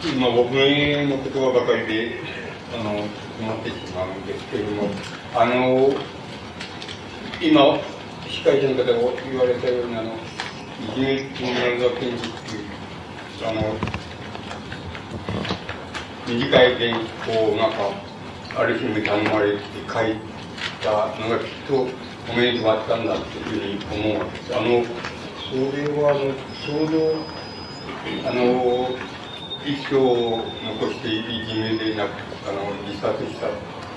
今僕の言葉ばかりで困ってしまうんですけれども、今司会者の方が言われたようにいじめっていうのが検事っていう短い原稿をなんかある日に頼まれて書いたのがきっとお目に留まったんだというふうに思うわけです。それはちょうど一生を残していじめでなく自殺した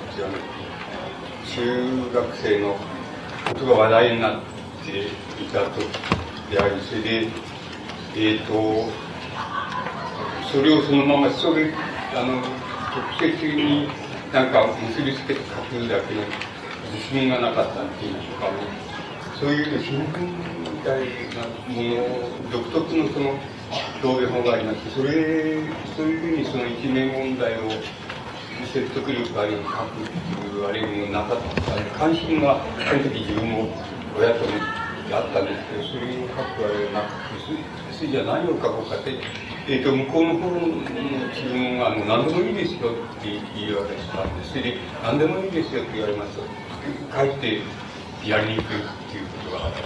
中学生のことが話題になっていたとであり、それでそれをそのまま直接になんか結びつけて書くだけの自信がなかったっていうんでしょうかね。そういう新聞みたいなもの独特のその表現法がありまして、そういうふうにそのいじめ問題を説得力ありに書くっていうあれもなかった。関心がその時自分も親とあったんですけど、それを書くあれはなくて、それじゃ何を書こうかって、向こうの方の自分は何でもいいですよって言われたんです。それで何でもいいですよって言われますと、かえってやりにくいっていうことがあって、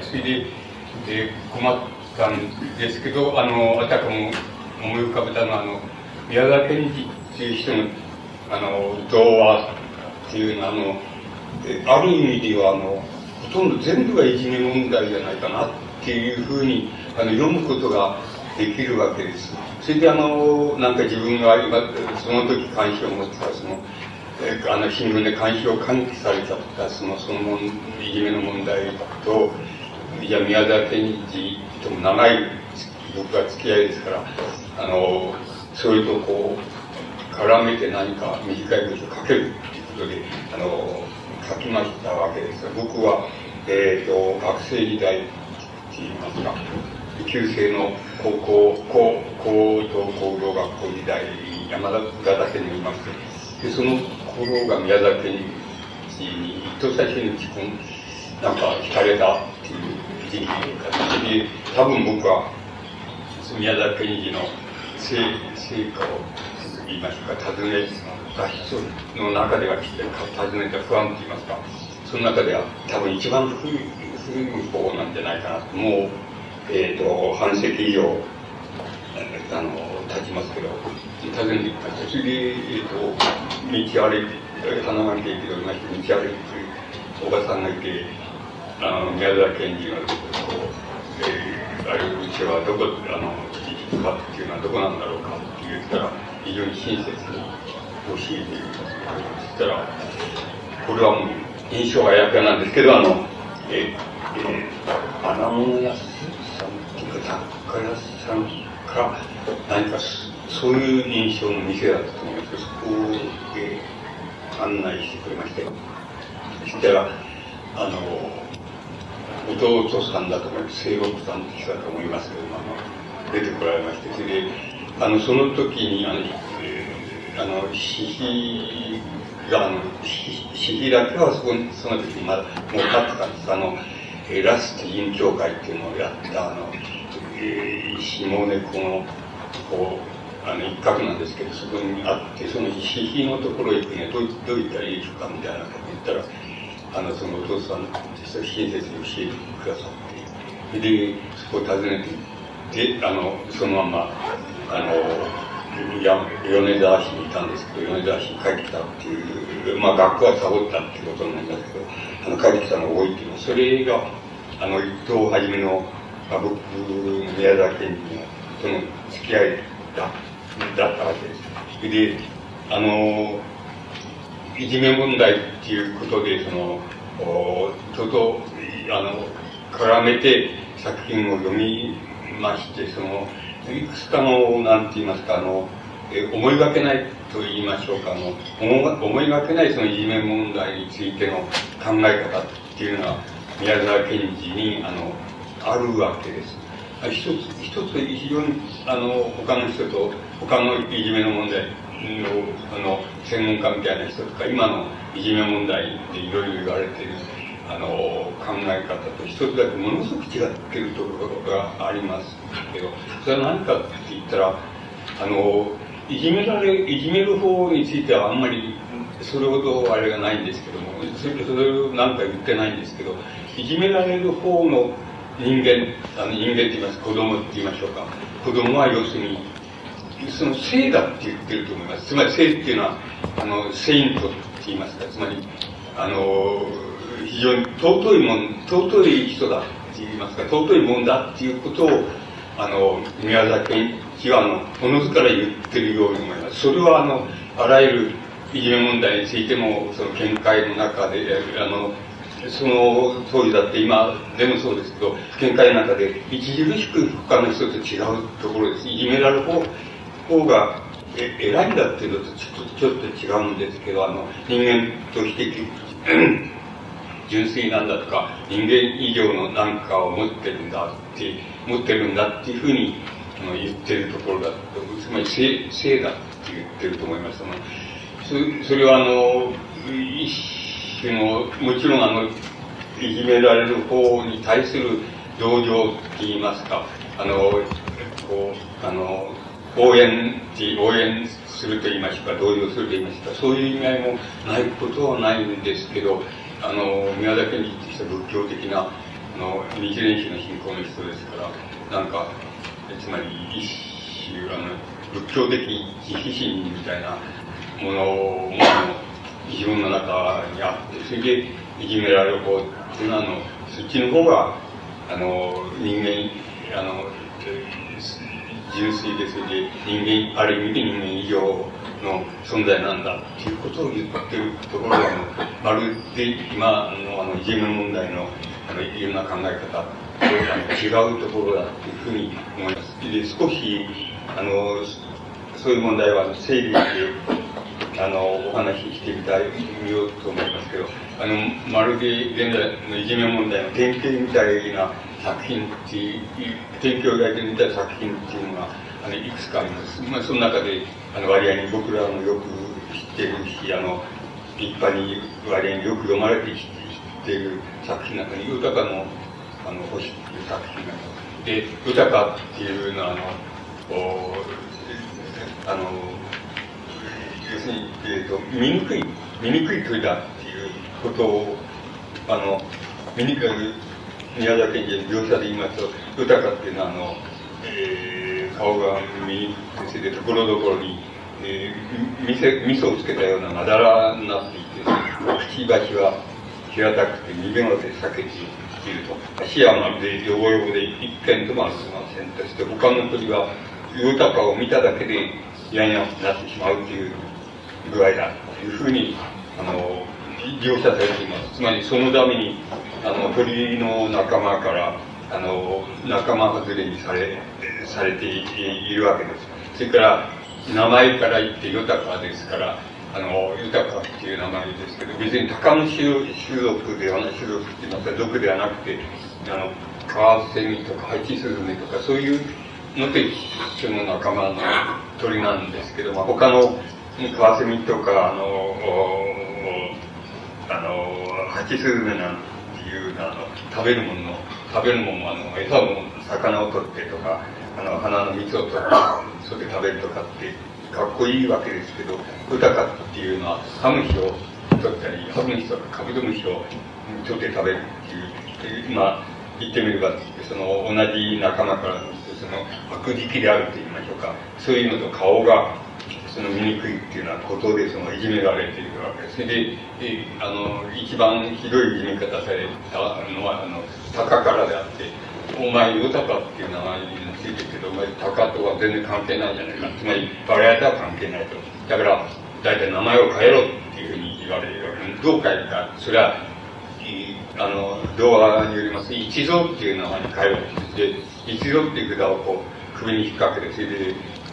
それで困ったんですけど、あたかも思い浮かべたのは宮沢賢治っていう人の童話っていうのはある意味ではほとんど全部がいじめ問題じゃないかなっていうふうに読むことができるわけです。それでなんか自分が今その時関心を持ってた新聞で関心を喚起されちゃったいじめの問題と、じゃあ宮沢賢治とも長い僕は付き合いですから、それとこう絡めて何か短い文章を書けるっていうことで書きましたわけです。僕は学生時代って言いますか、旧制の高等工業学校時代山田県にいまして、でその頃が宮沢賢治に一等最初になんか惹かれたっていう時期で、多分僕は宮沢賢治の成果を言いましょうか、尋ねた人の中では尋ねた不安と言いますか、その中では多分一番古い方なんじゃないかなと。もう半世紀以上経ちますけど、訪ねてきました。それで道歩いて花巻駅でおりまして、道歩いておばさんがいて、宮沢賢治があれうちはどこかっていうのはどこなんだろうかって言ったら、非常に親切に教えている。そしたらこれはもう印象がやかなんですけど、穴物屋さんっていうか雑貨屋さんか何かそういう印象の店だったと思いますけど、そこで案内してくれまして、そしたら弟さんだと思います、清六さんって人だと思いますけど、出てこられまして、それでその時に私費だけはその時にまだもう買ってたんです。ラスト委員長会っていうのをやった下根この一角なんですけど、そこにあって、その私費のところへ行くね、どういったらいいでしょうかみたいなこと言ったら、そのお父さん親切に教えてくださって、でそこを訪ねて、でそのまま米沢市にいたんですけど、米沢市に帰ってきたっていう、学校はサボったっていうことになりますけど、帰ってきたのを覚えています。それが一等初めの僕の宮沢賢治のとの付き合いだったわけです。でいじめ問題っていうことでちょっと絡めて作品を読みまして、いくつかのなんて言いますか思いがけないと言いましょうか思いがけないそのいじめ問題についての考え方っていうのが宮沢賢治にあるわけです。一つ非常に他の人と他のいじめの問題の専門家みたいな人とか今のいじめ問題でいろいろ言われている考え方と一つだけものすごく違っているところがありますけど、それは何かって言ったらいじめる方についてはあんまり、それほどあれがないんですけども、それを何か言ってないんですけど、いじめられる方の人間って言います、子供って言いましょうか。子供は要するに、その性だって言ってると思います。つまり性っていうのは、セイントって言いますか、つまり、非常に尊い人だって言いますか、尊いもんだっていうことを、宮崎健一は、おのずから言ってるように思います。それは、あらゆるいじめ問題についても、その見解の中で、その当時だって今でもそうですけど、見解の中で著しく他の人と違うところです。いじめられる方が偉いんだっていうのとちょっと違うんですけど、人間として純粋なんだとか、人間以上の何かを持ってるんだっていうふうに言ってるところだと、つまり性だって言ってると思います。それは一種の、もちろんいじめられる方に対する同情って言いますか、応援すると言いますか、同情すると言いますか、そういう意味合いもないことはないんですけど、宮崎にして仏教的な、日蓮宗の信仰の人ですから、なんか、つまり一種、仏教的自費心みたいなもの自分の中にあって、それでいじめられる方っていうのは、そっちの方が、人間、純粋で、それで人間、ある意味で人間以上の存在なんだっていうことを言ってるところが、まるで今のいじめ問題のいろんな考え方と違うところだっていうふうに思います。で、少し、そういう問題は整理してお話ししてみようと思いますけど、まるで現在のいじめ問題の典型みたいな作品っていう、典型を描いてみたいな作品っていうのが、いくつかあります。その中で、割合に僕らもよく知っているし、一般に割合によく読まれて知っている作品の中に、豊かの、星っていう作品があります。で、豊かっていうのは、要するに、醜い鳥だっていうことを、宮崎県人描写で言いますと、豊かっていうのは、顔が醜くて、ところどころに、味噌をつけたようなまだらになっていて、くちばしは平たくて逃げまで避けていると。足はまるでヨボヨボで一辺ともありませんとして、他の鳥は豊かを見ただけで嫌になってしまうという具合だというふうに描写されています。つまりそのために鳥の仲間から仲間外れにされているわけです。それから名前から言って豊かですから、豊かっていう名前ですけど、別に鷹の種族ではない、種族って言いますか、族ではなくて、カワセミとかハチスズメとかそういうのと一緒の仲間の鳥なんですけど、他のカワセミとか、ハチスズメなんていう食べるもの、餌も魚を取ってとか、花の蜜を取って、それで食べるとかって、かっこいいわけですけど、豊かっていうのは、ハムシを取ったり、ハムシとかカブトムシを取って食べるっていう、言ってみれば、その同じ仲間からその悪敵であると言いましょうか、そういうのと顔がその醜いっていうようなことでそのいじめられているわけです。それで、一番ひどいいじめ方されたのは鷹からであって、お前豊かっていう名前についてるけど、お前鷹とは全然関係ないじゃないか。つまり我々とは関係ないと。だから大体名前を変えろっていうふうに言われるわけです。どう変えるか、それは童話によります一蔵っていう名前に変えるわけです。で、一蔵っていう札をこう首に引っ掛けて、それで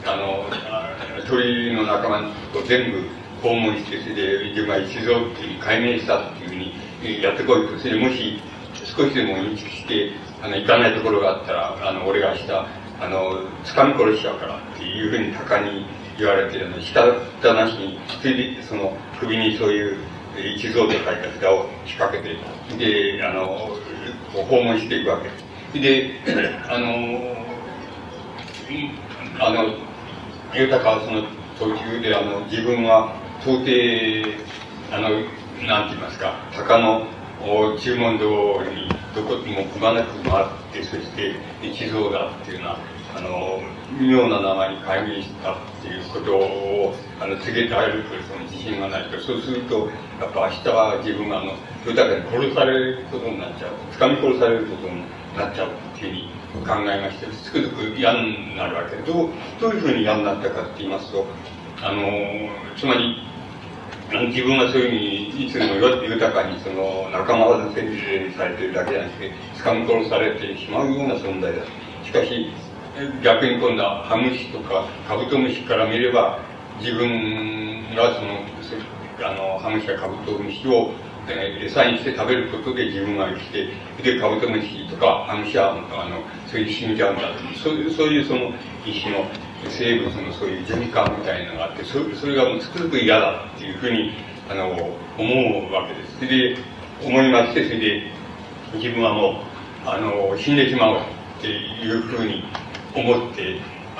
鳥の仲間と全部訪問して、それで一蔵っていう解明したっていうふうにやってこいと。それでもし少しでも認識して行かないところがあったら俺が明日掴み殺しちゃうからっていうふうに鷹に言われてしたたなしに、それでその首にそういう一蔵と書いた札を引っ掛けて、で訪問していくわけです。で豊かはその途中で自分は到底、なんて言いますか、鷹の注文通りにどこにもくまなく回って、そして一蔵だっていうような、妙な名前に改名したっていうことを、告げられると、その自信がないと。そうすると、やっぱ明日は自分が豊かに殺されることになっちゃう。掴み殺されることになっちゃうっていうふうに考えまして、つくづく嫌になるわけで、どういうふうに嫌になったかって言いますと、つまり、自分はそういうふうにいつも豊かにその仲間外れされているだけじゃなくて、掴み殺されてしまうような存在だ。しかし、逆に今度はハムシとかカブトムシから見れば、自分がハムシやカブトムシを餌にして食べることで自分は生きて、で、カブトムシとかハムシはそれで死んじゃうんだという、そういうその一種の生物のそういう循環みたいなのがあって、それがもうつくづく嫌だっていうふうに、思うわけです。それで、思いまして、それで、自分はもう、死んでしまおうっていうふうに思って、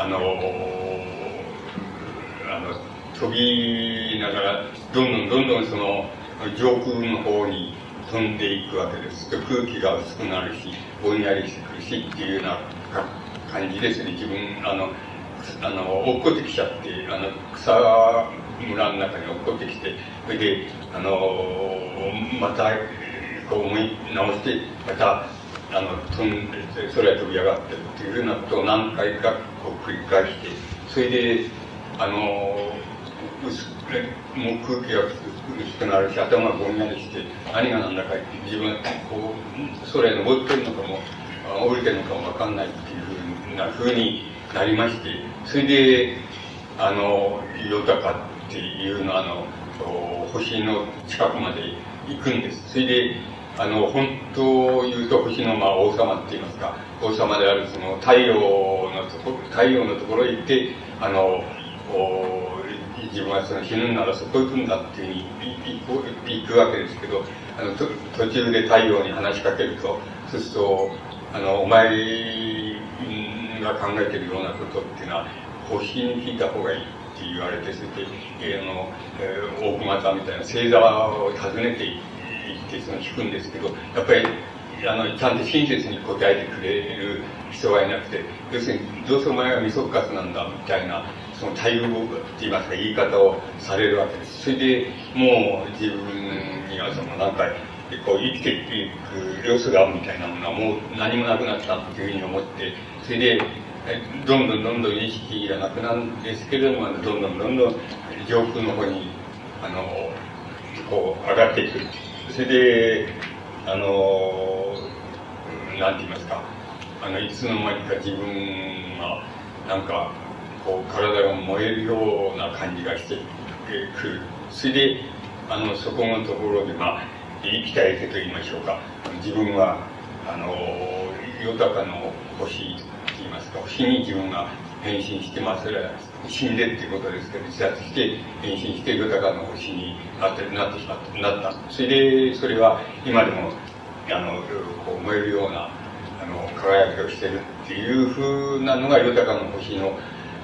飛びながら、どんどんその、上空の方に飛んでいくわけです。空気が薄くなるし、ぼんやりしてくるしっていうような感じですね。自分、落っこってきちゃって、草村の中に落っこってきて、それで、また、こう思い直して、また、飛んで、空へ飛び上がってっていうようなことを何回かこう繰り返して、それで、もう空気が薄くなるし、頭がぼんやりして、何が何だか言って、自分はこう、空へ登ってるのかも、降りてるのかもわかんないっていうふうになりまして、それで、豊かっていうのは、星の近くまで行くんです。それで、本当を言うと星の王様って言いますか、王様であるその太陽のところへ行って、自分はその死ぬならそこ行くんだっていうふうに行くわけですけど、途中で太陽に話しかけると、そうすると、お前が考えてるようなことっていうのは、星に聞いた方がいいって言われて、それで、大熊座みたいな星座を訪ねて行って、その聞くんですけど、やっぱり、ちゃんと親切に答えてくれる人はいなくて、要するに、どうせお前は未速活なんだ、みたいな、その待遇って言いますか、言い方をされるわけです。それで、もう自分にはそのなんか、こう生きていく様子がみたいなものはもう何もなくなったっていうふうに思って、それで、どんどん意識がなくなるんですけれども、どんどん上空の方に、こう上がっていく。それで、なんて言いますか、いつの間にか自分が、なんか、こう、体が燃えるような感じがしてくる。それで、そこのところで、生きたい手と言いましょうか。自分は、豊かの星と言いますか、星に自分が変身して、それは死んでっていうことですけど、自殺して、変身して、豊かの星になった。それで、それは今でも、こう燃えるような、輝きをしてるっていう風なのが豊かの星の、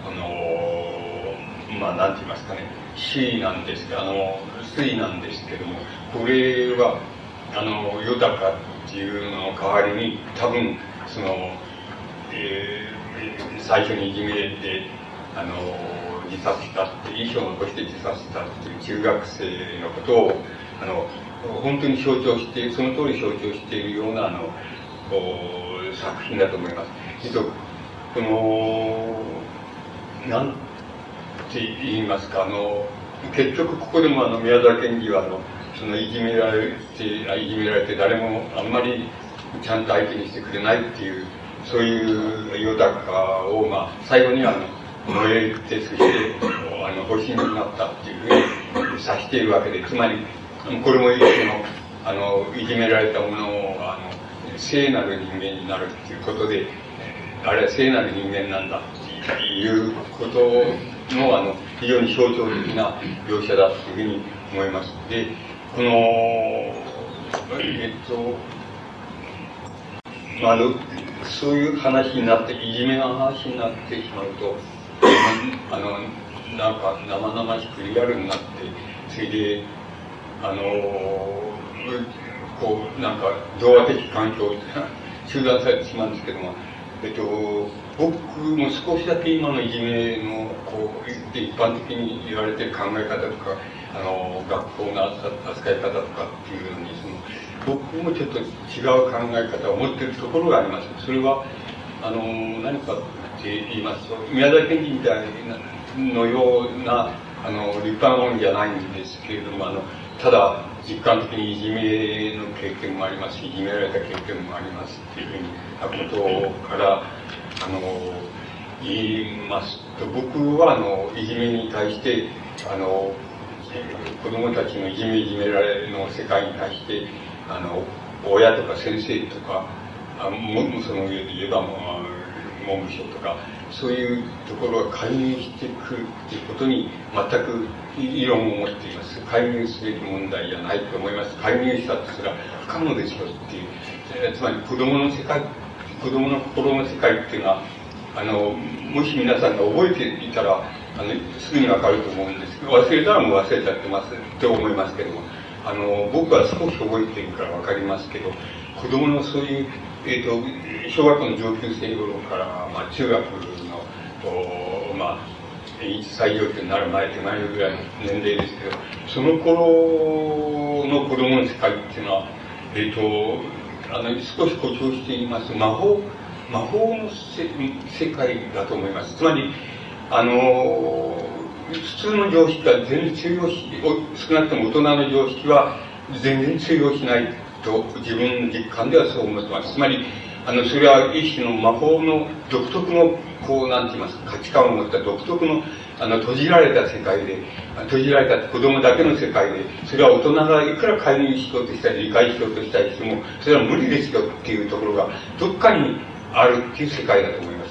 なんて言いますかね、水なんですけど、水なんですけども、これは、豊かっていうのの代わりに、多分、その、最初にいじめて、自殺したって、遺書を残して自殺したっていう中学生のことを、本当に象徴して、その通り象徴しているような、作品だと思います。この、なんて言いますか、結局ここでも宮沢賢治はそのいじめられて誰もあんまりちゃんと相手にしてくれないっていう、そういう豊かを、最後には燃えて、そして、星になったっていうふうに指しているわけで、つまり、これもいじめられたものを、聖なる人間になるっていうことで、あれは聖なる人間なんだっていうことの、非常に象徴的な描写だというふうに思います。で、この、そういう話になって、いじめの話になってしまうと、 なんか生々しくリアルになって、それで、こう、なんか、童話的環境を中断されてしまうんですけども、僕も少しだけ今のいじめの、こう、一般的に言われている考え方とか、学校の扱い方とかっていうのに、僕もちょっと違う考え方を持っているところがあります。それは、何かって言いますと、宮崎県人みたいのような、立派なものじゃないんですけれども、ただ、実感的にいじめの経験もありますし、いじめられた経験もありますっていうふうなことから、言いますと、僕は、いじめに対して、子供たちのいじめられの世界に対して、親とか先生とか、その上で言えば、文部省とか、そういうところが介入してくるっていうことに全く異論を持っています。介入すべき問題じゃないと思います。介入したとすら不可能ですよっていう。つまり子供の心の世界っていうのは、もし皆さんが覚えていたら、すぐにわかると思うんですけど、忘れたらもう忘れちゃってますって思いますけども、僕は少し覚えているからわかりますけど、子供のそういう、小学校の上級生頃から、中学の、採用ってなる前、手前ぐらいの年齢ですけど、その頃の子供の世界っていうのは、少し誇張して言います魔法の世界だと思います。つまり、普通の常識は全然通用少なくとも大人の常識は全然通用しないと自分の実感ではそう思ってます。つまり、それは一種の魔法の独特の、こう、なんて言いますか、価値観を持った独特の、閉じられた世界で、閉じられた子供だけの世界で、それは大人がいくら介入しようとしたり、理解しようとしたりしても、それは無理ですよっていうところが、どっかにあるっていう世界だと思います。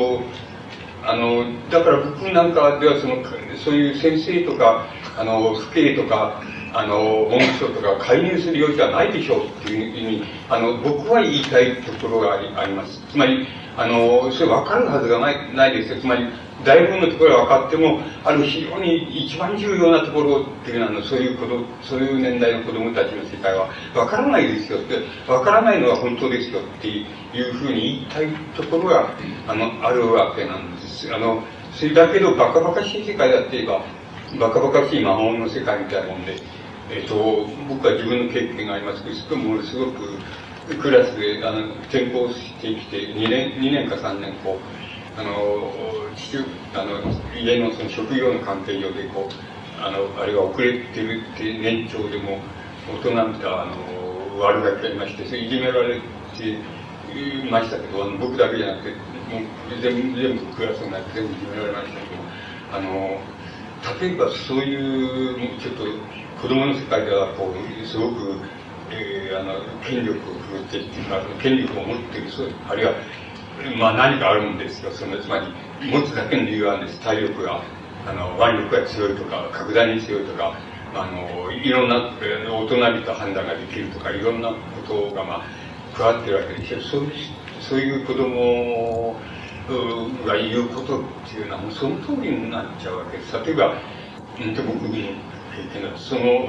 だから僕なんかではそういう先生とか、父兄とか、文部省とか介入する余地はないでしょうっていうふうに、僕は言いたいところがあります。つまり、それ分かるはずがないですよ。つまり、大部分のところが分かっても、非常に一番重要なところっていうのは、そういう年代の子供たちの世界は分からないですよって、分からないのは本当ですよっていうふうに言いたいところが、あるわけなんです。それだけど、バカバカしい世界だって言えば、バカバカしい魔法の世界みたいなもんで、僕は自分の経験がありますけど、ものすごくクラスで転校してきて2年か3年こう家のその職業の関係上でこうあれが遅れてるって年長でも大人みたい悪ガキがいまして、それいじめられていましたけど、僕だけじゃなくてもう全部クラスになって全部いじめられましたけど、例えばそういうちょっと子供の世界ではこうすごく、権力を振るってっていうか権力を持っている、あるいは何かあるんですよ。つまり持つだけの理由はあるんです。体力が腕力が強いとか格段に強いとかいろんな大人びた判断ができるとかいろんなことが加わってるわけですよ。そういう子供が言うことっていうのはもうその通りになっちゃうわけです。例えば僕の経験だとその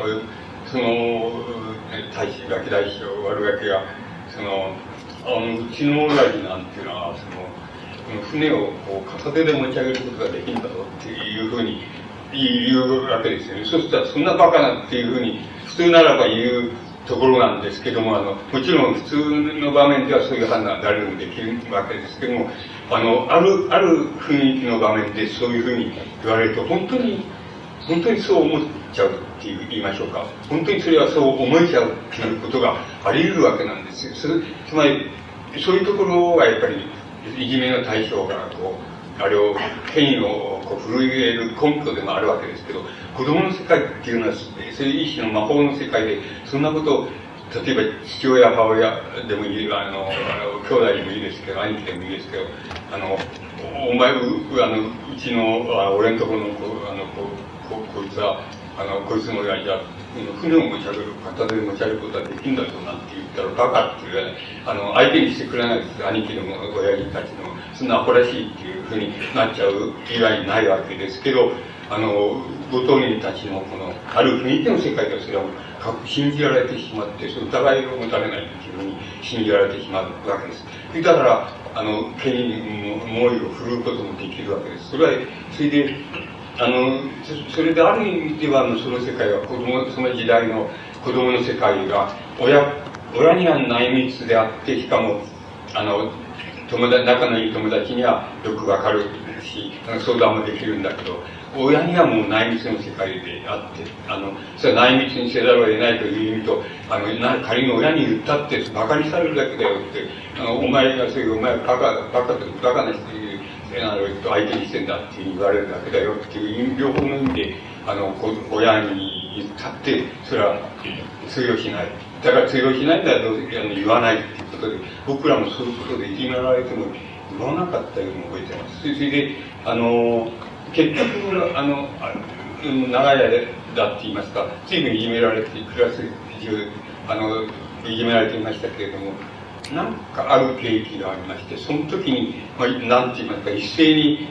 ガキ大将悪ガキがうちの親父なんていうのは船をこう片手で持ち上げることができるんだぞっていうふうに言うわけですよね。そうしたらそんなバカなっていうふうに普通ならば言うところなんですけども、もちろん普通の場面ではそういう判断は誰でもできるわけですけども、ある雰囲気の場面でそういうふうに言われると本当にそう思っちゃうって言いましょうか。本当にそれはそう思えちゃうっていうことがあり得るわけなんですよ。つまり、そういうところがやっぱり、いじめの対象があれを、権威を震える根拠でもあるわけですけど、子供の世界っていうのは、そういう一種の魔法の世界で、そんなことを、例えば父親、母親でもいい、兄弟でもいいですけど、兄貴でもいいですけど、お前、うちの、俺のところのこいつは、 こいつもじゃあ、船を持ち上げる、片手で持ち上げることはできるんだぞなんて言ったら、バカっていうね、相手にしてくれないです。兄貴の親父たちの、そんなアホらしいっていうふうになっちゃう以外にないわけですけど、ご当人たちのこの、ある雰囲気の世界ではそれは信じられてしまって、その疑いを持たれないっていうふうに信じられてしまうわけです。だから、権威に猛威を振るうこともできるわけです。それは、それで、それである意味では、その世界はその時代の子供の世界が、親には内密であって、しかも、仲のいい友達にはよくわかるし、相談もできるんだけど、親にはもう内密の世界であって、それは内密にせざるを得ないという意味と、仮に親に言ったって馬鹿にされるだけだよって、お前がそういう、お前バカな人相手にしてんだって言われるだけだよっていう両方の意味で、親に言ったって、それは通用しない。だから通用しないんだと言わないっていうことで、僕らもそういうことでいじめられても言わなかったように覚えてます。それで、結局、長い間だって言いますか、随分いじめられて、クラス中、いじめられていましたけれども、なんかある契機がありまして、その時に、なんて言いますか、一斉に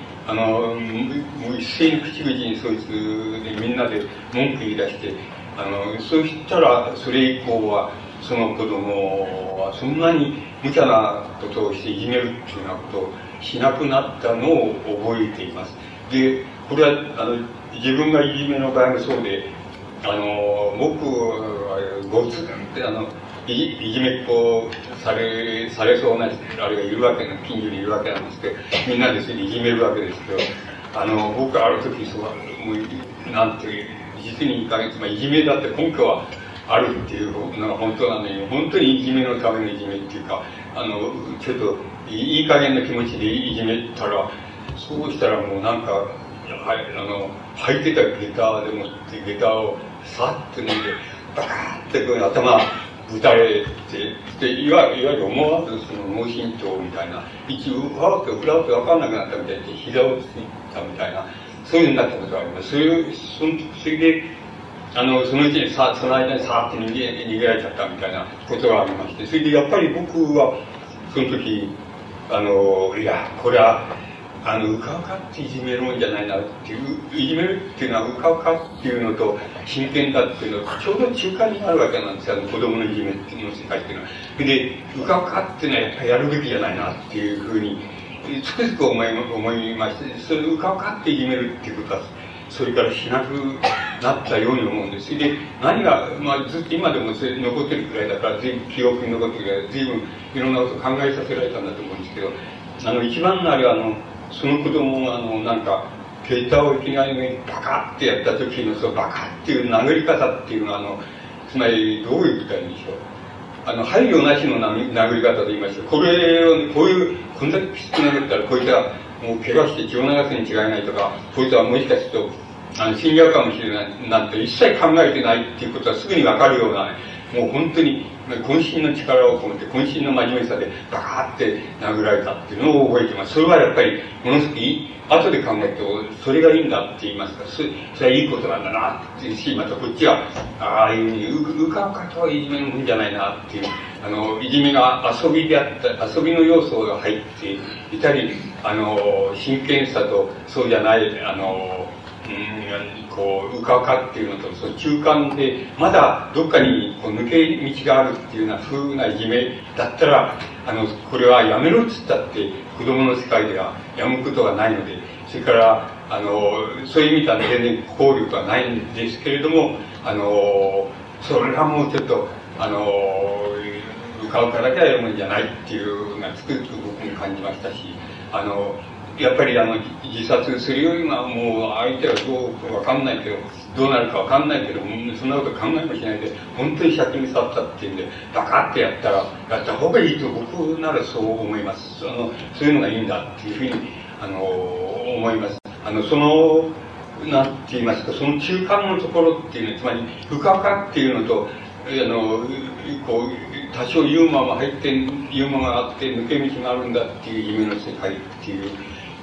口々にそいつでみんなで文句言い出して、そうしたら、それ以降は、その子供はそんなに無茶なことをしていじめるっていうようなことをしなくなったのを覚えています。で、これは、自分がいじめの場合もそうで、僕は、いじめっ子されそうなあれがいるわけの、近所にいるわけなんですけど、みんなでそれでいじめるわけですけど、僕はある時、もう、なんていう、実に1ヶ月、いじめだって根拠はあるっていうのが本当なのに、本当にいじめのためのいじめっていうか、ちょっと、いい加減な気持ちでいじめたら、そうしたらもうなんか、履いてた下駄でもって、下駄をさっと脱いで、バカーってこう頭打たれて、で、いわゆる思わずその脳震盪みたいな、一応、ふらっとわかんなくなったみたいで、膝をついたみたいな、そういうふうになったことがあります。それで、そのうちにその間にさーって逃げられちゃったみたいなことがありまして、それでやっぱり僕は、その時、いや、これは、うかうかっていじめるもんじゃないなっていう、いじめるっていうのはうかうかっていうのと真剣だっていうのはちょうど中間にあるわけなんですよ、子供のいじめっていうの世界っていうのは。で、うかうかっていうのはやっぱりやるべきじゃないなっていうふうに、つくづく思いまして、それうかうかっていじめるっていうことは、それからしなくなったように思うんです。それで、何が、ずっと今でも残ってるくらいだから、随分記憶に残ってるくらい、随分いろんなことを考えさせられたんだと思うんですけど、一番のあれは、その子供がなんか、携帯をいきなりバカってやった時の、そのバカっていう殴り方っていうのは、つまりどういうことなんでしょう。配慮なしの殴り方と言いまして、こんだけきつく殴ったら、こいつはもう怪我して血を流すに違いないとか、こいつはもしかすると、死んじゃうかもしれないなんて一切考えてないっていうことはすぐにわかるような、もう本当に渾身の力を込めて、渾身の真面目さでバカーって殴られたっていうのを覚えてます。それはやっぱり、ものすごく後で考えると、それがいいんだって言いますか、それはいいことなんだなっていうし、またこっちは、ああいうふうに、うかうかといじめるもんじゃないなっていう、いじめが遊びであった、遊びの要素が入っていたり、真剣さとそうじゃない、うかうかっていうのと、その中間で、まだどっかに抜け道があるっていうような風ないじめだったら、これはやめろっつったって、子供の世界ではやむことがないので、それから、そういう意味では全然効力はないんですけれども、それはもうちょっと、うかうかだけはやるもんじゃないっていうのがつくづく僕も感じましたし、やっぱり自殺するよりはもう相手はどうかわかんないけど、どうなるかわかんないけど、そんなこと考えもしないで、本当に借金に触ったっていうんで、バカってやった方がいいと僕ならそう思います。そういうのがいいんだっていうふうに、思います。なんて言いますか、その中間のところっていうのは、つまり、うかうかっていうのと、多少ユーモアがあって、抜け道があるんだっていう夢の世界っていう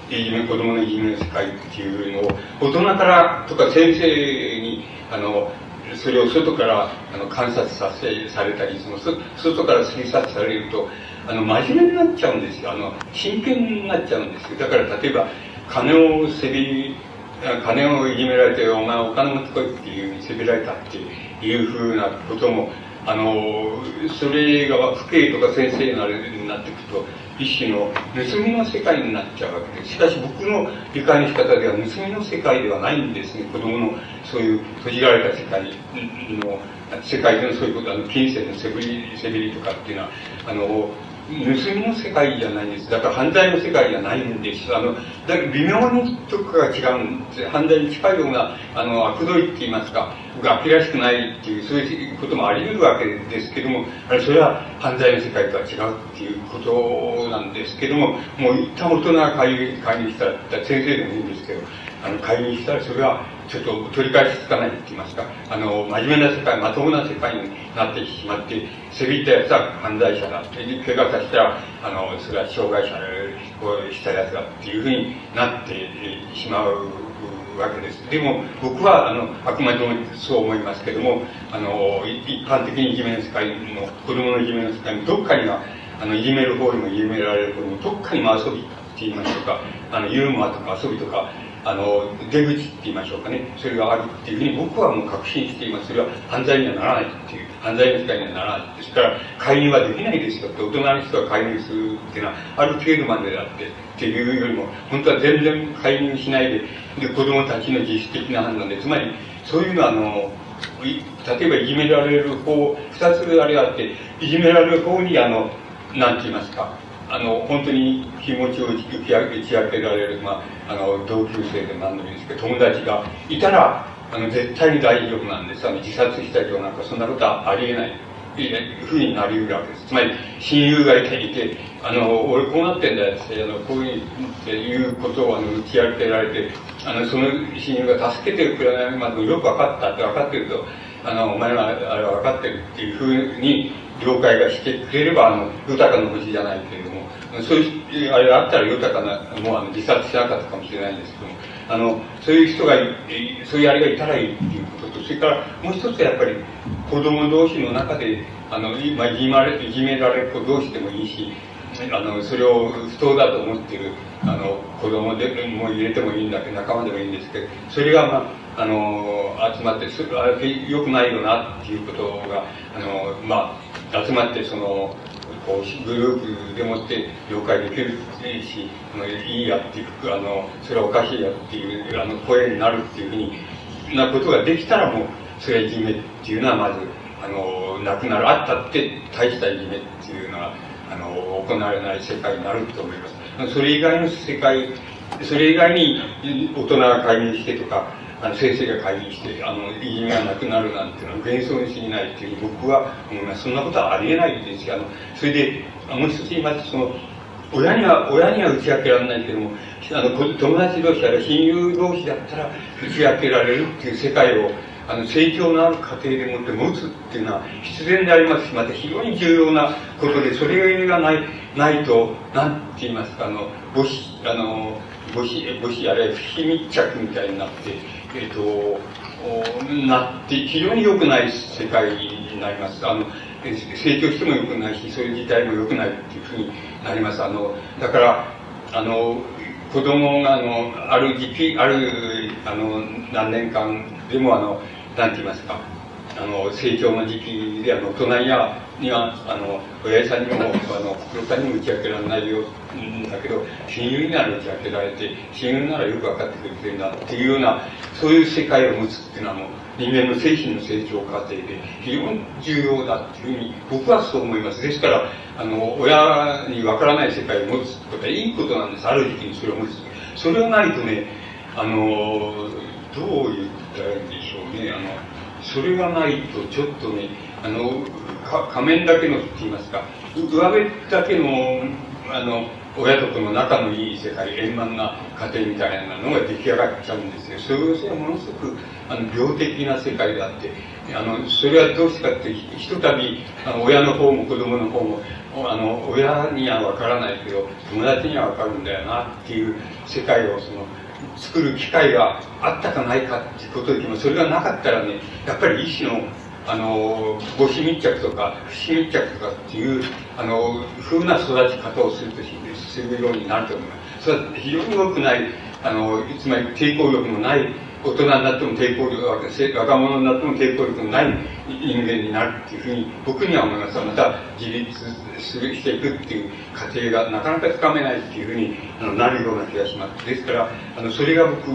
子供のいじめの世界っていうのを、大人からとか先生に、それを外から観察されたり、外から推察されると、真面目になっちゃうんですよ。真剣になっちゃうんですよ。だから例えば、金をいじめられて、お前お金持ってこいっていうふうにせびられたっていうふうなことも、それが父兄とか先生になっていくと、一種の盗みの世界になっちゃうわけです。しかし僕の理解の仕方では盗みの世界ではないんですね。子供のそういう閉じられた世界でのそういうこと、金銭のせびりとかっていうのは、盗みの世界じゃないんです。だから犯罪の世界じゃないんです。だから微妙にとかが違うんです。犯罪に近いような、悪どいって言いますか、ガキらしくないっていう、そういうこともあり得るわけですけども、それは犯罪の世界とは違うっていうことなんですけども、もう一旦大人が介入したら、先生でもいいんですけど、介入したらそれはちょっと取り返しつかないって言いますか、真面目な世界、まともな世界になってしまって、せびったやつは犯罪者だって、怪我させたら、それは障害者をしたやつだっていうふうになってしまうわけです。でも、僕は、あくまでもそう思いますけども、一般的にいじめの世界の、子供のいじめの世界のどっかには、いじめる方にもいじめられる方にも、どっかにも遊びって言いましょうか、ユーモアとか遊びとか、出口って言いましょうかね。それがあるっていうふうに僕はもう確信しています。それは犯罪にはならないっていう。犯罪の世界にはならない。ですから、介入はできないですよって、大人の人が介入するっていうのは、ある程度までであって、っていうよりも、本当は全然介入しないで、子供たちの自主的な判断で、つまり、そういうのは例えばいじめられる方、二つあれがあって、いじめられる方になんて言いますか、本当に気持ちを打ち明けられる、同級生でも何でもいいんですけど、友達がいたら、絶対に大丈夫なんです。自殺したりとかなんかそんなことはありえない。ふうになり得るわけです。つまり、親友がいて、俺こうなってんだよって、こういうことを打ち明けられて、その親友が助けてくれないまでもよく分かったって分かってると、お前はあれは分かってるっていうふうに了解がしてくれれば、豊かな星じゃないけれども、そういう、あれがあったら豊かな、もう自殺しなかったかもしれないんですけども、そういう人が、そういうあれがいたらいいっていうことと、それからもう一つはやっぱり子供同士の中で、いじめられる子同士でもいいし、それを不当だと思っている、子供でも入れてもいいんだけど、仲間でもいいんですけど、それが集まって、あれ良くないよなっていうことが、集まって、グループでもって了解できるし、いいやっていう、それはおかしいやっていう、声になるっていうふうになことができたらもう、それはいじめっていうのはまず、なくなる。あったって大したいじめっていうのは、行われない世界になると思います。それ以外の世界、それ以外に大人が介入してとか、先生が介入して、いじめがなくなるなんていうのは幻想に過ぎないっていうふうに僕は思います。そんなことはありえないですよ。それで、もう一つ言いますと、親には打ち明けられないけども、友達同士や親友同士だったら打ち明けられるっていう世界を、成長のある過程でもって持つっていうのは必然でありますし、また非常に重要なことで、それがないと、なんて言いますか、母子あれ、不非密着みたいになって、非常に良くない世界になります。成長しても良くないし、それ自体も良くないっていうふうになります。だから、子供が、ある時期、何年間でも、なんて言いますか、成長の時期で、大人には、親父さんにも、心さんにも打ち明けられないよ、だけど、親友になら打ち明けられて、親友ならよく分かってくれてるんだっていうような、そういう世界を持つっていうのはもう、人間の精神の成長過程で非常に重要だっていうふうに、僕はそう思います。ですから、親に分からない世界を持つことはいいことなんです。ある時期にそれを持つ。それがないとね、どう言ったらいいんでしょうね。それがないとちょっとね、仮面だけのって言いますか、上辺だけの、親と子の仲のいい世界、円満な家庭みたいなのが出来上がっちゃうんですよ。そういうものすごく、病的な世界であって、それはどうしてかって、ひとたび、親の方も子供の方も、 親にはわからないけど、友達にはわかるんだよなっていう世界を作る機会があったかないかっていうことでも、それがなかったらね、やっぱり一種の、母子密着とか、父密着とかっていう、風な育ち方をするようになると思います。それは非常に良くない、つまり抵抗力のない、大人になっても抵抗力が、若者になっても抵抗力のない人間になるっていうふうに僕には思います。また自立していくっていう過程がなかなかつかめないっていうふうになるような気がします。ですから、それが僕、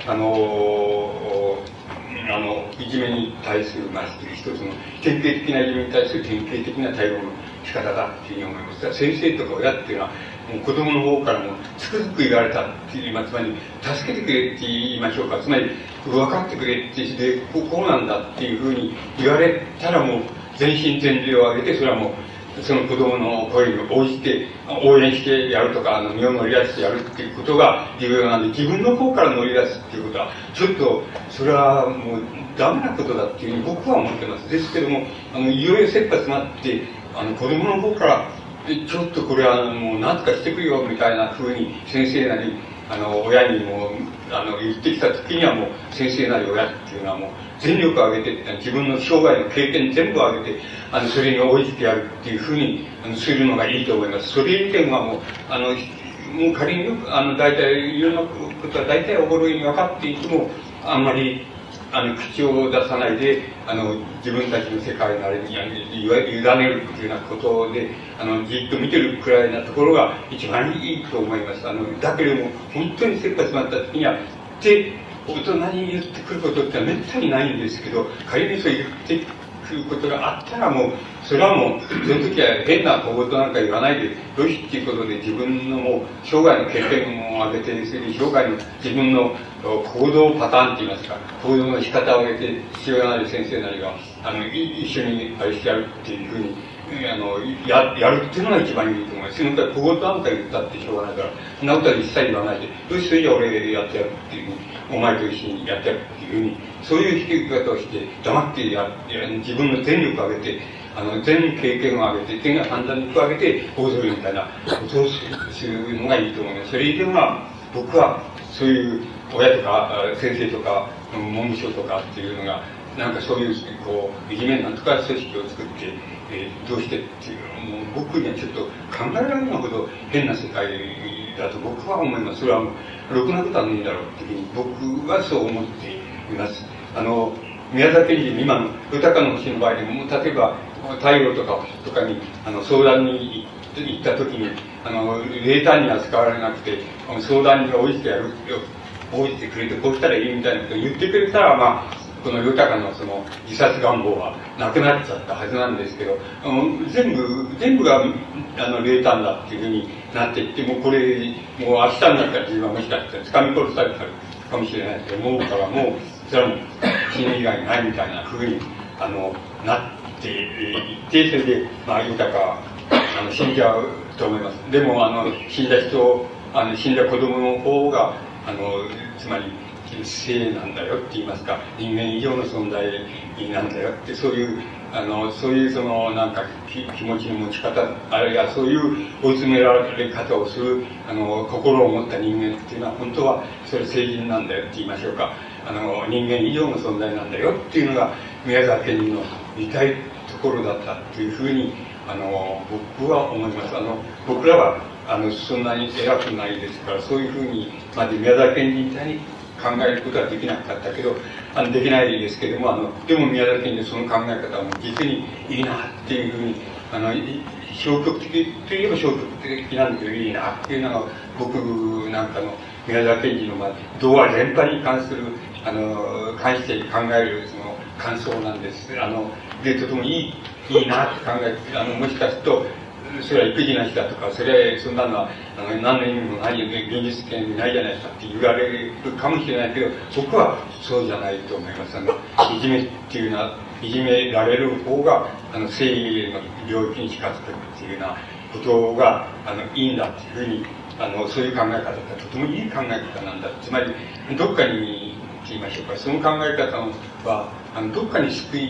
いじめに対する、一つの典型的ないじめに対する典型的な対応の仕方だっていうふうに思います。先生とか親っていうのは、もう子供の方からもつくづく言われたっていう、つまり、助けてくれって言いましょうか。つまり、分かってくれってして、こうなんだっていうふうに言われたらもう、全身全霊を挙げて、それはもう、その子供の声に応じて、応援してやるとか、身を乗り出してやるっていうことが重要なんで、自分の方から乗り出すっていうことは、ちょっと、それはもう、ダメなことだっていうふうに僕は思ってます。ですけども、いよいよ切羽詰まって、子供の方から、ちょっとこれはもう何とかしてくれよみたいな風に先生なり親にも言ってきた時にはもう先生なり親っていうのはもう全力を挙げて自分の生涯の経験全部を挙げてそれに応じてやるっていう風にするのがいいと思います。それ以前はもう仮に大体いろんなことは大体おぼろいに分かっていてもあんまり口を出さないで、自分たちの世界のあれに委ねるっていうようなことで、じっと見てるくらいなところが一番いいと思います。だけれども、本当に切羽詰まった時には、大人に言ってくることってめったにないんですけど、仮にそう言ってくることがあったらもう、それはもう、その時は変な小言なんか言わないで、よしっていうことで自分のもう、生涯の経験を挙げて、生涯の自分の行動パターンって言いますか、行動の仕方を挙げて、父親なり先生なりが、一緒にあれしてやるっていうふうに、やるっていうのが一番いいと思います。その他小言なんか言ったってしょうがないから、そんなことは一切言わないで、よし、それじゃ俺やってやるっていうふうに、お前と一緒にやってやるっていうふうに、そういう引き方をして、黙って自分の全力を上げて、全経験を上げて、全判断力を上げて、こうするみたいなことをするのがいいと思います。それ以前は、僕は、そういう親とか先生とか文部省とかっていうのがなんかそういういじめなんとか組織を作って、どうしてっていうもう僕にはちょっと考えられないほど変な世界だと僕は思います。それはもうろくなことはないんだろうっていうふうに僕はそう思っています。宮崎県人今の豊かな星の場合でも例えば太陽とかに相談に行った時に冷淡に扱われなくて相談に応じてくれてこうしたらいいみたいなことを言ってくれたらこの豊かなその自殺願望はなくなっちゃったはずなんですけど全部が冷淡だっていうふうになっていってもう明日になったら自分はもしかしたら掴み殺されたかもしれないと思うからもうそれはもう死ぬ以外ないみたいなふうになっていってそれで豊か死んじゃうと思います。でも死んだ死んだ子供の方がつまり生なんだよって言いますか人間以上の存在なんだよってそういうそのなんか気持ちの持ち方あるいはそういう追い詰められ方をする心を持った人間っていうのは本当はそれ成人なんだよって言いましょうか人間以上の存在なんだよっていうのが宮沢賢治の見たいところだったというふうに僕は思います。僕らはそんなに偉くないですからそういうふうにまで宮沢賢治みたいに考えることはできなかったけどできないですけどもでも宮崎県でその考え方は実にいいなっていうふうに消極的といえば消極的なんだけどいいなっていうのが僕なんかの宮崎県人の童話全般に関する関して考えるその感想なんです。でとてもいいなって考えてもしかするとそれは育児なしだとか、それはそんなのは何の意味もないよね、現実権ないじゃないですかって言われるかもしれないけど、僕はそうじゃないと思います。いじめっていうのは、いじめられる方が正義の領域に近づくっていうようなことがいいんだっていうふうにそういう考え方ってとてもいい考え方なんだ。つまりどっかにって言いましょうか、その考え方はどっかに救い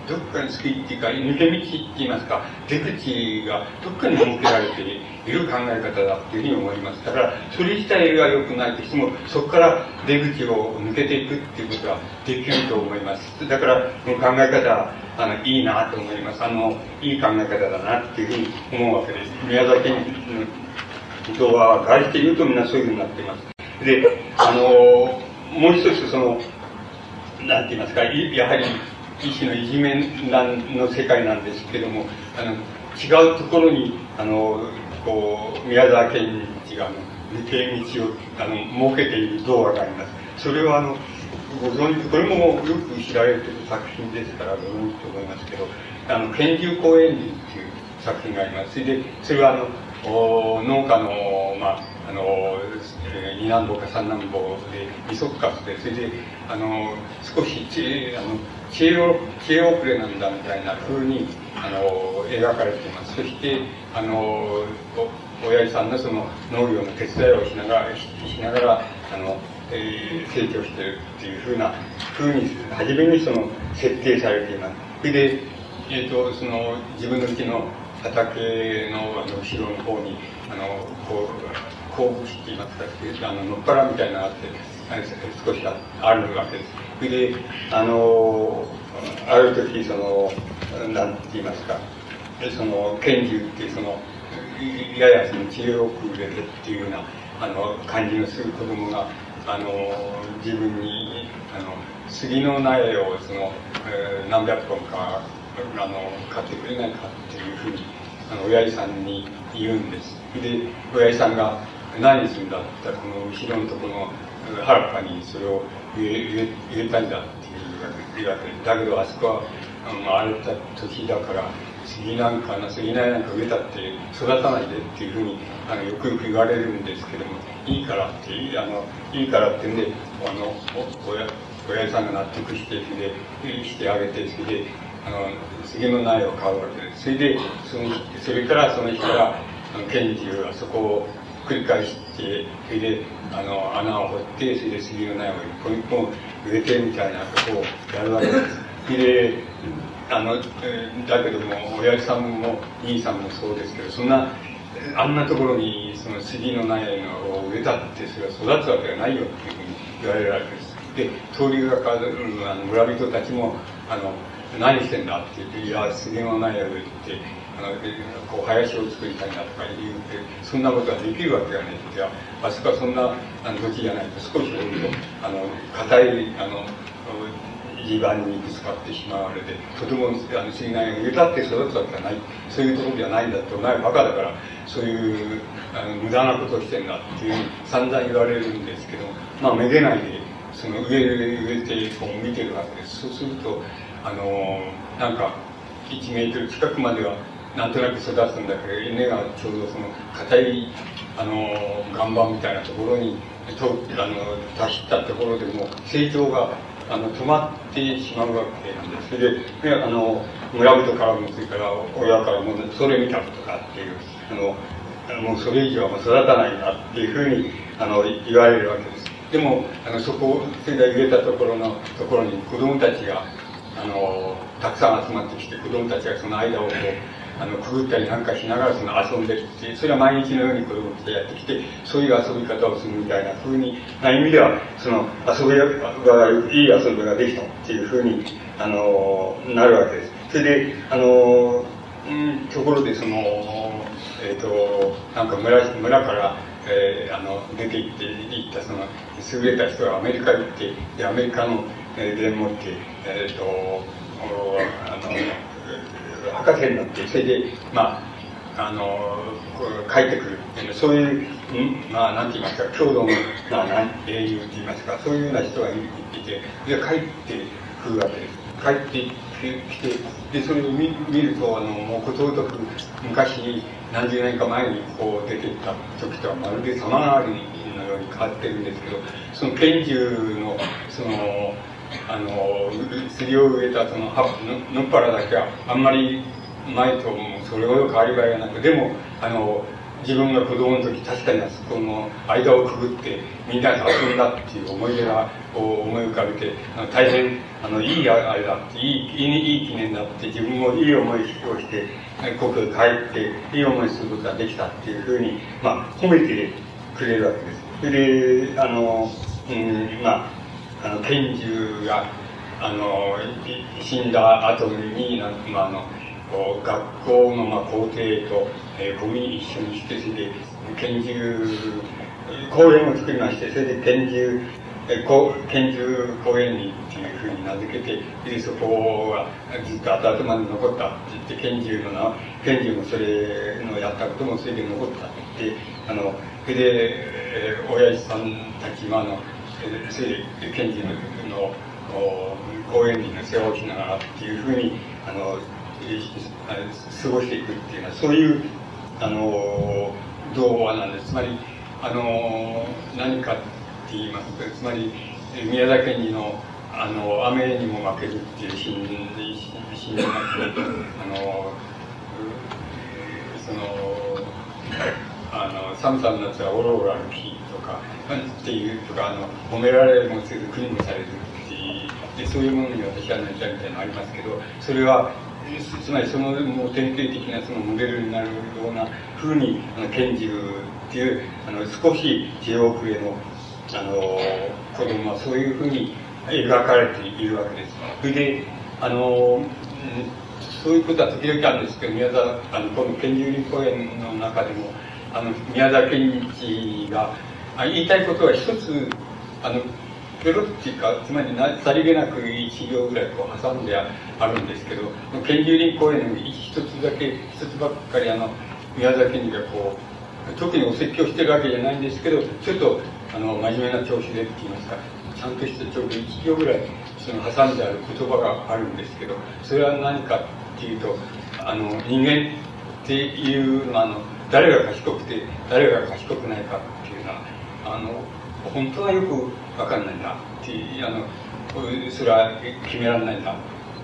どっかに救いっていうか、抜け道って言いますか、出口がどっかに設けられている考え方だっていうふうに思います。だから、それ自体は良くないとしても、そこから出口を抜けていくっていうことはできると思います。だから、この考え方は、いいなと思います。いい考え方だなっていうふうに思うわけです。宮崎の人は、外して言うとみんなそういうふうになっています。で、もう一つなんて言いますか、やはり、一種のいじめの世界なんですけども、違うところに、宮沢賢治が、抜け道を、設けている童話があります。それは、ご存知、これもよく知られている作品ですから、ご存知と思いますけど、拳銃公園人っていう作品があります。それで、それは、農家の、二男坊か三男坊で、二足活で、それで、少し知恵遅れなんだみたいな風に、描かれています。そして、親父さんのその農業の手伝いをしながら、成長しているっていう風に、初めに設定されています。それで、自分の家の畑の後ろの方に、鉱物って言いますか、のっぱらみたいなのがあって、少しあるわけです。それで、ある時、なんて言いますか、拳銃ってやや知恵遅れてっていうような、感じのする子供が、自分に、杉の苗を、何百本か、買ってくれないかっていうふうに、親父さんに言うんです。で、親父さんが、何するんだって言ったら、この後ろのところの原っぱにそれを植えたんだっていうわけで、だけどあそこは、荒れた時だから、杉苗なんか植えたって育たないでっていうふうに、よくよく言われるんですけども、いいからってんで、親父さんが納得して、してあげて、それで、杉の苗を買うわけです。それで、それからその人が、拳銃はそこを繰り返して、それで、穴を掘って、それで杉の苗を一本一本植えてみたいなことをやるわけです。それで、だけども、親父さんも兄さんもそうですけど、あんなところに杉の苗を植えたってそれは育つわけがないよっていうふうに言われるわけです。で、東流がか村人たちも、何してんだって言って、いや、杉の苗を植えて、林を作りたいんだとか言って、そんなことができるわけがないって、あそこはそんな土地じゃないと、少し掘ると、硬い、地盤にぶつかってしまうあれで、とても杉苗を植えたって育つわけがない、そういうところじゃないんだって、お前バカだから、そういう無駄なことをしてんだっていうふうに散々言われるんですけど、めげないで、植えて見てるわけです。そうすると、なんか、1メートル近くまでは、なんとなく育つんだけど、根がちょうど硬い、岩盤みたいなところに、達したところでも、成長が、止まってしまうわけなんです。それで、村人からも、それから親からも、それ見たことがあっていう、もうそれ以上は育たないんだっていうふうに、言われるわけです。でも、それが植えたところに子供たちが、たくさん集まってきて、子供たちがその間をくぐったりなんかしながら遊んできて、それは毎日のように子供たちがやってきて、そういう遊び方をするみたいな風に、意味では、遊びが、いい遊びができたっていう風に、なるわけです。それで、ところでなんか村から、出て行った優れた人がアメリカに行って、で、アメリカの、でもって、博士になって、それで、帰ってくるっていう、そういう、なんて言いますか、郷土の、英雄って言いますか、そういうような人がいて、で、帰ってくるわけです。帰ってきて、で、それを見ると、もうことごとく、昔、何十年か前に出ていった時とはまるで様変わりのように変わってるんですけど、その拳銃の、杉を植えた野っ原だけは、あんまり前とそれほど変わり映えがなく、でも、 自分が子供の時確かにあそこの間をくぐってみんなで遊んだっていう思い出が思い浮かべて、大変いいあれだって、いい記念だって、自分もいい思いをして故郷へ帰っていい思いすることができたっていうふうに、褒めてくれるわけです。それで賢治が死んだ後に学校の校庭とゴミ一緒にして、それで拳銃公園を作りまして、それで拳銃公園にっていうふうに名付けて、でそこがずっと後々まで残ったって言って、拳銃もそれのやったこともそれで残ったって言って、それで親父さんたちもそれで拳銃の公園に世話をしながらっていうふうに過ごしていくっていうのは、そういう童話なんです。つまり何かって言いますと、つまり宮沢賢治の雨にも負けずっていうシーンの中で寒さの夏はオロオロ歩きとかっていうとか褒められもせず苦にもされずっていうで、そういうものに私はなりたいみたいなのがありますけど、それはつまりそのもう典型的なそのモデルになるようなふうに賢治っていう少し地遅れの子供はそういうふうに描かれているわけです。それでそういうことは時々あるんですけど、この賢治由里公園の中でも宮沢賢治が言いたいことは一つペロっていうか、つまりさりげなく1行ぐらいこう挟んであるんですけど、賢治由里公園の一つばっかり宮沢賢治がこう特にお説教してるわけじゃないんですけど、ちょっと真面目な調子でって言いますか、ちゃんとしたちょうど1行ぐらいその挟んである言葉があるんですけど、それは何かっていうと人間っていうのは誰が賢くて誰が賢くないかっていうのは本当はよく分かんないんだってそれは決められないんだって、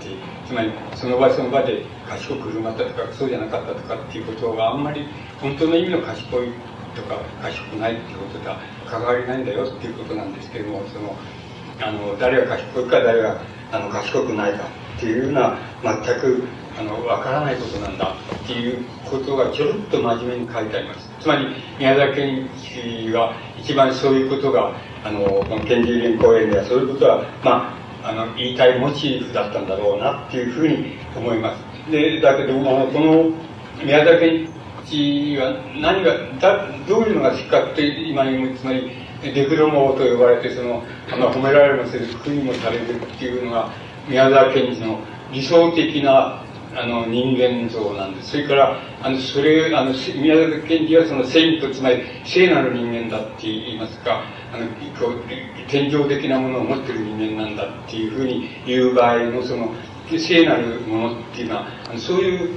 つまりその場その場で賢く振る舞ったとかそうじゃなかったとかっていうことがあんまり本当の意味の賢いとか賢くないっていうこととは関わりないんだよっていうことなんですけれども、誰が賢いか誰が賢くないかっていうのは全くわからないことなんだっていうことがちょろっと真面目に書いてあります。つまり宮沢賢治が一番そういうことがこの賢治由里公園ではそういうことは言いたいモチーフだったんだろうなっていうふうに思います。でだけどこの宮沢賢治はどういうのが好きかって今言う、つまりデクロモと呼ばれて褒められるもせず苦にもされるっていうのが宮沢賢治の理想的な人間像なんです。それから宮沢賢治はそのセイント、つまり聖なる人間だって言いますか、天上的なものを持っている人間なんだっていうふうに言う場合のその聖なるものっていうのはそういう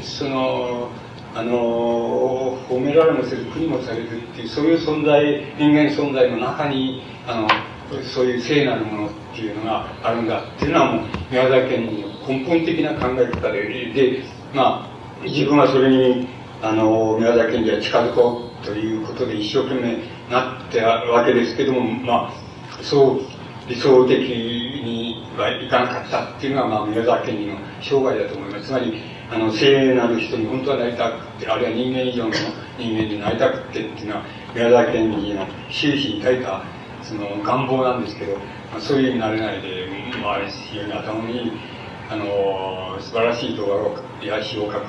褒められもせず苦にもされるっていうそういう人間存在の中にそういう聖なるものっていうのがあるんだっていうのはもう宮沢賢治の根本的な考え方で自分はそれに宮沢賢治は近づこうということで一生懸命なってわけですけどもそう理想的にはいかなかったっていうのが宮沢賢治の生涯だと思います。つまり聖なる人に本当はなりたくて、あるいは人間以上の人間になりたくてっていうのは宮沢賢治の終始に抱いたその願望なんですけど、そういうになれないで非常に頭にいい素晴らしい動画や詩を書く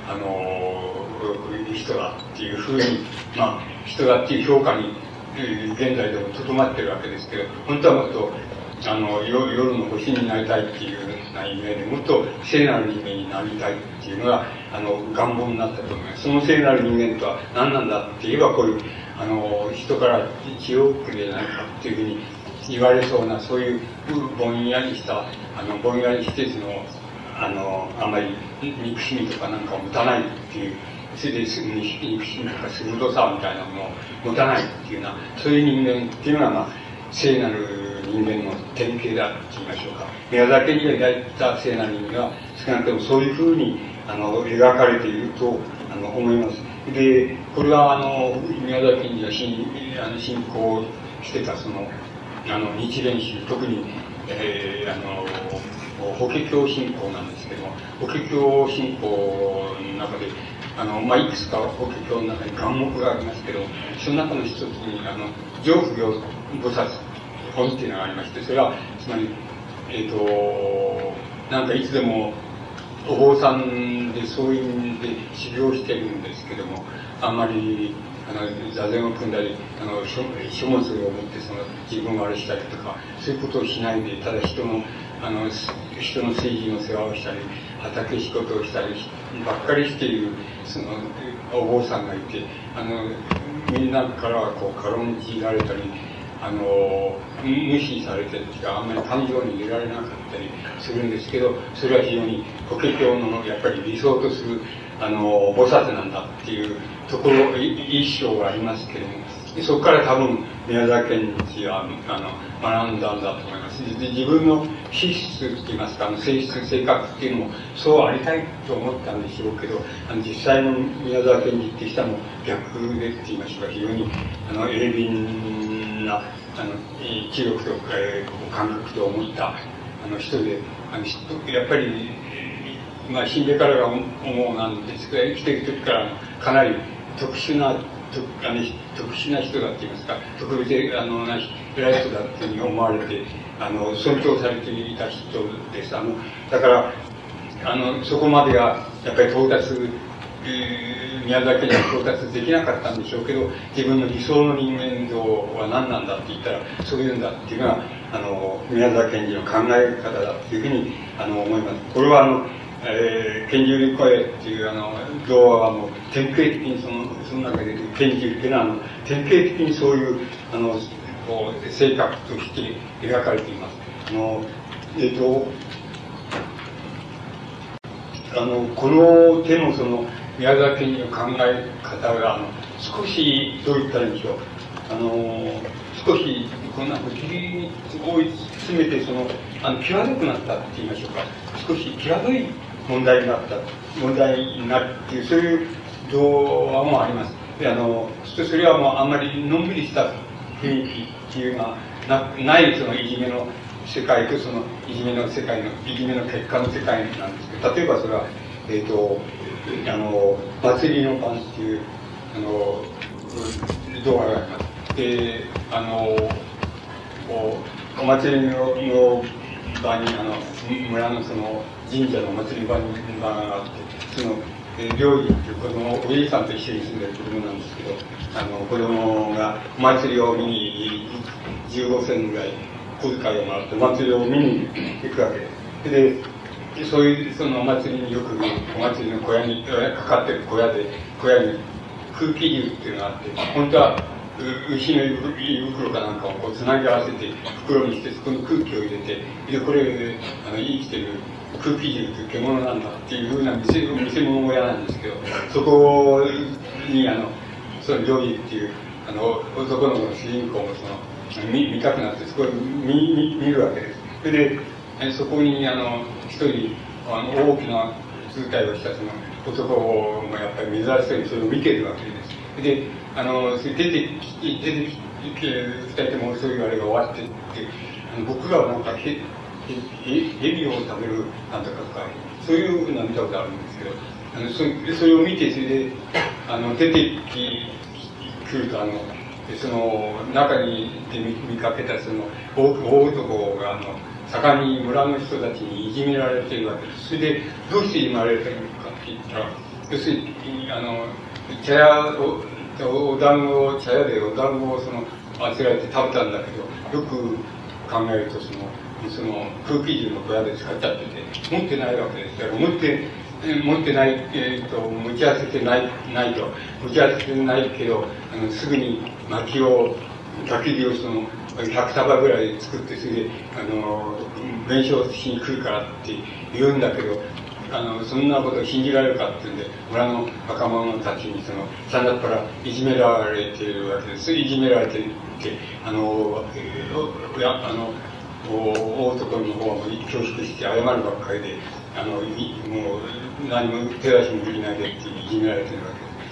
人だっていうふうに人だっていう評価に現在でもとどまってるわけですけど、本当はもっと夜の星になりたいっていうような意味でもっと聖なる人間になりたいっていうのが願望になったと思います。その聖なる人間とは何なんだって言えばこういう人から血を送るじゃないかっていうふうに言われそうなそういうぼんやりしてあんまり憎しみとかなんかを持たないっていう、それで憎しみとか鋭さみたいなものを持たないっていうようなそういう人間っていうのが聖なる人間の典型だと言いましょうか。宮沢賢治が描いた聖なる人間は少なくともそういうふうに描かれていると思います。 で、これは宮崎県に信仰してた日蓮宗、特に、法華経信仰なんですけども、法華経信仰の中で、いくつか法華経の中に願目がありますけど、その中の一つに、上不行菩薩本っていうのがありまして、それは、つまり、なんかいつでも、お坊さんでそういう意味で修行してるんですけども、あんまり、座禅を組んだり、書物を持って自分をあれしたりとか、そういうことをしないで、ただ人の政治の世話をしたり、畑仕事をしたりばっかりしている、お坊さんがいて、みんなからは軽んじられたり、無視されてるというか、あんまり感情に入れられなかったりするんですけど、それは非常に法華経のやっぱり理想とする、菩薩なんだっていうところ、一章がありますけれども、そこから多分、宮崎県知は、学んだんだと思います。で、自分の資質って言いますか、性質、性格っていうのも、そうありたいと思ったんでしょうけど、実際の宮崎県知ってきたも逆でって言いましょうか、非常に、鋭敏な、知力と、感覚と思った、人で、やっぱり、死んでからが思うなんですが、生きてる時からかなり特殊な人だって言いますか、特別偉い人だっていうふうに思われて、尊重されていた人です。だから、そこまでが、やっぱり宮崎には到達できなかったんでしょうけど、自分の理想の人間像は何なんだって言ったら、そういうんだっていうのが、宮崎賢治の考え方だっていうふうに、思います。これは賢治の声っていう童話はもう典型的にその中で賢治っていうのは典型的にそういう性格として描かれています。この手の宮崎賢治の考え方が少しどう言ったらいいんでしょう。少しこんな不思議に追い詰めて際どくなったって言いましょうか。少し際どい問題になるっていう、そういう童話もあります。で、それはもうあんまりのんびりした雰囲気っていうのはないいじめの世界といじめの世界の、いじめの結果の世界なんですけど、例えばそれは、祭りの晩っていう、童話があります。で、お祭りの場に、村の神社のお祭り場があって、料理っていう子供、おじいさんと一緒に住んでる子供なんですけど、子供がお祭りを見に15銭ぐらい小遣いをもらってお祭りを見に行くわけです。で、そういうお祭りによくお祭りの小屋にかかってる小屋に空気銃っていうのがあって、本当は牛の胃袋かなんかをつなぎ合わせて袋にしてそこに空気を入れて、でこれ生きてる空気銃という獣なんだっていうふうな見せ物小屋なんですけど、そこにその料理っていう男の子の主人公も見たくなってそこを見るわけです。それでそこに一人大きな図体をした男もやっぱり珍しそうにそれを見てるわけです。で、出てきて、二人ともそういうあれが終わってって、僕らはなんか蛇を食べるなんとかとか、そういうのを見たことあるんですけど、それを見て、それで、出てくると、中に見かけた大男が、盛んに村の人たちにいじめられているわけです。それで、どうしていじめられてるのかって言ったら、要するに、お団子を、茶屋でお団子をあつられて食べたんだけど、よく考えると空気銃の小屋で使っちゃってて、持ってないわけですから、持ってない、持ち合わせてないと、持ち合わせてないけど、すぐに焚き火を100束ぐらい作って、それで、弁償しに来るからって言うんだけど、そんなことを信じられるかっていうんで、村の若者たちにさんだったらいじめられているわけです。いじめられていて、大男の方は恐縮して謝るばっかりで、もう何も手出しもできないでっていじめられているわ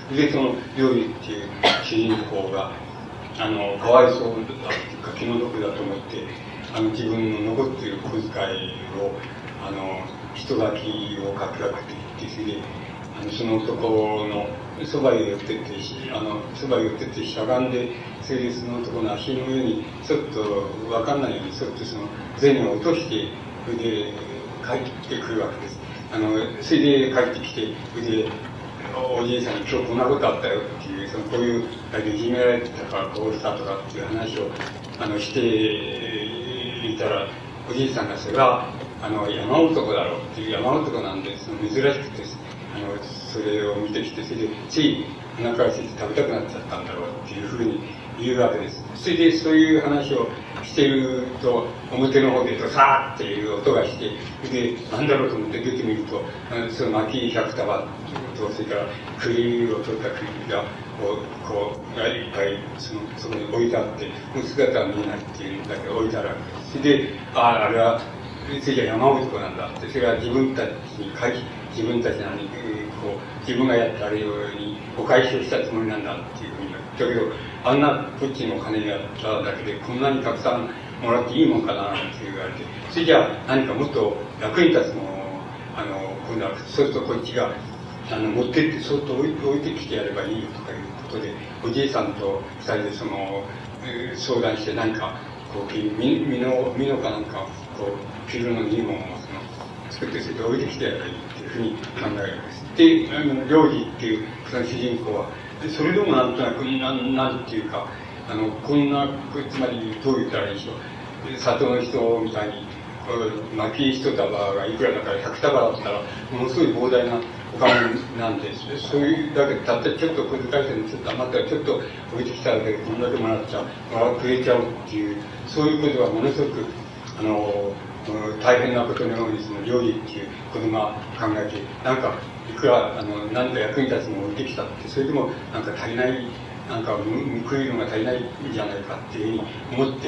で、その、料理っていう主人公が、かわいそうだっていうか、気の毒だと思って、自分の残っている小遣いを、人書きを書き書くって言って、それで、その男のそばへ寄ってって、そばへ寄ってってしゃがんで、それでその男の足の上に、ちょっとわかんないように、ちょっとその銭を落として、それで帰ってくるわけです。それで帰ってきて、それで、おじいさんに今日こんなことあったよっていう、こういう、いじめられてたから、こうしたとかっていう話を、していたら、おじいさんがそれは、山男だろうっていう、山男なんで、珍しくて、それを見てきて、それで、ついお腹が空いて食べたくなっちゃったんだろうっていうふうに言うわけです。それで、そういう話をしてると、表の方でドサーっていう音がして、で、なんだろうと思って出てみると、その薪100束と、それから栗を取った栗が、こう、いっぱい、そこに置いてあって、もう姿は見えないっていうんだけど、置いてあるわけです。それで、あれは、それじゃ山男なんだって、それは自分たちに自分たちなのに、自分がやったあれにお返しをしたつもりなんだっていうふうに言ったけど、あんなこっちの金やっただけでこんなにたくさんもらっていいもんかなって言われて、それじゃあ何かもっと役に立つのを、今度はそうするとこっちが、持ってってそっと置いてきてやればいいよとかいうことで、おじいさんと二人で相談して何か、美濃かなんか、フィルのいいものを作ってそれで置いてきてやればいいっていうふうに考えるわけです。で、領事っていうその主人公は、それでもなんとなく、なんていうか、こんな、つまりどう言ったらいいでしょう。里の人みたいに、薪一束がいくらだから100束だったら、ものすごい膨大なお金なんです。そういうだけで、たったちょっと小遣い銭ちょっと余ったらちょっと置いてきただけでこんだけもらくれちゃうっていう、そういうことがものすごく、大変なことのように料理っていうことが考えて、なんか、いくら、なんか役に立つのを置いてきたって、それでもなんか足りない、なんか報いるのが足りないんじゃないかっていうふうに思って、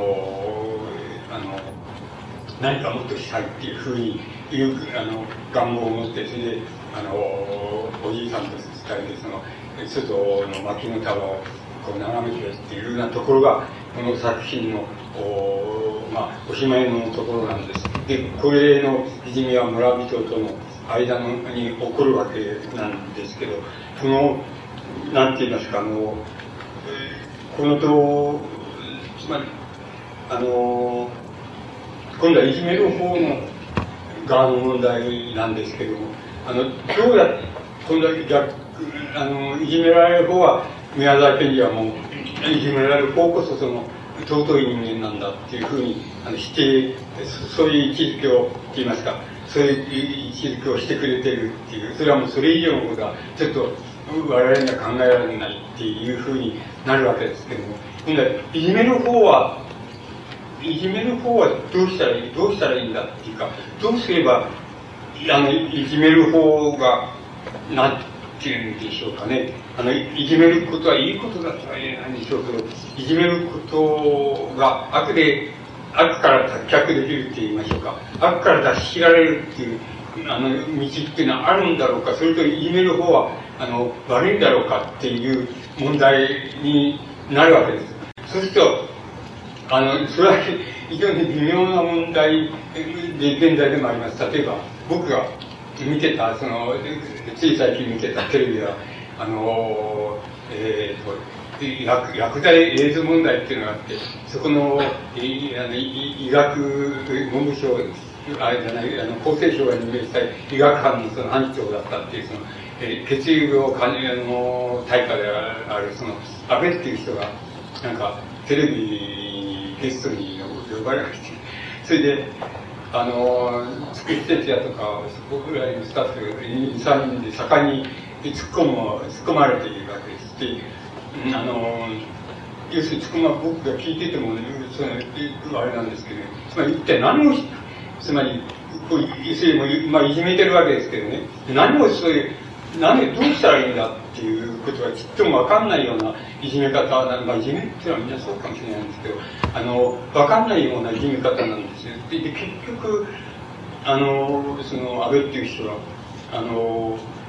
何かもっとしたいっていうふうにいう、願望を持って、それで、おじいさんと二人で外の薪の束を眺めてっていうようなところが、この作品の、おしまいのところなんです。で、これのいじめは村人との間に起こるわけなんですけど、なんて言いますか、このと、つまり、今度はいじめる方の側の問題なんですけども、どうやって、今度はいじめられる方は、宮沢賢治はもう、いじめられる方こそ尊い人間なんだっていうふうにしてそういう位置づけを言いますか、そういう位置づけをしてくれてるっていう、それはもうそれ以上のことはちょっと我々には考えられないっていうふうになるわけですけども、今度はいじめる方はどうしたらいいんだっていうか、どうすればいじめる方がなんていうんでしょうかね。いじめることはいいことだとは言えないんでしょうけど、いじめることが悪から脱却できるって言いましょうか。悪から脱しられるっていう、道っていうのはあるんだろうか、それといじめる方は、悪いんだろうかっていう問題になるわけです。そうすると、それは非常に微妙な問題で現在でもあります。例えば、僕が見てた、つい最近見てたテレビは、薬剤エイズ問題っていうのがあって、そこの、医学、文部省、厚生省が任命した医学班の班長だったっていう、血流を対価である、安倍っていう人が、なんか、テレビゲストに呼ばれまして、それで、つくし哲也とか、そこぐらいのスタッフ2、3人で盛んに突っ込まれているわけです。で、要するに僕が聞いてても、あれなんですけど、つまり一体何をつまり、いじめてるわけですけどね、どうしたらいいんだっていうことはちっともわかんないようないじめ方いじめっていうのはみんなそうかもしれないんですけど、わかんないようないじめ方なんですよ。で、結局、安倍っていう人は、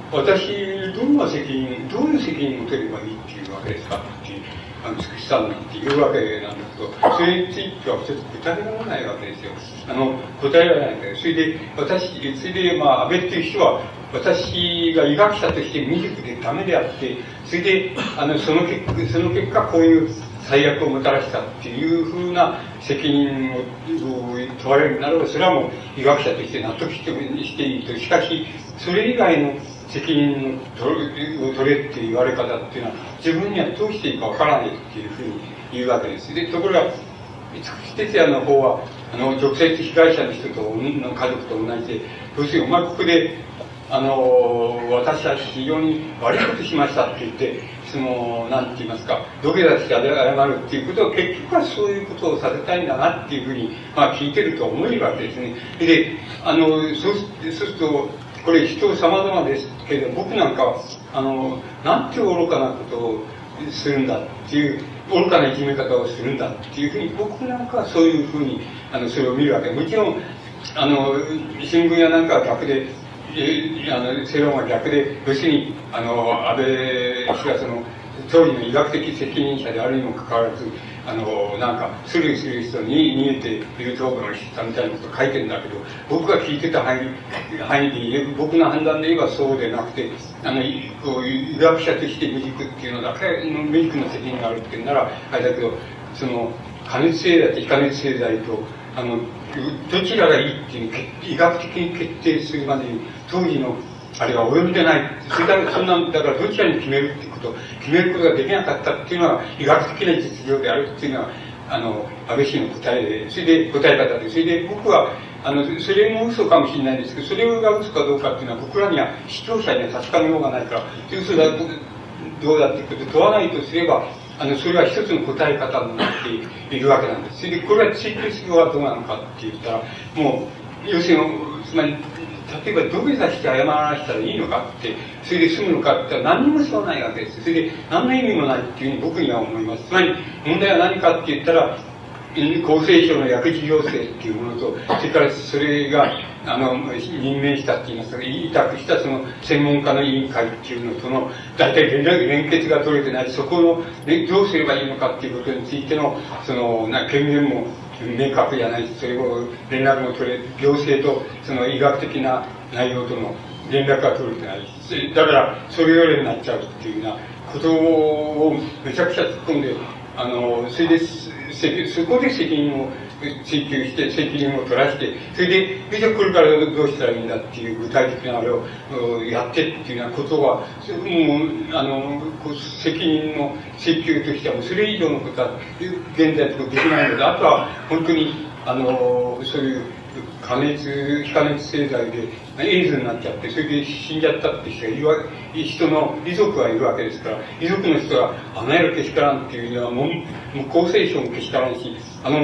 私、どういう責任を取ればいいっていうわけですかっていう、つくしさんなんていうわけなんですけど、それについてはちょっと答えられないわけですよ。答えられないわけです。それで、まあ、安倍っていう人は、私が医学者として未熟でダメであって、それで、その結果、こういう最悪をもたらしたっていうふうな責任を問われるならば、それはもう医学者として納得していいと。しかし、それ以外の責任を取れっていう言われ方っていうのは、自分にはどうしていいかわからないっていうふうに言うわけです。で、ところが、つくし哲也の方は、直接被害者の人と、の家族と同じで、要するに、お前ここで、私は非常に悪いことしましたって言って、なんて言いますか、土下座して謝るっていうことを、結局はそういうことをさせたいんだなっていうふうに、まあ聞いてると思えるわけですね。で、そうすると、これ人様々ですけど、僕なんかは、なんて愚かなことをするんだっていう、愚かないじめ方をするんだっていうふうに、僕なんかはそういうふうに、それを見るわけで、もちろん、新聞やなんかは逆で、世論は逆で、要するに、安倍氏が当時の医学的責任者であるにもかかわらず、なんか、スルーする人に逃げている答弁をしたみたいなことを書いてるんだけど、僕が聞いてた範囲で言えば、僕の判断で言えばそうでなくて、こういう医学者として未熟っていうのだけの未熟の責任があるっていうなら、あれだけど、加熱製剤と非加熱製剤と、どちらがいいっていう医学的に決定するまでに、当時のあれは及んでない。それだけ、だからどちらに決めるって決めることができなかったっていうのは、医学的な実情であるっていうのは、安倍氏の答えで、それで答え方で、それで僕は、それも嘘かもしれないんですけど、それが嘘かどうかっていうのは、僕らには、視聴者には確かめようがないから、嘘だ、どうだっていうことを問わないとすれば、それは一つの答え方になっているわけなんです。それで、これは追求するはどうなのかって言ったら、もう、要するに、つまり、例えば土下座して謝らしたらいいのかって、それで済むのかって言ったら何にもそうないわけです。それで何の意味もないっていうふうに僕には思います。つまり問題は何かって言ったら、厚生省の薬事行政っていうものと、それからそれが、任命したって言いますか、委託した専門家の委員会っていうのとの、大体連結が取れてない、そこの、どうすればいいのかっていうことについての、権限も、明確じゃないし、それを連絡も取れ、行政と医学的な内容との連絡が取れてないし、だからそれよりになっちゃうっていうようなことをめちゃくちゃ突っ込んで、それで、そこで責任を追求して、責任を取らして、それで、じゃあこれからどうしたらいいんだっていう具体的なあれをやってっていうようなことは、もう、責任の追求としては、それ以上のことは現在できないので、あとは本当に、そういう非加熱製剤でエイズになっちゃって、それで死んじゃったって人の遺族がいるわけですから、遺族の人がやるけしからんっていうのは、もう厚生省もけしからんし、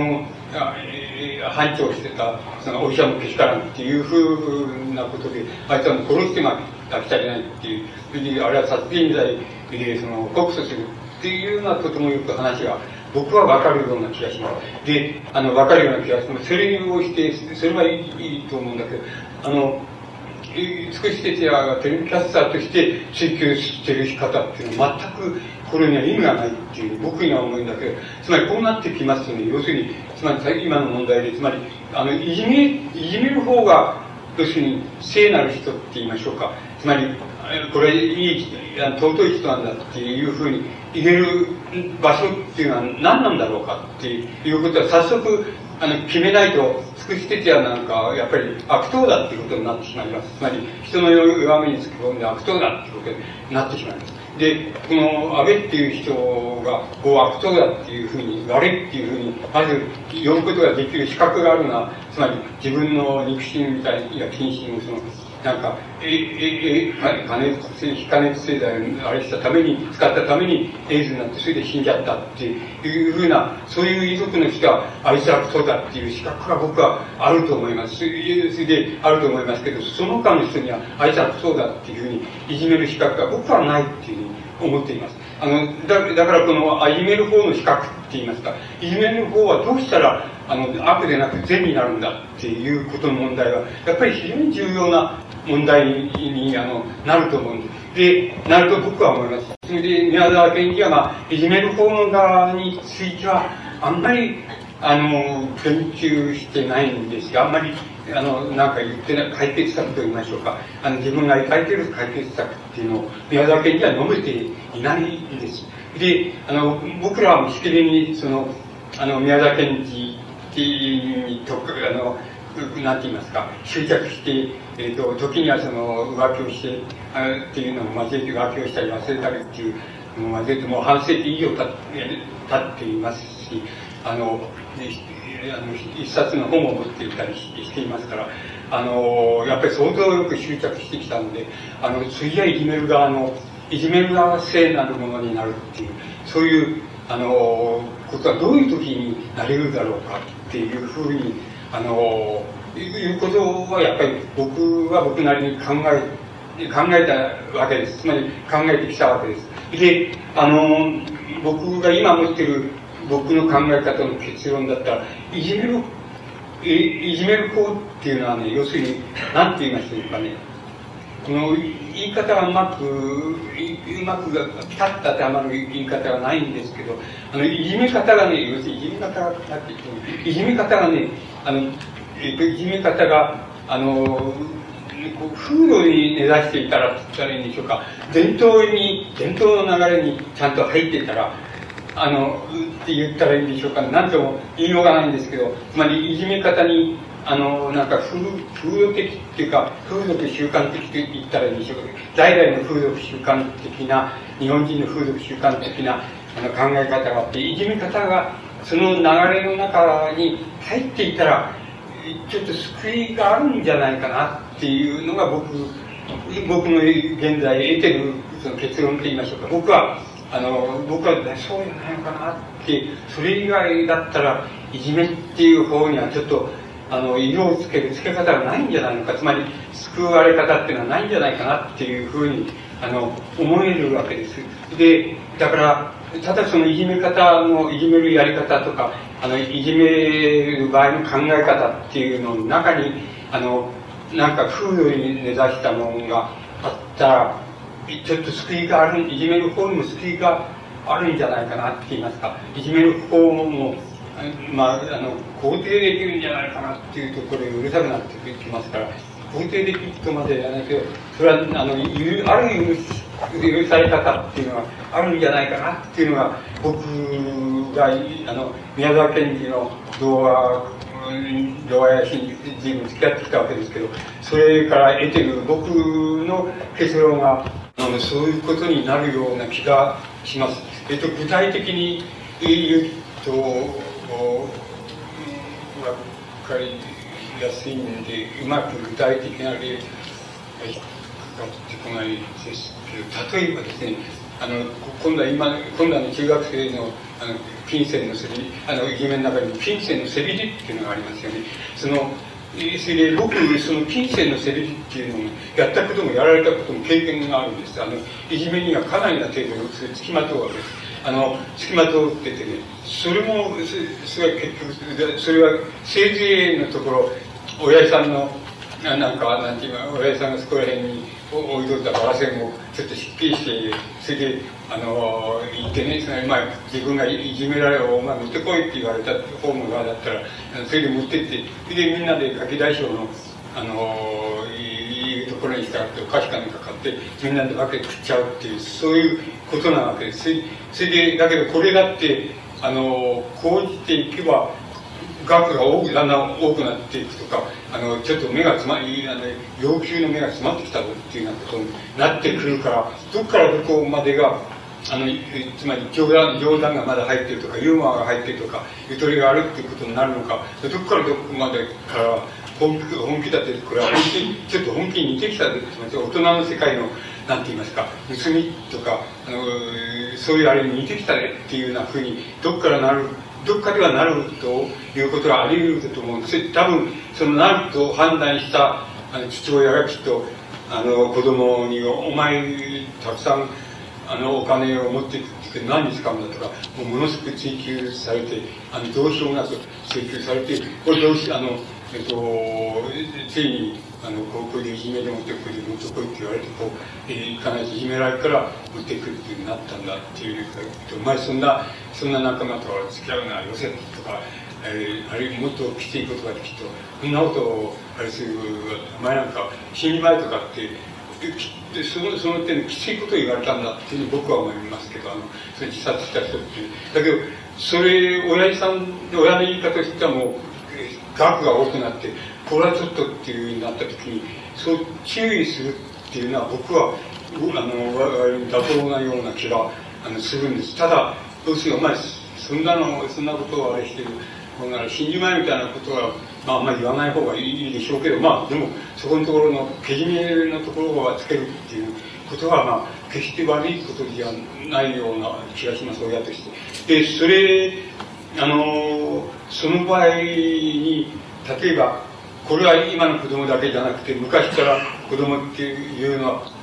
班長してた、お医者もけしからんっていうふうなことで、あいつはもう殺してなきゃいけないっていう、それで、あれは殺人罪で、告訴するっていうようなこともよく話が、僕は分かるような気がします。で、分かるような気がします。それをして、それはいいと思うんだけど、つくし哲也がテレビキャスターとして追求してる仕方っていうのは全くこれには意味がないっていう僕には思うんだけど、つまりこうなってきますとね、要するに、つまり今の問題で、つまり、いじめる方が、要するに聖なる人って言いましょうか。つまり、これいい、尊い人なんだっていうふうに言える場所っていうのは何なんだろうかっていうことは早速、決めないと、つくし哲也なんかはやっぱり悪党だっていうことになってしまいます。つまり、人の弱みにつき込んで悪党だっていうことになってしまいます。で、この安倍っていう人が、悪党だっていうふうに、悪いっていうふうに、まず呼ぶことができる資格があるのは、つまり自分の肉親みたいな近親をなんか、非加熱製剤をあれしたために、使ったためにエイズになって、それで死んじゃったっていうふうな、そういう遺族の人は、あいつは悪党だっていう資格が僕はあると思います。それであると思いますけど、その他の人には、あいつは悪党だっていうふうにいじめる資格が僕はないっていうふうに思っています。だからこの、いじめる方の資格って言いますか、いじめる方はどうしたら、悪でなく善になるんだっていうことの問題は、やっぱり非常に重要な問題に、なると思うんです。で、なると僕は思います。それで、宮沢賢治は、いじめる方の側については、あんまり、研究してないんですが、あんまり、なんか言ってない、解決策と言いましょうか。自分が描いている解決策っていうのを、宮沢賢治は述べていないんです。で、僕らはしきりに、宮沢賢治になんて言いますか、執着して、時には浮気をして、っていうのを交えて浮気をしたり忘れたりっていうのを交えて、もう半世紀以上経っていますし、一冊の本を持っていたりしていますから、やっぱり相当よく執着してきたので、次はいじめる側性なるものになるっていう、そういう、ことはどういう時になれるだろうかっていうふうに、いうことはやっぱり僕は僕なりに考えたわけです。つまり考えてきたわけです。で、僕が今持っている僕の考え方の結論だったら、いじめる方っていうのはね、要するに、なんて言いましょうかね、この言い方がうまくピタッと当てはまる言い方がないんですけど、いじめ方がね、要するにいじめ方が、いじめ方がね、いじめ方が、風土に根ざしていたらって言ったらいいんでしょうか、伝統の流れにちゃんと入っていたら、って言ったらいいんでしょうかね、なんとも言いようがないんですけど、つまりいじめ方に、なんか風土的っていうか、風俗習慣的と言ったらいいんでしょうか。代々の風俗習慣的な、日本人の風俗習慣的な考え方があって、いじめ方がその流れの中に入っていたら、ちょっと救いがあるんじゃないかなっていうのが僕の現在得てるその結論と言いましょうか。僕はそうじゃないのかなって、それ以外だったら、いじめっていう方にはちょっと、色をつけ方がないんじゃないのか、つまり救われ方っていうのはないんじゃないかなっていうふうに思えるわけです。で、だからただそのいじめるやり方とかいじめる場合の考え方っていうのの中になんか風土に根ざしたものがあったらちょっと救いがある、いじめる方にも救いがあるんじゃないかなって言いますか、いじめる方も肯定できるんじゃないかなっていうところでうるさくなってきますから、肯定できるとまでじゃないけど、それはある許され方っていうのがあるんじゃないかなっていうのが、僕が宮沢賢治の童話や新人に付き合ってきたわけですけど、それから得てる僕の結論がそういうことになるような気がします。具体的に言うと分かりやすいんで、うまく具体的な例が引っかかってこないですけど、例えばですね、今度は中学生の金銭のせびり、いじめの中に金銭のせびりっていうのがありますよね。それで僕、その金銭のせびりっていうのをやったこともやられたことも経験があるんです。いじめにはかなりな程度の付きまとうわけです。付きまとっててね、それはせいぜいのところ、親父さんの、親父さんがそこら辺に置いといたバラ線をちょっと失敬して、それで、言ってね、自分がいじめられる、お前持ってこいって言われた方の側だったら、それで持ってって、それでみんなでガキ大将の、いうところに従ってお菓子かなんか買ってみんなで分けて食っちゃうっていう、そういうことなわけです。それでだけどこれだって講じていけば額がだんだん多くなっていくとか、ちょっと目が要求の目が詰まってきたぞっていうようなことになってくるから、どこからどこまでがつまり冗談がまだ入ってるとかユーモアが入ってるとかゆとりがあるっていうことになるのか、どこからどこまでから本気だって、これはちょっと本気に似てきた、つまり大人の世界のなんて言いますか、盗みとかそういうあれに似てきたねっていうようなふうにどっかではなるということがあり得ると思うんです。多分そのなると判断した父親がきっと子供にお前たくさんお金を持っていくって何に使うんだとか、ものすごく追求されてどうしようもなく追求されて、これついに高校でいじめで持ってくる、持ってこいって言われて、行かないといじめられるから持ってくるっていうになったんだっていうと、お前そんな仲間と付き合うな、よせとか、あるいはもっときついことができると、そんなことをあれする、お前なんか死にまえとかって、その点できついことを言われたんだっていうふうに僕は思いますけど、それ自殺した人っていう。だけど、親の言い方としてはもう、額が多くなって、これはちょっとっていうふうになったときに、そう注意するっていうのは僕は、妥当なような気がするんです。ただ、要するにお前、そんなことをあれしてる、ほんなら死に前みたいなことは、あんまり言わない方がいいでしょうけど、でも、そこのところの、けじめのところをつけるっていうことは、決して悪いことじゃないような気がします、親として。で、その場合に、例えば、これは今の子供だけじゃなくて、昔から子供っていうのは、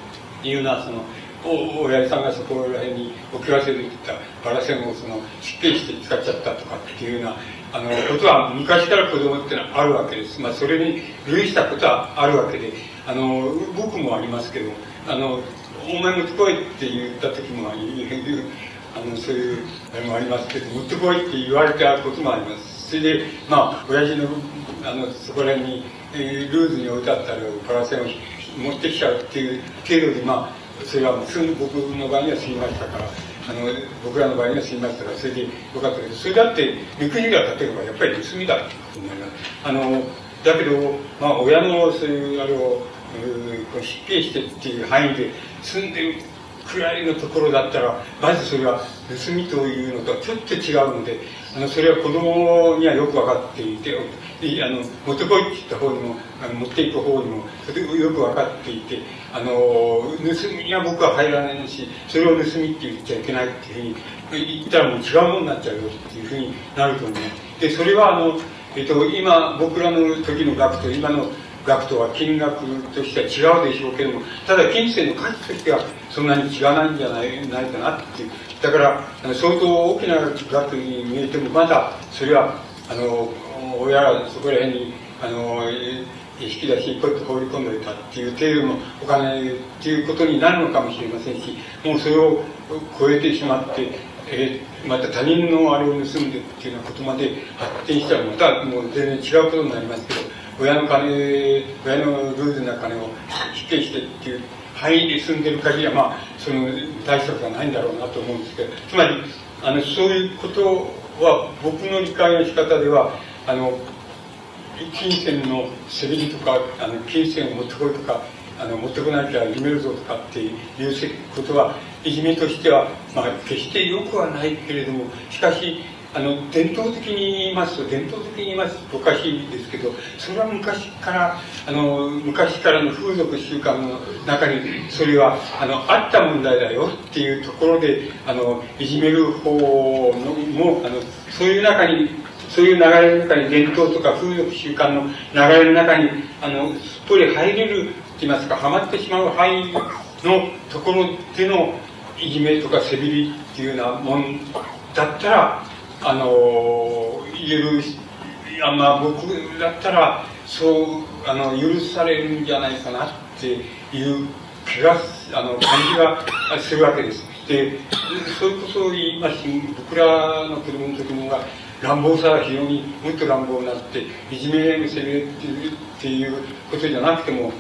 親父さんがそこら辺に置き忘れていたパラセンを失敬して使っちゃったとかっていうような、ことは昔から子供っていうのはあるわけです。それに類したことはあるわけで、僕もありますけど、お前持ってこいって言った時もそういうあれもありますけど、持ってこいって言われたこともあります。それで、親父の、そこら辺に、ルーズに置いてあったパラセンを持ってきちゃうっていう程度で、それは僕の場合には済みましたから、僕らの場合には済みましたから、それでよかったけど、それだって、目くじが立てればやっぱり盗みだっていうことになります。だけど、親のそういうあれを、失敬してっていう範囲で住んでるくらいのところだったら、まずそれは盗みというのとはちょっと違うので、それは子供にはよく分かっていて、持ってこいって言った方にも、持っていく方にも、それよく分かっていて、盗みには僕は入らないし、それを盗みって言っちゃいけないっていうふうに言ったらもう違うものになっちゃうよっていうふうになると思う。で、それは今、僕らの時の額と今の額とは金額としては違うでしょうけども、ただ金銭の価値としてはそんなに違わないんじゃないかなっていう。だから、相当大きな額に見えても、まだそれは、親がそこら辺に、引き出しにポッと放り込んでおいたっていう程度のお金っていうことになるのかもしれませんし、もうそれを超えてしまって、また他人のあれを盗んでっていうようなことまで発展したら、またもう全然違うことになりますけど、親のルーズな金を引き消してっていう範囲で住んでる限りは、大したことはないんだろうなと思うんですけど、つまり、そういうことは、僕の理解の仕方では、金銭のせびりとか、金銭を持ってこいとか、持ってこなきゃいじめるぞとかっていうことは、いじめとしては、決して良くはないけれども、しかし、伝統的に言いますとおかしいですけど、それは昔からの風俗習慣の中に、それは、あった問題だよっていうところで、いじめる方も、そういう流れの中に、伝統とか風俗習慣の流れの中に、すっぽり入れると言いますか、はまってしまう範囲のところでのいじめとかせびりっていうようなもんだったら、言える、僕だったら、許されるんじゃないかなっていう感じがするわけです。で、それこそ言いますし、僕らの子供の時のが、乱暴さは非常にもっと乱暴になって、いじめのせびれっていうことじゃなくても、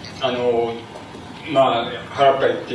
腹っかいって、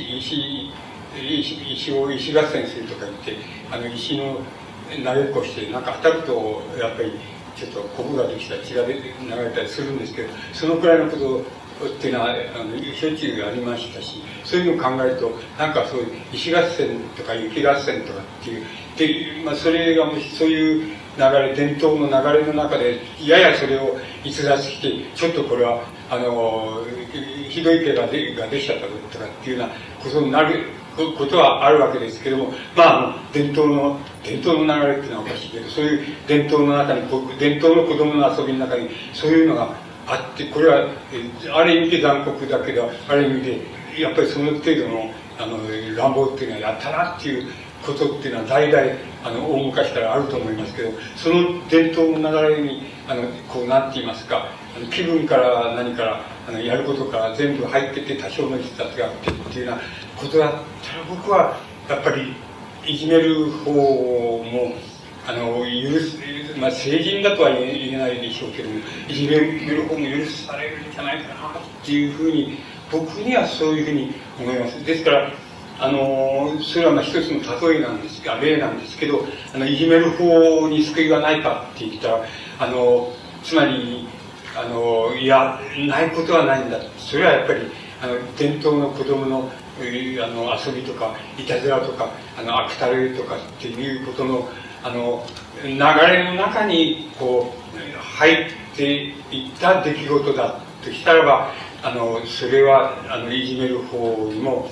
石合戦するとか言って、石の投げっこして、当たると、やっぱり、ちょっとコブができたり、血が流れたりするんですけど、そのくらいのことっていうのは、しょっちゅうありましたし、そういうのを考えると、そういう石合戦とか雪合戦とかっていう、で、それがそういう流れ、伝統の流れの中で、ややそれを逸脱して、ちょっとこれは、ひどい怪我ができちゃったとかっていうようなことになることはあるわけですけども、伝統の流れっていうのはおかしいけど、そういう伝統の子供の遊びの中に、そういうのがあって、これは、ある意味で残酷だけど、ある意味で、やっぱりその程度の、乱暴っていうのはやったなっていうことっていうのは、大々、大昔からあると思いますけど、その伝統の流れに、なんて言いますか、 気分から何からやることから全部入ってて多少の必殺があってっていうようなことだったら、僕はやっぱりいじめる方も許す、成人だとは言えないでしょうけども、いじめる方も許されるんじゃないかなっていうふうに、僕にはそういうふうに思います。ですからそれは一つの例えなんですが、例なんですけど、いじめる方に救いはないかって言ったら、つまり、いや、ないことはないんだ。それはやっぱり、伝統の子供の、遊びとか、いたずらとか、悪たれとかっていうことの、流れの中に、こう、入っていった出来事だとしたらば、それは、いじめる方にも、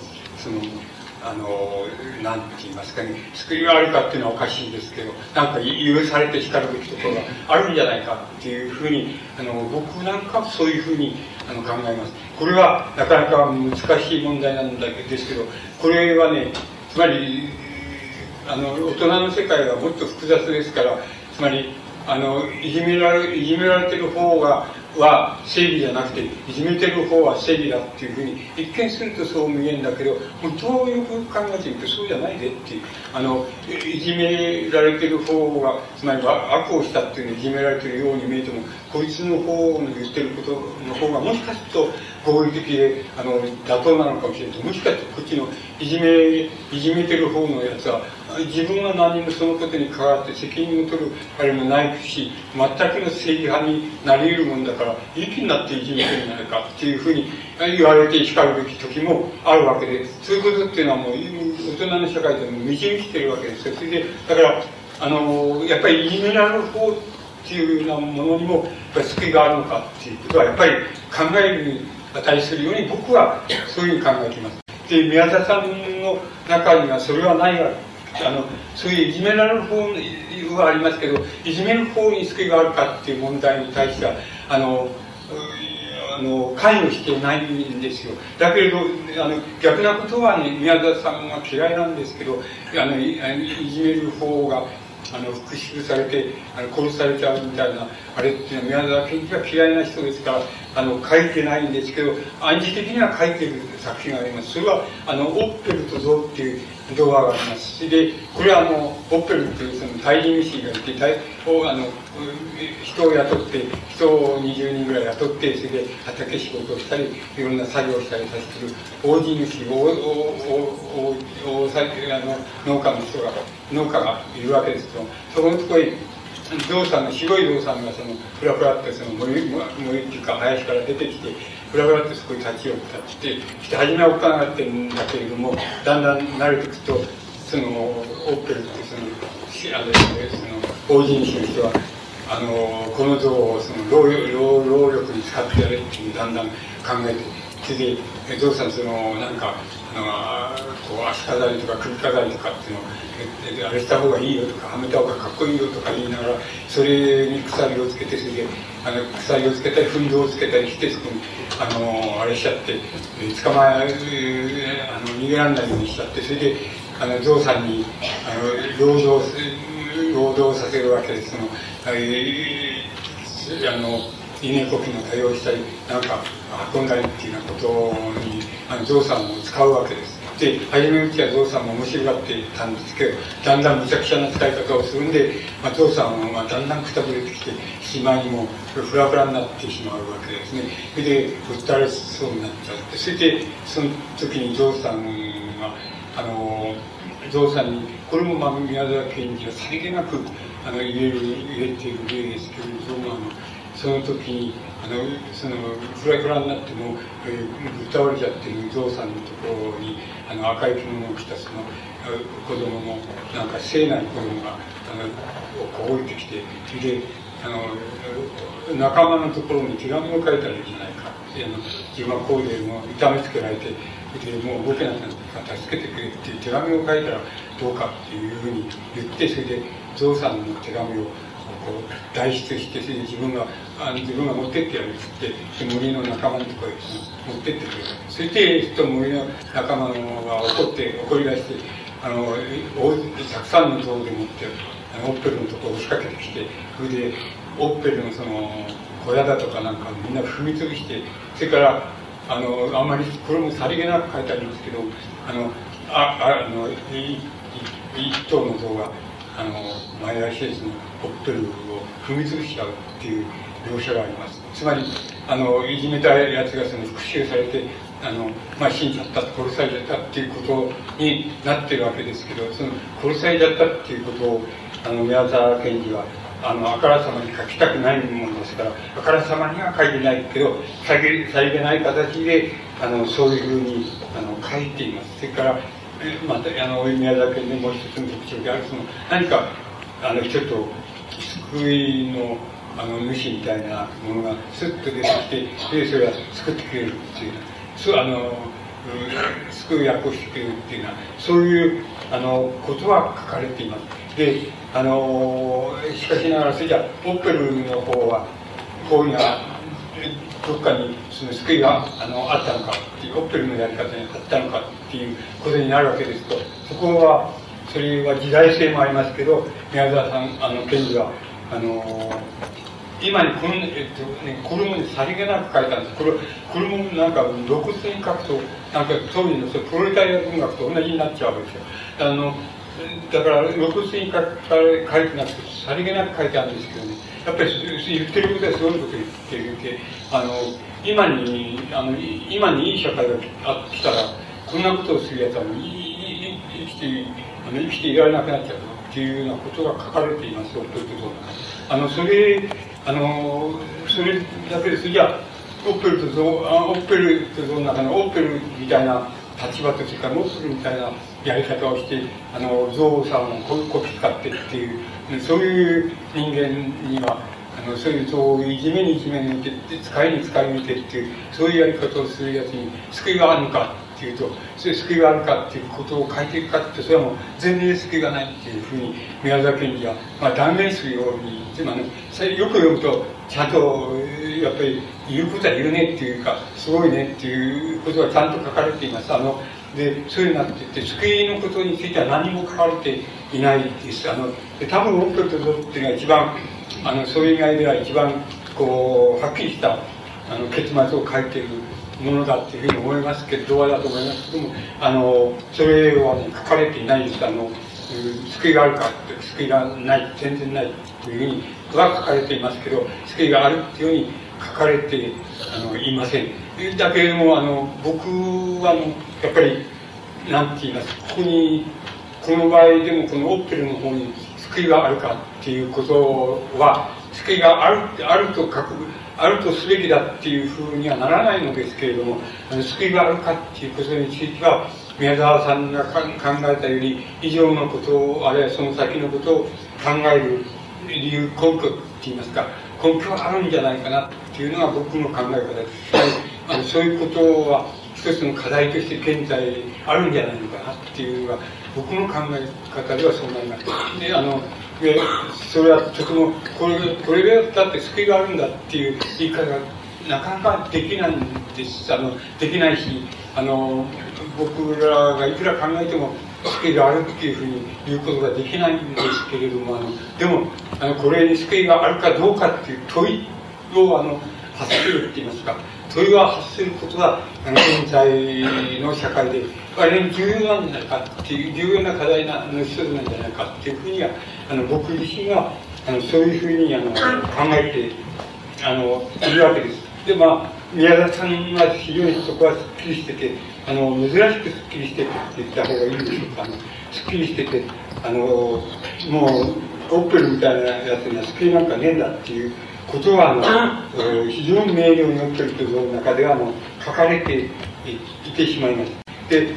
なんて言いますかね、救いがあるかっていうのはおかしいですけど、なんか許されて叱るべきところがあるんじゃないかっていうふうに、僕なんかはそういうふうに考えます。これはなかなか難しい問題なんですけど、これはね、つまり、大人の世界はもっと複雑ですから、つまり、いじめられてる方は正義じゃなくて、いじめてる方は正義だっていうふうに、一見するとそう見えるんだけど、本当よく考えてみるとそうじゃないでっていう、いじめられてる方が、つまり悪をしたっていうのにいじめられてるように見えても、こいつの方の言ってることの方がもしかすると合理的で、妥当なのかもしれない。もしかするとこっちのいじめてる方のやつは、自分は何もそのことに関わって責任を取るあれもないし、全くの正義派になり得るもんだから、いい気になっていじめてるんじゃないかっていうふうに言われて叱るべき時もあるわけで、そういうことっていうのはもう大人の社会でも道に来てるわけですよ。それで、だから、やっぱりいじめられる方っていうようなものにも、やっぱり救いがあるのかっていうことは、やっぱり考えるに値するように僕はそういうふうに考えています。で、宮田さんの中にはそれはないわけ。そういういじめられる方はありますけど、いじめる方に救いがあるかっていう問題に対しては、関与してないんですよ。だけれど、逆なことはね、宮田さんは嫌いなんですけど、いじめる方が、復讐されて、殺されちゃうみたいな、あれっていうのは宮沢賢治が嫌いな人ですから、書いてないんですけど、暗示的には書いてる作品があります。それは、オッペルとゾウっていう童話があります。で、これはオッペルっていうその大人士がいて、人を雇って、人を20人ぐらい雇って、それで畑仕事をしたり、いろんな作業をしたりさせてる大地主、農家がいるわけですけど、そこのところに、白いゾウさんがふらふらって森っていうか林から出てきて、ふらふらってそこに立ち寄ったってして、初めはおっかなかったんだけれども、だんだん慣れていくと、オッペルって大地主の人は、この像を労力に使ってやれっていうだんだん考えて、それで、ゾウさんなんか、足飾りとか首飾りとかっていうのを、あれした方がいいよとか、はめた方がかっこいいよとか言いながら、それに鎖をつけて、それで、鎖をつけたり、奮闘をつけたりして、そこに、あれしちゃって、逃げられないようにしちゃって、それで、ゾウさんに、労働させるわけです。稲こきの対応したり、なんか運んだりっていうようなことにゾウさんを使うわけです。で、初めのうちはゾウさんも面白がってたんですけど、だんだん無茶苦茶な使い方をするんで、ゾウさんはだんだんくたぶれてきて、しまいにもフラフラになってしまうわけですね。それで、ぶったれそうになっちゃって、それで、その時にゾウさんに、これも宮沢賢治がさりげなく入れている例ですけれども、その時にフラフラになってもぶっ倒れちゃってるゾウさんのところに赤い着物を着た子供のなんか聖なる子供が降りてきて、それで仲間のところに手紙を書いたらいいじゃないか。自分はこうでもう痛めつけられて、でもう動けなくなったから助けてくれっていう手紙を書いたらどうかっていうふうに言って、それでゾウさんの手紙を代筆して、それで自分が持ってってやるって言って、森の仲間のところへ持ってってくれる。そして森の仲間が怒り出して、たくさんの象でもってオッペルのところを押しかけてきて、それでオッペルの小屋だとかなんかみんな踏み潰して、それから、あんまり、これもさりげなく書いてありますけど、一頭の象が、前足でそのオッペルを踏み潰しちゃうっていう描写があります。つまり、いじめたやつがその復讐されて、死んじゃった、殺されちゃったっていうことになってるわけですけど、その殺されちゃったっていうことを、宮沢賢治は、あからさまに書きたくないものですから、あからさまには書いてないけど、さりげない形で、そういうふうに、書いています。それから、また、宮沢賢治のもう一つの特徴である、その、何か、ちょっと、救いの、主みたいなものがスッと出てきて、で、それは救ってくれるっていう、救う役をしてくれるっていうのは、そういう、ことは書かれています。で、しかしながら、それじゃオッペルの方は、こういうのは、どっかにその救いがあったのかっていう、オッペルのやり方にあったのかっていうことになるわけですと、そこは、それは時代性もありますけど、宮沢さん、賢治は、今にこれもさりげなく書いたんです。これもなんか露骨に書くと、なんか当時のプロレタリア文学と同じになっちゃうわけですよ。だから露骨に書いてなくて、さりげなく書いてあるんですけどね、やっぱり言ってることはそういうこと言っていて、今にいい社会が来たら、こんなことをするやつは生きていられなくなっちゃうっていうようなことが書かれていますよ、ということなんです。それだけです。じゃあ、オッペルと象の中のオッペルみたいな立場と、それからオッペルみたいなやり方をして、象さんをこき使ってっていう、そういう人間には、そういう象をいじめに抜いて、使いに抜いてっていう、そういうやり方をするやつに救いがあるのかっていうと、そういう救いがあるかっていうことを書いていくかって、それはもう全然救いがないっていうふうに、宮沢賢治は、断言するように、よく読むと、ちゃんと、やっぱり言うことは言うねっていうか、すごいねっていうことがちゃんと書かれています。で、そういうふうになっていて、救いのことについては何も書かれていないです。で多分、オッペルと象っていうのが一番、そういう意味合いでは一番、はっきりした、結末を書いているものだっていうふうに思いますけど、童話だと思いますけども、それはね、書かれていないです。救いがあるかって、救いがない、全然ないというふうには書かれていますけど、救いがあるっていうふうに書かれていません。だけれども、僕はやっぱり、なんて言いますか、この場合でもこのオッペルの方に救いがあるかっていうことは、救いがあるとすべきだっていうふうにはならないのですけれども、救いがあるかっていうことについては、宮沢さんが考えたより以上のことを、あるいはその先のことを考える理由、根拠って言いますか、根拠はあるんじゃないかなっていうのが僕の考え方です。そういうことは一つの課題として現在あるんじゃないのかなっていうのが僕の考え方ではそうなります。で、それはとてもこれでだって救いがあるんだっていう言い方がなかなかできないんです。できないし、僕らがいくら考えても救いがあるっていうふうに言うことができないんですけれども、でもこれに救いがあるかどうかっていう問いを発するって言いますか、問いが発することが現在の社会で割に重要なんじゃないかっていう重要な課題の一つなんじゃないかっていうふうには僕自身はそういうふうに考えているわけです。で、宮田さんは非常にそこはすっきりしてて、珍しくすっきりしててって言った方がいいんでしょうか。すっきりしてて、もう、オッペルみたいなやつには救いなんかねえんだっていうことは、非常に明瞭にオッペルという中では書かれていてしまいます。で、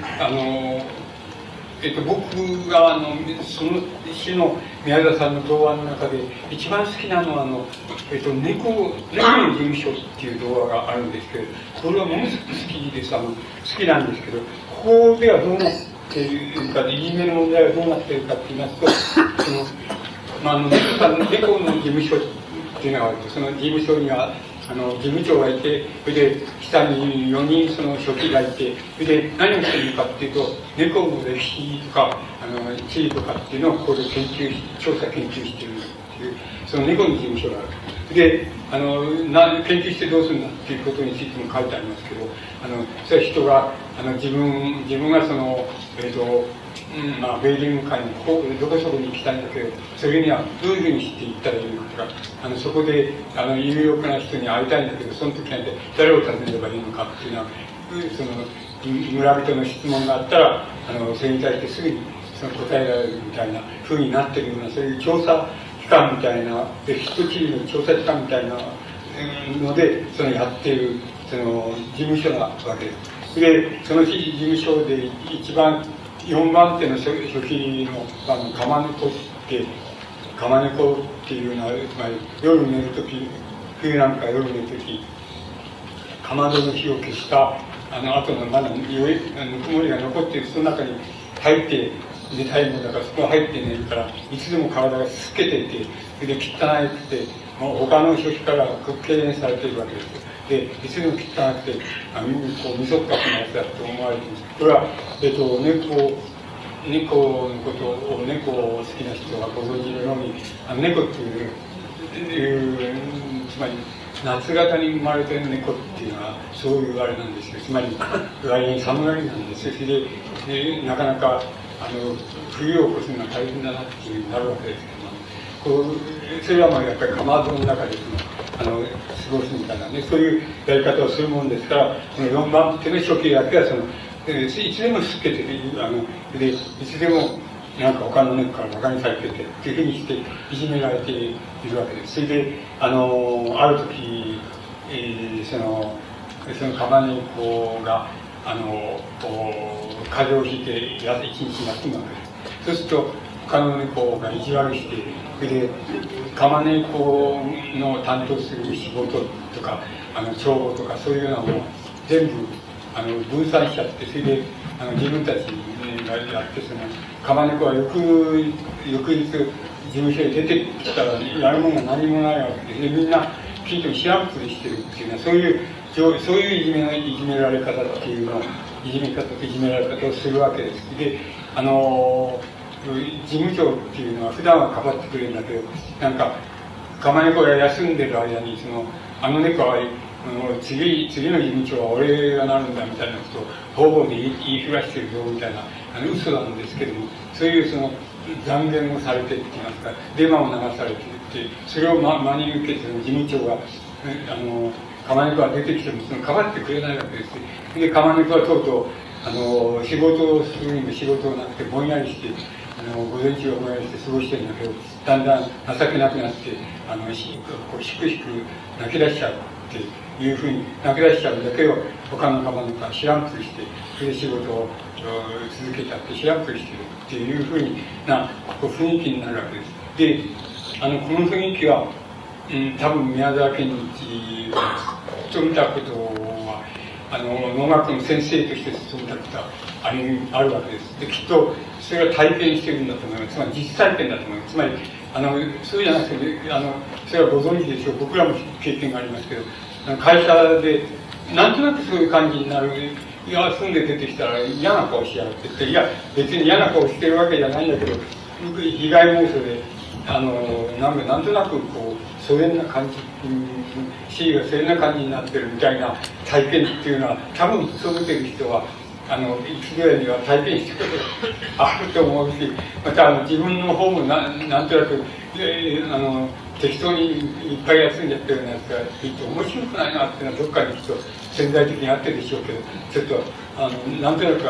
僕がその詩の宮田さんの童話の中で一番好きなのは猫の事務所っていう童話があるんですけど、これはものすごく好きです。好きなんですけど、ここではどうなっているか、いじめの問題はどうなっているかって言いますと、猫の事務所っていうのがあると、その事務所には事務長がいて、それで下に4人その書記がいて、それで何をしているかっていうと、猫の歴史とか地理とかっていうのをここで調査研究しているっていう、その猫の事務所がある。で、 研究してどうするんだっていうことについても書いてありますけど、それは人が、自分がその、ベーリング海のどこそこに行きたいんだけど、それにはどういうふうにして行ったらいいのかとか、そこで、有力な人に会いたいんだけど、その時なんて誰を訪ねればいいのかっていうのは、その、村人の質問があったら、それに対してすぐにその答えられるみたいな風になってるような、そういう調査機関みたいな、ヒットチームの調査機関みたいなので、そのやっている、その、事務所なわけです。で、その事務所で一番、4番手の初期の、釜猫っていうのは、つまり夜寝るとき、冬なんか夜寝るとき、かまどの火を消した、後のまだぬくもりが残っている、その中に入って寝たいもんだから、そこに入って寝るから、いつでも体がすっけていて、それで汚くて、もう他の初期から敬遠されているわけです。で、いつでも汚くて、こう、みそっかくなやつだと思われています。これは、猫のことを、猫を好きな人がご存知のように、猫っていう、つまり、夏型に生まれている猫っていうのは、そういうあれなんですよ。つまり、来年寒がりなんですよ。それで、なかなか、冬を越すのは大変だなっていうなるわけですけども、それはやっぱりかまどの中で過ごすみたいなね、そういうやり方をするもんですから、この4番手の初期だけはいつでもすっけてで、いつでもなんか他の猫から馬鹿にされてて、っていうふうにしていじめられているわけです。それで、ある時、そのカマネコが、風邪をひいて一日休むわけです。そうすると、他の猫が意地悪して、それで、カマネコの担当する仕事とか、帳簿とか、そういうようなものを全部、分散しちゃって、それで、自分たちがやって、カマネコは翌日、事務所に出てきたら、やるものが何もないわけで、みんな、きちんと知らんぷりしてるっていうのは、そういういじめられ方っていうのを、いじめられ方をするわけです。で、事務長っていうのは普段はかばってくれるんだけど、なんか、カマネコが休んでる間に、猫は、次の事務長は俺がなるんだみたいなことを方々で言いふらしてるぞみたいな、嘘なんですけども、そういう残言をされてって言いますか、デマを流されてって、それを真に受けて事務長が、カマネコが出てきても、かばってくれないわけです。で、カマネコはとうとう、仕事をするにも仕事がなくて、ぼんやりして、午前中はぼんやりして過ごしてるんだけど、だんだん情けなくなって、しくしく泣き出しちゃうっていうふうに、泣き出しちゃうんだけど、他のカマネコは知らんぷりして、それで仕事を続けちゃって知らんぷりしてるっていうふうな雰囲気になるわけです。で、この雰囲気は、多分宮沢賢治が勤めたことは、農学の先生として勤めたことはあるわけです。で、きっとそれは体験してるんだと思います。つまり実体験だと思います。つまり、そうじゃなくて、それはご存知でしょう。僕らも経験がありますけど、会社で、なんとなくそういう感じになる。いや、住んで出てきたら嫌な顔しやがってって、いや、別に嫌な顔してるわけじゃないんだけど、被害妄想で、なんとなく疎遠な感じ、地位が疎遠な感じになってるみたいな体験っていうのは、多分勤めてる人は、一度やには体験したことがあると思うし、また自分の方もなんとなく、適当にいっぱい休んじゃったようなやつがいいと面白くないなっていうのはどっかにきっと潜在的にあってるでしょうけど、ちょっと、なんとなく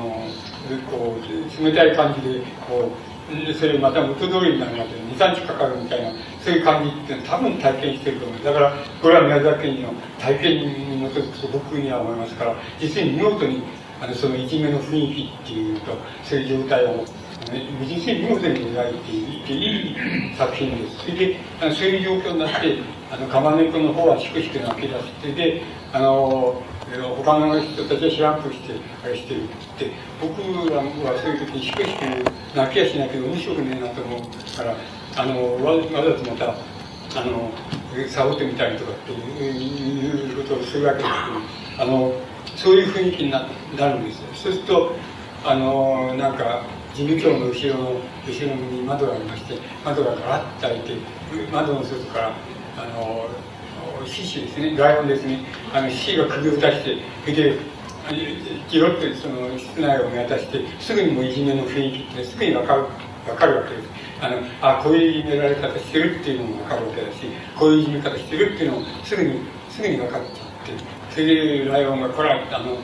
冷たい感じで、それまた元通りになるまで2、3日かかるみたいな、そういう感じっていうのは多分体験してると思う。だから、これは宮沢賢治の体験に基づくと僕には思いますから、実に見事に、そのいじめの雰囲気っていうと、そういう状態を、実に見事に描いていい作品です。それで、そういう状況になって、カマネコの方はしくしく泣き出して、で、他の人たちは知らんぷりして、あれしてるって、僕らはそういう時にしくしく泣きやしないけど面白くねえなと思うから、わざとまた、サボってみたりとかっていうことをするわけですけど、そういう雰囲気になるんですよ。そうすると、なんか、事務長の後ろに窓がありまして、窓がガラッと開いて、窓の外から、 獅子ですね、ライオンですね、獅子が首を出して、それで、ギロッとその室内を見渡して、すぐにもういじめの雰囲気ってすぐにわかるわけです。こういういじめられ方してるっていうのもわかるわけだし、こういういじめ方してるっていうのもすぐにわかっちゃって、それでライオンがこら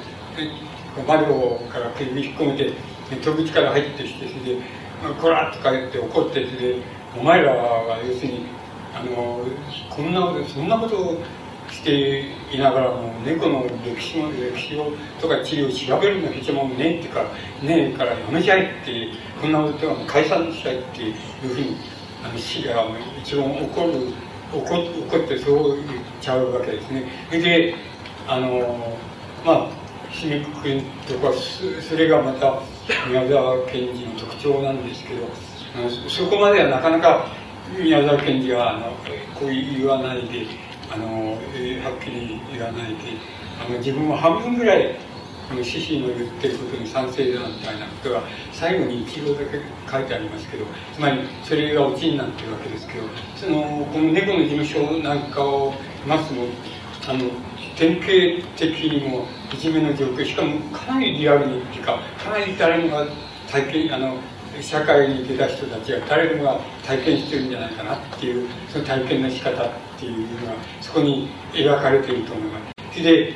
窓から首引っ込めて、飛び口から入ってきて、それで、こらっとか言って怒って、それで、お前らは要するに、そんなことをしていながらも、猫の歴史をとか地理を調べるのが一番ねえってから、やめちゃえって、こんなことは解散しちゃえっていうふうに、市が一番怒ってそう言っちゃうわけですね。で、締めくくりとか、それがまた宮沢賢治の特徴なんですけど、そこまではなかなか宮沢賢治はこう言わないで、はっきり言わないで、自分は半分ぐらい獅子の言ってることに賛成だみたいなことが最後に一行だけ書いてありますけど、つまりそれがオチになってるわけですけど、この猫の事務所なんかを見ますの、典型的にもいじめの状況、しかもかなりリアルにっていうか、かなり誰もが体験、社会に出た人たちは誰もが体験してるんじゃないかなっていう、その体験の仕方っていうのがそこに描かれていると思います。で、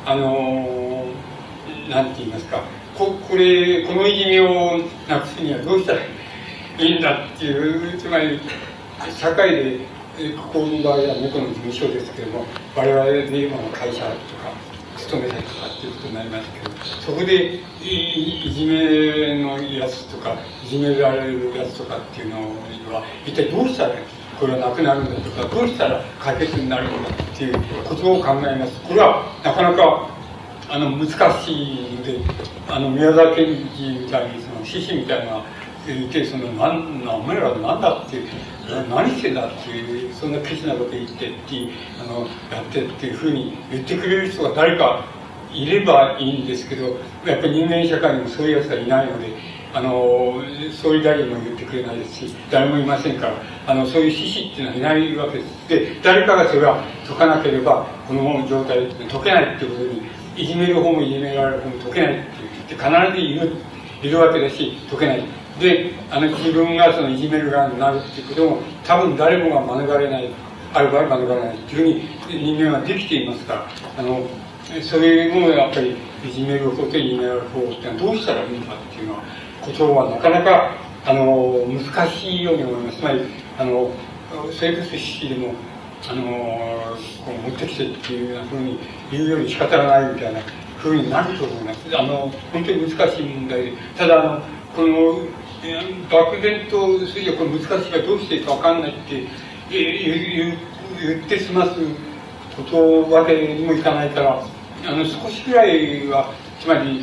なんて言いますか、このいじめをなくすにはどうしたらいいんだっていう、つまり社会で、ここの場合は猫の事務所ですけれども、我々で今の会社とか勤めたりとかっていうことになりますけど、そこでいじめのやつとかいじめられるやつとかっていうのは一体どうしたらこれはなくなるんだとか、どうしたら解決になるんだっていうことを考えます。これはなかなか難しいので、宮沢賢治みたいに獅子みたいな言って、お前らなんだっていう、何してんだっていう、そんなケチなこと言ってっていう、やってっていうふうに言ってくれる人が誰かいればいいんですけど、やっぱり人間社会にもそういうやつがいないので、総理大臣も言ってくれないですし、誰もいませんから、そういう獅子っていうのはいないわけです。で、誰かがそれが解かなければ、この状態で解けないっていうことに、いじめる方もいじめられる方も解けないっていう、必ずいるわけだし、解けない。で、自分がそのいじめる側になるっていうことも、多分誰もが免れない、ある場合免れないっていうふうに人間はできていますから、それもやっぱりいじめる方といじめられる方っていうのはどうしたらいいのかっていうのは、ことはなかなか、難しいように思います。つまり、生物史でも、こう持ってきてっていうようなふうに言うより仕方がないみたいなふうになると思います。本当に難しい問題で、ただこの漠然とするとこれ難しいからどうしていいか分かんないって言って済ますことわけにもいかないから、少しぐらいはつまり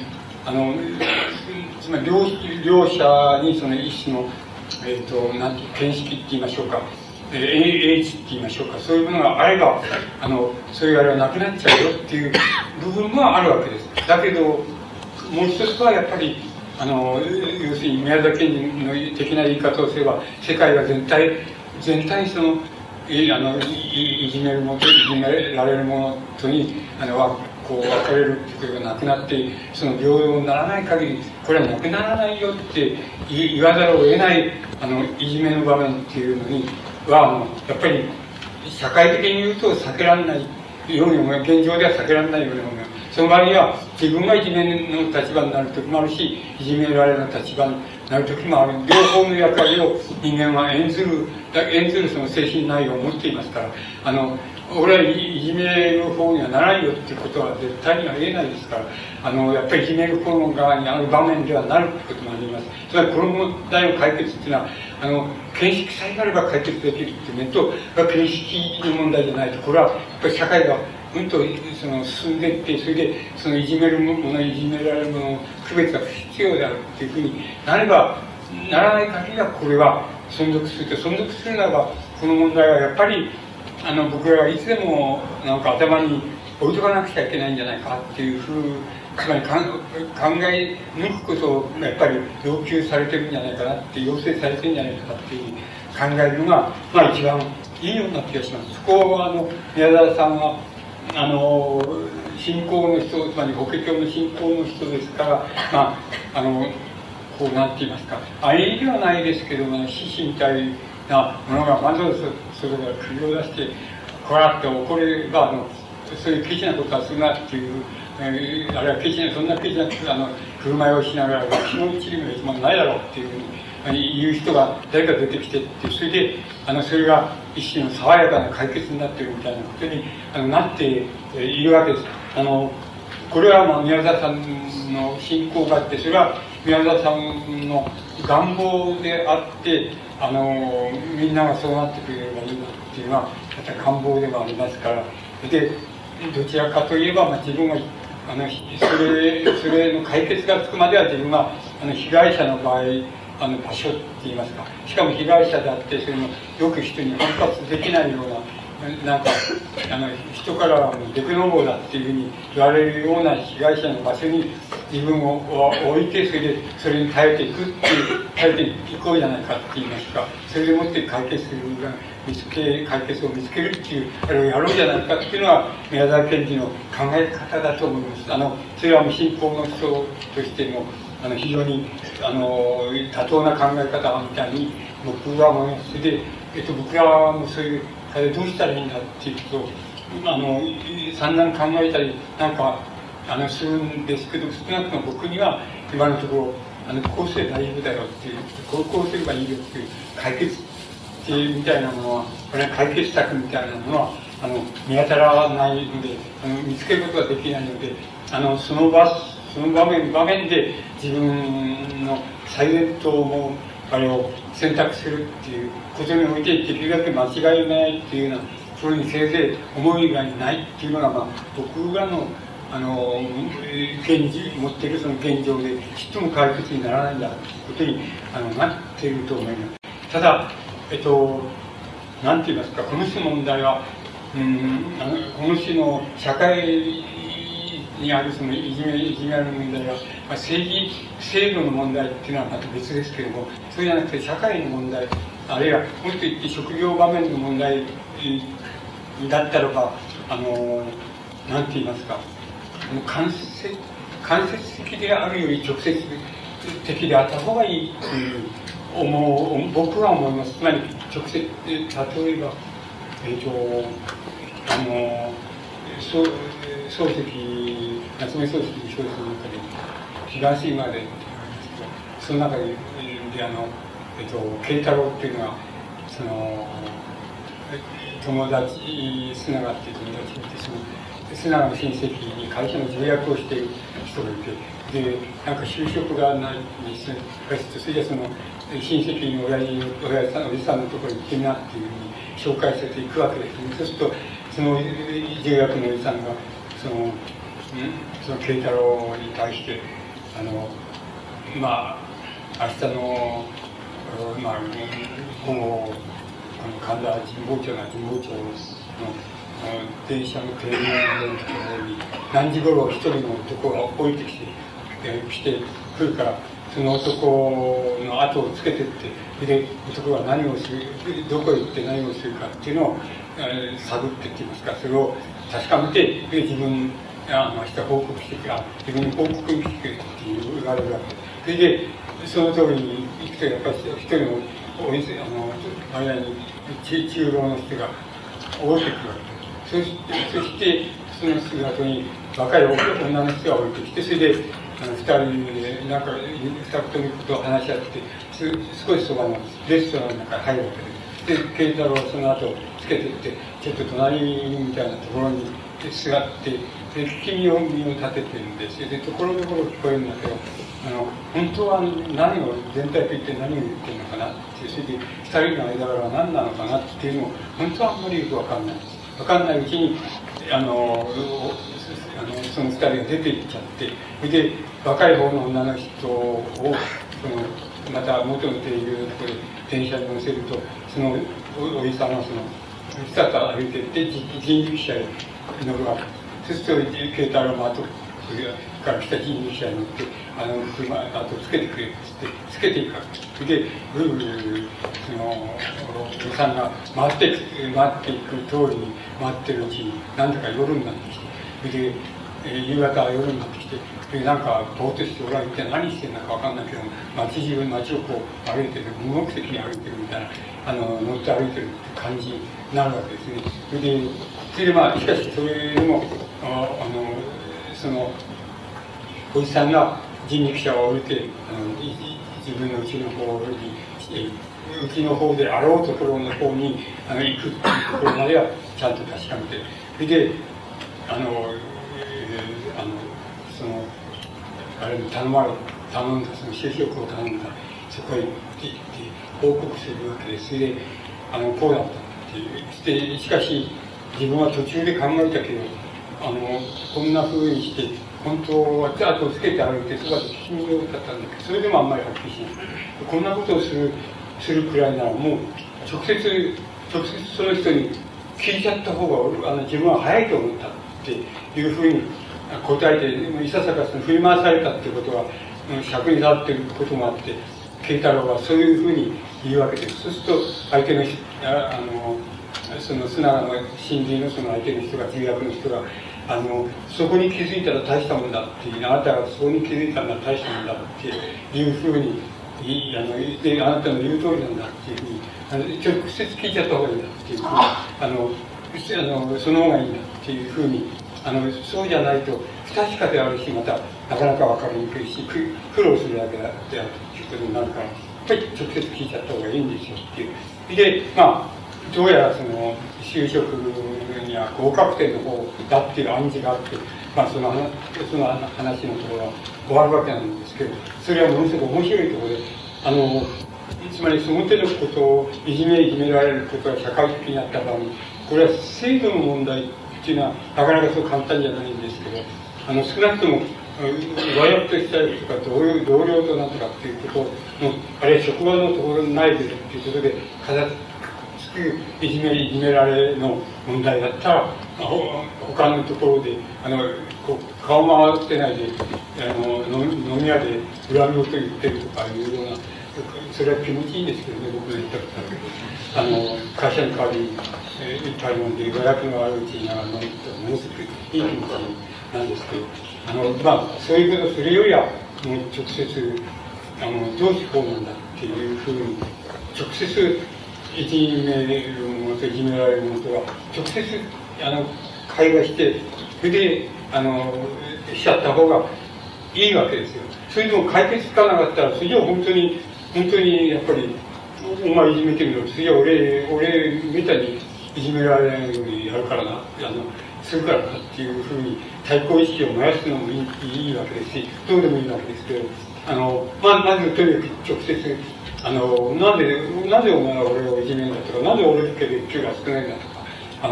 両者にその一種のなんて見識って言いましょうか、英知って言いましょうか、そういうものがあればそういうあれはなくなっちゃうよっていう部分はあるわけです。だけどもう一つはやっぱり要するに宮沢賢治の的な言い方をすれば、世界が全体そのいじめるものといじめられるものとにこう分かれるっていうことがなくなって、その平等にならない限りこれはなくならないよって言わざるを得ないいじめの場面っていうのにはやっぱり社会的に言うと避けられないように思う、現状では避けられないように思う。その場合には自分がいじめの立場になる時もあるし、いじめられる立場になる時もある。両方の役割を人間は演ずるその精神内容を持っていますから、俺はいじめる方にはならないよっていうことは絶対には言えないですから、やっぱりいじめる方の側にある場面ではなるってこともあります。つまりこの問題の解決っていうのは、見識さえあれば解決できるっていう面と、見識の問題じゃないと、これはやっぱり社会が進んでいって、それでそのいじめるものいじめられるものの区別が不必要であるっていうふうになればならない限りは、これは存続するならば、この問題はやっぱり僕らはいつでも頭に置いとかなくちゃいけないんじゃないかっていうふう、つまり考え抜くことをやっぱり要求されてるんじゃないかなって、要請されてるんじゃないかっていうふうに考えるのが一番いいような気がします。そこは宮沢さんは信仰の人、つまり法華経の信仰の人ですから、まあこうなんて言いますか、あれではないですけども、死神体なものがまずそれが首を出してこらって怒ればそういうケチなことはするなっていう、あるいはそんなケチな振る舞いをしながら気の一理も一番ないだろうっていうふうに言う人が誰か出てきてって、それでそれが一種の爽やかな解決になっているみたいなことになっているわけです。これは宮沢さんの信仰があって、それは宮沢さんの願望であって、みんながそうなってくれればいいなっていうのはまた願望でもありますから。でどちらかといえば、自分がそれの解決がつくまでは自分が被害者の場合場所って言いますか、しかも被害者であってそれもよく人に反発できないような人からデクノボーだっていうふうに言われるような被害者の場所に自分を置いて、それに耐えていくっていう耐えていこうじゃないかって言いますか、それでもって解決を見つけるっていうあれをやろうじゃないかっていうのは宮沢賢治の考え方だと思います。それは信仰の人としても非常に妥当な考え方みたいに僕は思います。で、僕らもそういうどうしたらいいんだっていうことを散々考えたりするんですけど、少なくとも僕には今のところこうすれば大丈夫だよっていうこうすればいいよっていう解決みたいなものは、これは解決策みたいなものは見当たらないので見つけることができないので、その場面で自分の最善と思うあれを選択するっていうことにおいてできるだけ間違いないっていうような、それにせいぜい思いがないっていうのが、僕らの持っているその現状でちっとも解決にならないんだということになっていると思います。ただなんて言いますか、この種の問題はこの種の社会にあるそのいじめの問題は、政治制度の問題っていうのはまた別ですけれども、そうじゃなくて社会の問題、あるいはもっと言って職業場面の問題だったらばなんて言いますか、間接的であるより直接的であった方がいいという僕は思います。つまり直接例えば夏目漱石の小説の中で「東まで」ってあるんですけど、その中で慶太郎っていうのは友達須永っていう友達がいて、その須永の親戚に会社の重役をしている人がいて、で就職がないんですね。それでその親戚のおじさんのところに行ってみなっていうふうに紹介されていくわけですね。そうするとその重役のおじさんがその慶太郎に対して明日の午後神田神保町の電車の停留のところに何時頃一人の男が降りてきてくるから、その男の後をつけてって、で男が何をする、どこへ行って何をするかっていうのを探ってって言いますか、それを確かめて、自分明日報告してくれ、自分に報告してくれって言われるわけで、それでその通りに行くと、やっぱり一人の間に中老の人が降りてくるわけで、そしてそのすぐ後に若い女の人が降りてきて、それで二人で二言ことを話し合って、少しそばのレストランの中に入るわけで、慶太郎はその後つけていって、ちょっと隣みたいなところに座って、で聞き耳を立ててるんです。でところどころ聞こえるんだけど、本当は全体といって何を言ってるのかなって、それで二人の間柄は何なのかなっていうのを本当はあんまりよく分かんないうちにその二人が出て行っちゃって、それで若い方の女の人をまた元の停留のところで電車に乗せると、そのおじさんはさっと歩いていって人力車に乗るわけです。そうすると慶太郎も後から来た人力車に乗ってあとつけてくれって言って、つけていくわけで、ぐるぐる、予算が回っていく通りに回ってるうちに、なんだか夜になってきて、それで、夕方夜になってきて、で、なんか、ぼーっとして、俺は一体何してんだかわかんないけど、街をこう歩いてる、無目的に歩いてるみたいな、乗って歩いてるって感じになるわけですね。それでまあ、しかし、それでも、おじさんが人力車を降りて、自分の家の方に、うちの方であろうところの方に行くところまではちゃんと確かめて、それで、あれに頼んだ、その就職を頼んだ、そこへ行って報告するわけです。それで、こうだったっていう。しかし、自分は途中で考えたけど、こんな風にして、本当は後をつけて歩いて、そばで聞きによかったんだけど、それでもあんまりはっきりしない。こんなことをするくらいなら、もう、直接その人に聞いちゃった方が、自分は早いと思ったっていうふうに答えて、いささかその振り回されたっていうことは、尺に触っていることもあって、慶太郎はそういうふうに言うわけです。そうすると、相手のその素直な真髄のその相手の人が、重役の人が、そこに気づいたら大したもんだっていう、あなたがそこに気づいたら大したもんだっていうふうに、あなたの言う通りなんだっていうふうに、直接聞いちゃった方がいいんだっていうふうに、その方がいいんだっていうふうに、そうじゃないと、不確かであるし、また、なかなか分かりにくいし、苦労するだけであるということになるから、やっぱり直接聞いちゃった方がいいんですよっていう。で、まあ、どうやらその就職には合格点の方だっていう暗示があって、まあ、その話のところは終わるわけなんですけど、それはものすごく面白いところで、つまりその手のことをいじめられることが社会的になった場合に、これは制度の問題っていうのはなかなかそう簡単じゃないんですけど、少なくとも和訳としたりとか同僚となんとかっていうことの、あるいは職場のところにないでっていうことでいじめられの問題だったら、他のところで顔回ってないで飲み屋で恨みをと言ってるとかいうような、それは気持ちいいんですけどね、僕の言ったことだけど、会社の代わりに一杯飲んで和訳の悪口に飲むとものすごくいい気持ちなんですけど、まあそういうことをするよりはもう直接どうしこうなんだっていうふうに直接いじめるものといじめられるものとは直接会話してそれでしちゃった方がいいわけですよ。それでも解決つかなかったらそれじゃ本当にやっぱりお前いじめてるのそれじゃ俺みたいにいじめられないようにやるからなするからなっていうふうに対抗意識を燃やすのもいいわけですしどうでもいいわけですけどまずとにかく直接なぜお前は俺をいじめるんだとか、なぜ俺だけで給料が少ないんだとか、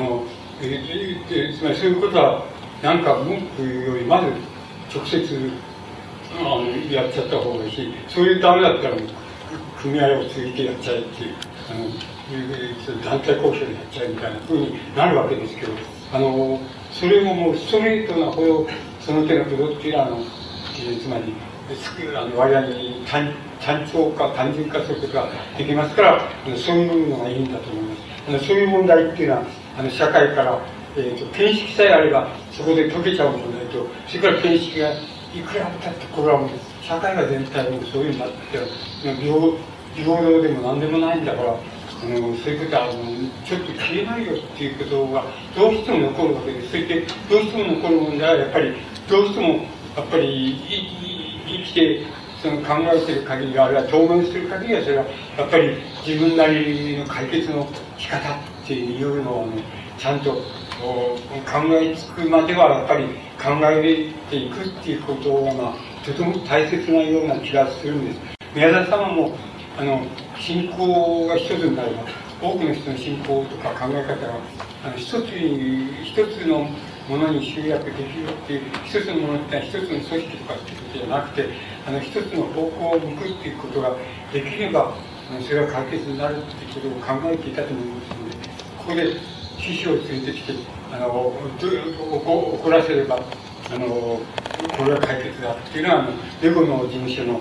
つまりそういうことは、なんか文句言うより、まず直接、やっちゃった方がいいし、そういうダメだったら、組合を続いてやっちゃえっていう、団体交渉でやっちゃえみたいな風になるわけですけど、それももうストレートなほど、その手のプロっていうのは、つまり、割合に単純化することができますから、そういうのがいいんだと思います。そういう問題っていうのは、社会から、見識さえあれば、そこで解けちゃう問題と、それから見識がいくらあったって、これはもう、社会が全体もそういうのになって、平等でも何でもないんだから、そういうことは、ちょっと消えないよっていうことが、どうしても残るわけです。そして、どうしても残る問題は、やっぱり、どうしても、やっぱり、生きてその考えている限りあるいは当面する限りはそれはやっぱり自分なりの解決の仕方っていうのをねちゃんと考えつくまではやっぱり考えていくっていうことがとても大切なような気がするんです。宮田様も信仰が一つになれば多くの人の信仰とか考え方が一つのものに集約できるっていう一つのものって一つの組織とかっていうことじゃなくて一つの方向を向くっていうことができればそれは解決になるっていうことを考えていたと思いますのでここで師匠を連れてきて怒らせればこれが解決だっていうのはレゴの事務所の、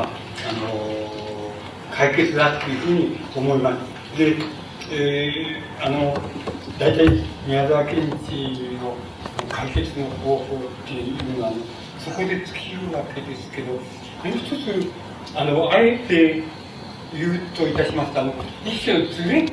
解決だっていうふうに思います。で、大体宮沢賢治の解決の方法っていうのはそこで尽きるわけですけど、もう一つあえて言うといたしますと、一種のズレ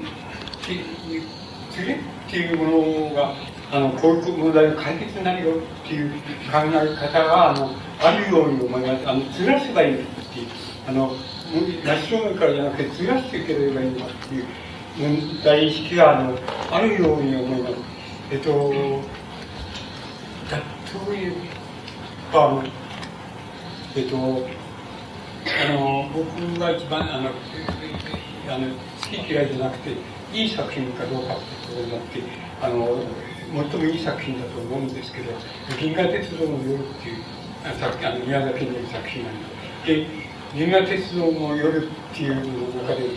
っていうものがこういう問題の解決になるよっていう考え方があるように思います。ずらせばいいっていう真正面からじゃなくてずらしていければいいんだっていう問題意識があるように思います。例えば僕が一番好き嫌いじゃなくていい作品かどうかっていうことになって最もいい作品だと思うんですけど「銀河鉄道の夜」っていう宮崎の作品なんです。で銀河鉄道の夜っていうの中で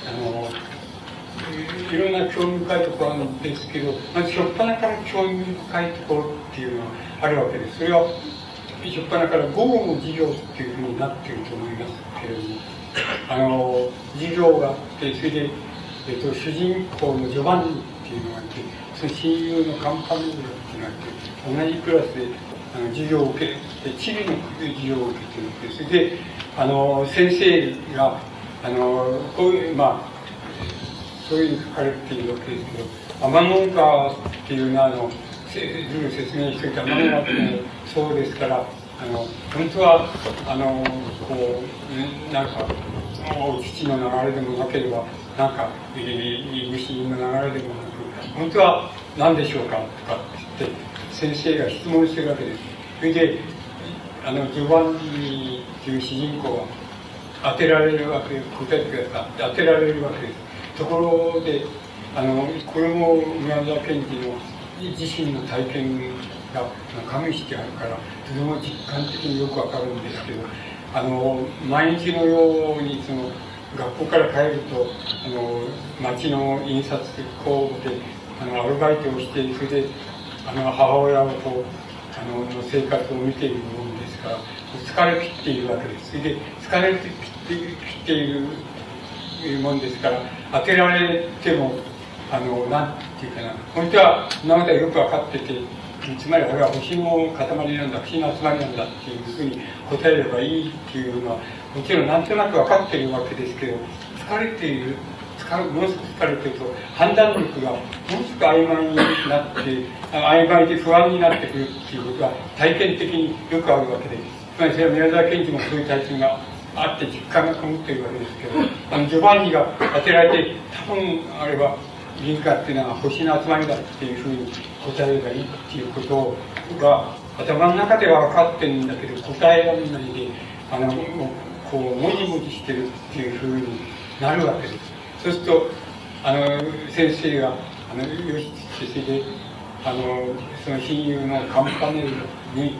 いろんな興味深いところあるんですけど、まず初っ端から興味深いところっていうのがあるわけです。それは初っ端から午後の授業っていうふうになっていると思いますけれども、授業があって、それで、主人公のジョバンニっていうのがいて、その親友のカンパネルっていうのがいて、同じクラスで授業を受けて、地理の授業を受けていて、それで先生がこういうそういうふうに書かれているわけですけど、天の川っていうのはルール説明しておいた天の川っていうのはそうですから、本当はこうなんか土の流れでもなければなんか虫の流れでもなく、本当は何でしょうかとかって先生が質問してるわけです。それでジョバンニっていう主人公は当てられるわけです。答えてください。当てられるわけです。ところでこれも宮沢賢治の自身の体験が加味してあるからとても実感的によくわかるんですけど、毎日のように学校から帰ると町の印刷工房でアルバイトをして、それで母親をこうの生活を見ているものですから疲れ切っているわけです。それで疲れ切っているもんですから、当てられてもなんていうかな、本当はそんなことはよく分かってて、つまりこれは星の塊なんだ、星の集まりなんだっていうふうに答えればいいっていうのはもちろんなんとなく分かっているわけですけど、疲れているものすごく疲れていると判断力がものすごく曖昧になって曖昧で不安になってくるっていうことが体験的によくあるわけで、つまりそれは宮沢賢治もそういう体験があって実感がこもっているわけですけど、ジョバンニが当てられて多分あれば銀河っていうのは星の集まりだっていうふうに答えればいいっていうことが頭の中では分かってるんだけど答えられないでこうもじもじしてるっていうふうになるわけです。そうすると先生がよしってそれでその親友のカンパネルに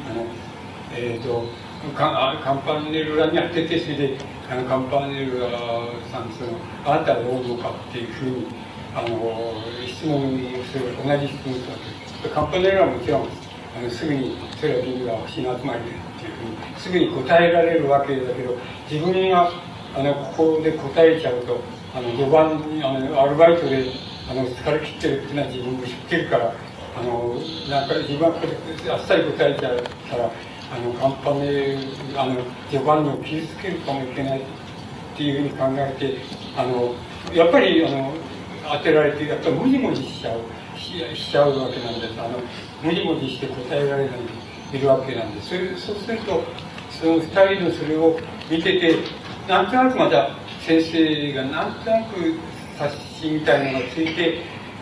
カンパネルラに当てて、それでカンパネルラさんあなたはどう思うかっていうふうに質問をする、同じ質問をするわけです。カンパネルラはもちろんすぐにそれは銀河星の集まりでっていうふうにすぐに答えられるわけだけど、自分がここで答えちゃうと5番にアルバイトで疲れ切ってるっていうのは自分も知ってるから、なんか自分はこれあっさり答えちゃうからカンパネルジョバンニを傷つけるかもいけないっていうふうに考えてやっぱり当てられてやっぱりもじもじしちゃうわけなんです。もじもじして答えられないでいるわけなんです。そうするとその2人のそれを見ててなんとなくまた先生がなんとなく冊子みたいなのがついて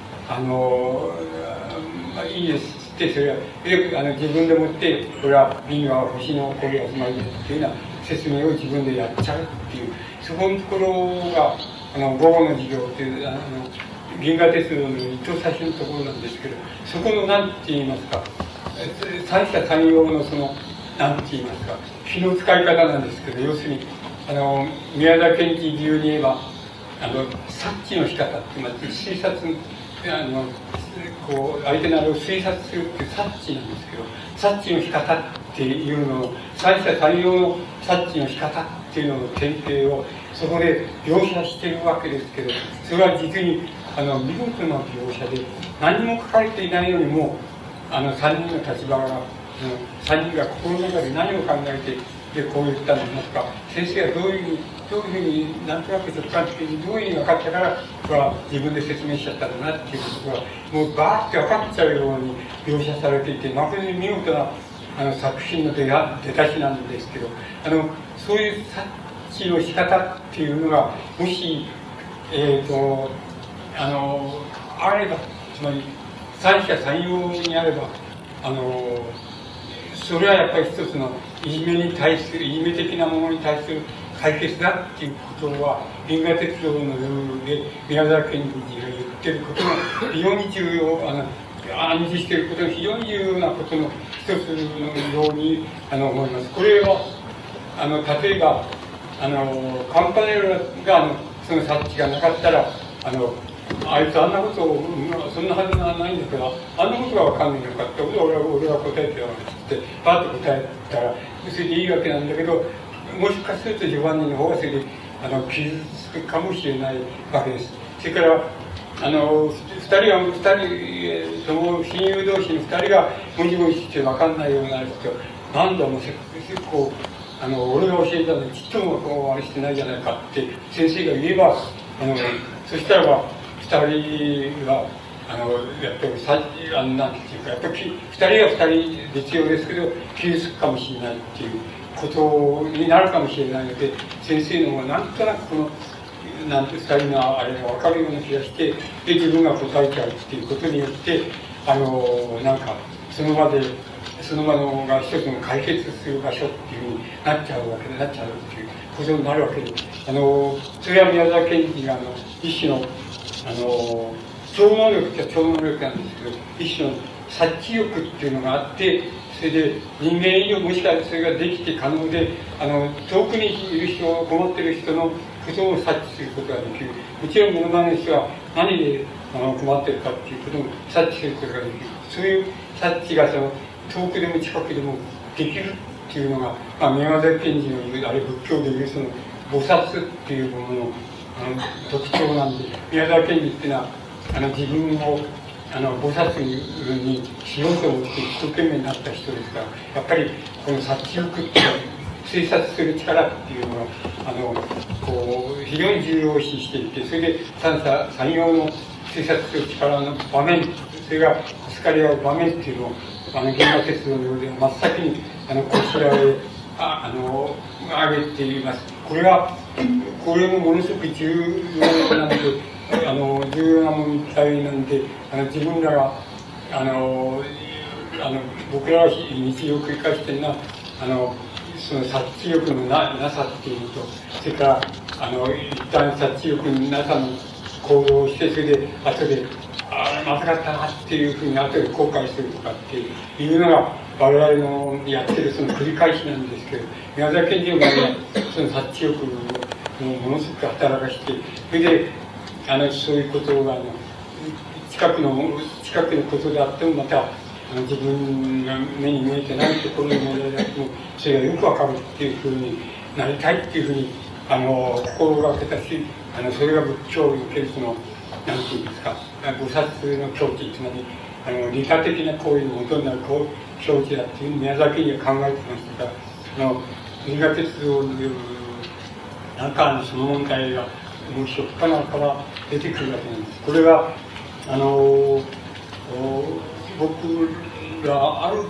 いいですってそれは自分でもってこれは銀河は星のこういう集まりですっていうような説明を自分でやっちゃうっていうそこのところが午後の授業っていう銀河鉄道の一等最初のところなんですけど、そこの何て言いますか三者三様の何て言いますか気の使い方なんですけど、要するに宮沢賢治流に言えば察知の仕方って推察こう相手のあれを推察するっていう察知なんですけど、察知の仕方っていうのを、三者三様の察知の仕方っていうのの典型をそこで描写しているわけですけど、それは実に見事な描写で、何も書かれていないのにも三人の立場が三人が心の中で何を考えてでこう言ったのか、先生がどういうふうになんとなく直感的にどういうふうに分かったから自分で説明しちゃったんだなっていうことがもうバーって分かっちゃうように描写されていて、まことに見事な作品の出だしなんですけど、そういう察知の仕方っていうのがもしあれば、つまり三者三様にあればそれはやっぱり一つのいじめ的なものに対する解決だっていうことは、銀河鉄道のルールで宮沢賢治が言ってることの非常に重要、暗示していることの非常に重要なことの一つのように思います。これは例えばカンパネルがその察知がなかったらあいつあんなことをそんなはずがないんだけど、あんなことが分かんないのかって俺が答えてやろうってパッと答えたらそれでいいわけなんだけど、もしかするとジョバンニの方がそれで傷つくかもしれないわけです。それから二人その親友同士の二人がもじもじして分かんないようになると、なんだもう結構俺が教えたのにちっともあれしてないじゃないかって先生が言えばそしたらば二人はやっぱりなんていうか、やっぱり二人は二人必要ですけど傷つくかもしれないっていうことになるかもしれないので、先生の方がなんとなくこの二人のあれが分かるような気がして、で自分が答えちゃうっていうことによってなんかその場のが一つの解決する場所っていうふうになっちゃうっていうことになるわけで、それは宮沢賢治が一種の超能力って超能力なんですけど、一種の察知欲っていうのがあって、それで人間以上もしかそれができて可能で遠くにいる人、困っている人のことを察知することができる。もちろん目の前の人は何で困っているかっていうことも察知することができる。そういう察知が遠くでも近くでもできるっていうのが、宮沢賢治の言うあれ仏教でいうその菩薩っていうものの特徴なんで、宮沢賢治っていうのは自分を菩薩にしようと思って一生懸命になった人ですから、やっぱりこの察知欲っていう推察する力っていうのがこう非常に重要視していて、それで三者三様の推察する力の場面、それが助かり合う場面っていうのを銀河鉄道のようで真っ先にこちらへ挙げています。これもものすごく重要なので重要な問題なんで、自分らが僕らは日常繰り返してるのはその察知力のなさっていうのと、それから一旦察知力のなさの行動をして、それで後でまずかったなっていうふうに後で後悔するとかっていうのが我々のやってるその繰り返しなんですけど、宮沢賢治の場合はその察知力をものすごく働かして、それでそういうことが近くのことであってもまた自分が目に見えてないところの問題であってもそれがよくわかるっていうふうになりたいっていうふうに心がけたし、それが仏教におけるなんていうんですか、菩薩の境地、つまり利他的な行為の元になる境地だっていう宮沢賢治が考えてましたから、銀河鉄道によるなんかその問題がもう初期かなんかは出てくるわけなんです。これが僕がある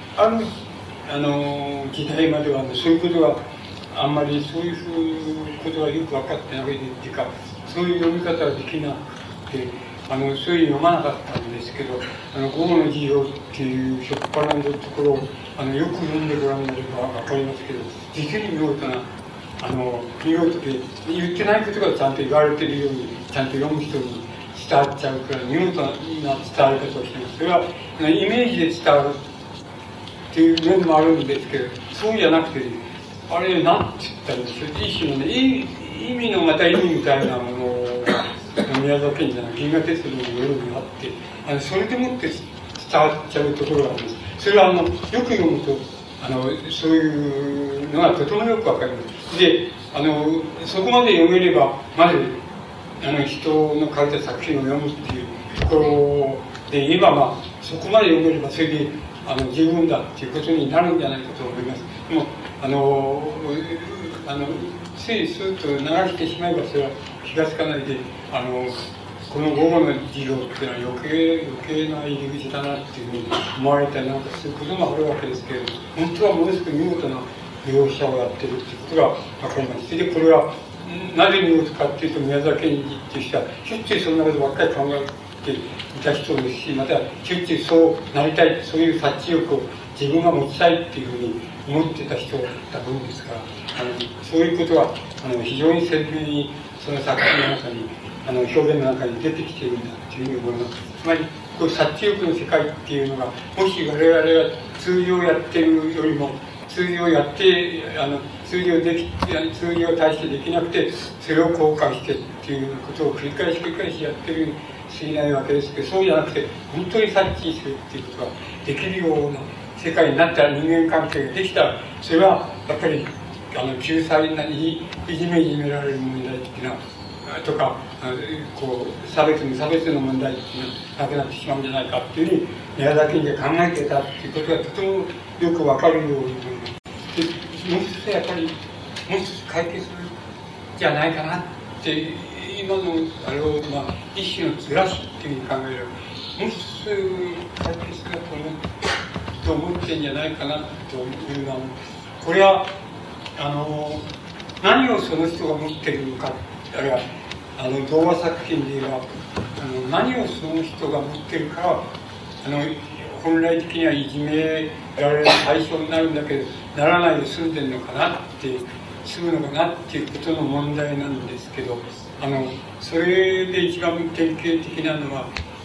時代まではそういうことがあんまりそういうことがよく分かってないっていうか、そういう読み方ができなくてそういう読まなかったんですけど、午後の授業っていう初っ端のところをよく読んでごらんになれば分かりますけど、実に見事な見事で言ってないことがちゃんと言われているようにちゃんと読む人に伝わっちゃうくらい見事な伝わり方をしています。それはイメージで伝わるっていう面もあるんですけど、そうじゃなくてあれなんて言ったんでしょう、一種のね意味のまた意味みたいなものを宮崎県じゃない銀河鉄道の夜にあってそれでもって伝わっちゃうところがあるんです。それはよく読むとそういうのがとてもよくわかります。でそこまで読めればまず人の書いた作品を読むっていうところで言えば、まあ、そこまで読めればそれで十分だっていうことになるんじゃないかと思います。でもついスーッと流してしまえばそれは気がつかないでこの午後の授業っていうのは余計な入り口だなっていうふうに思われたりなんかすることもあるわけですけれど、本当はものすごく見事な描写をやってるっていうことが分かります。でこれはなぜ見事かっていうと、宮沢賢治っていう人はしょっちゅうそんなことばっかり考えていた人ですし、またしょっちゅうそうなりたい、そういう察知力を自分が持ちたいっていうふうに思ってた人だったものですから、そういうことは非常に鮮明にその作品の中に表現の中に出てきているんだというふうに思います。つまりこう察知力の世界っていうのが、もし我々が通常やってるよりも通常対してできなくて、それを後悔してっていうことを繰り返しやってるに過ぎないわけですけど、そうじゃなくて本当に察知するっていうことができるような世界になったら、人間関係ができたら、それはやっぱり救済なりいじめられる問題っていうのはとかこう差別無差別の問題っていうのはなくなってしまうんじゃないかっていうふうに宮沢賢治が考えてたっていうことがとてもよくわかるように思います。でもう一つやっぱりもう一つ解決するじゃないかなって今のあれを、まあ、一種のずらしっていうふうに考える、もう一つ解決だと思ってんじゃないかなというのは、これは何をその人が持っているのか、あるいは童話作品で言えば何をその人が持っているから本来的にはいじめられる対象になるんだけど、ならないで済んでるのかなって済むのかなっていうことの問題なんですけど、それで一番典型的なのは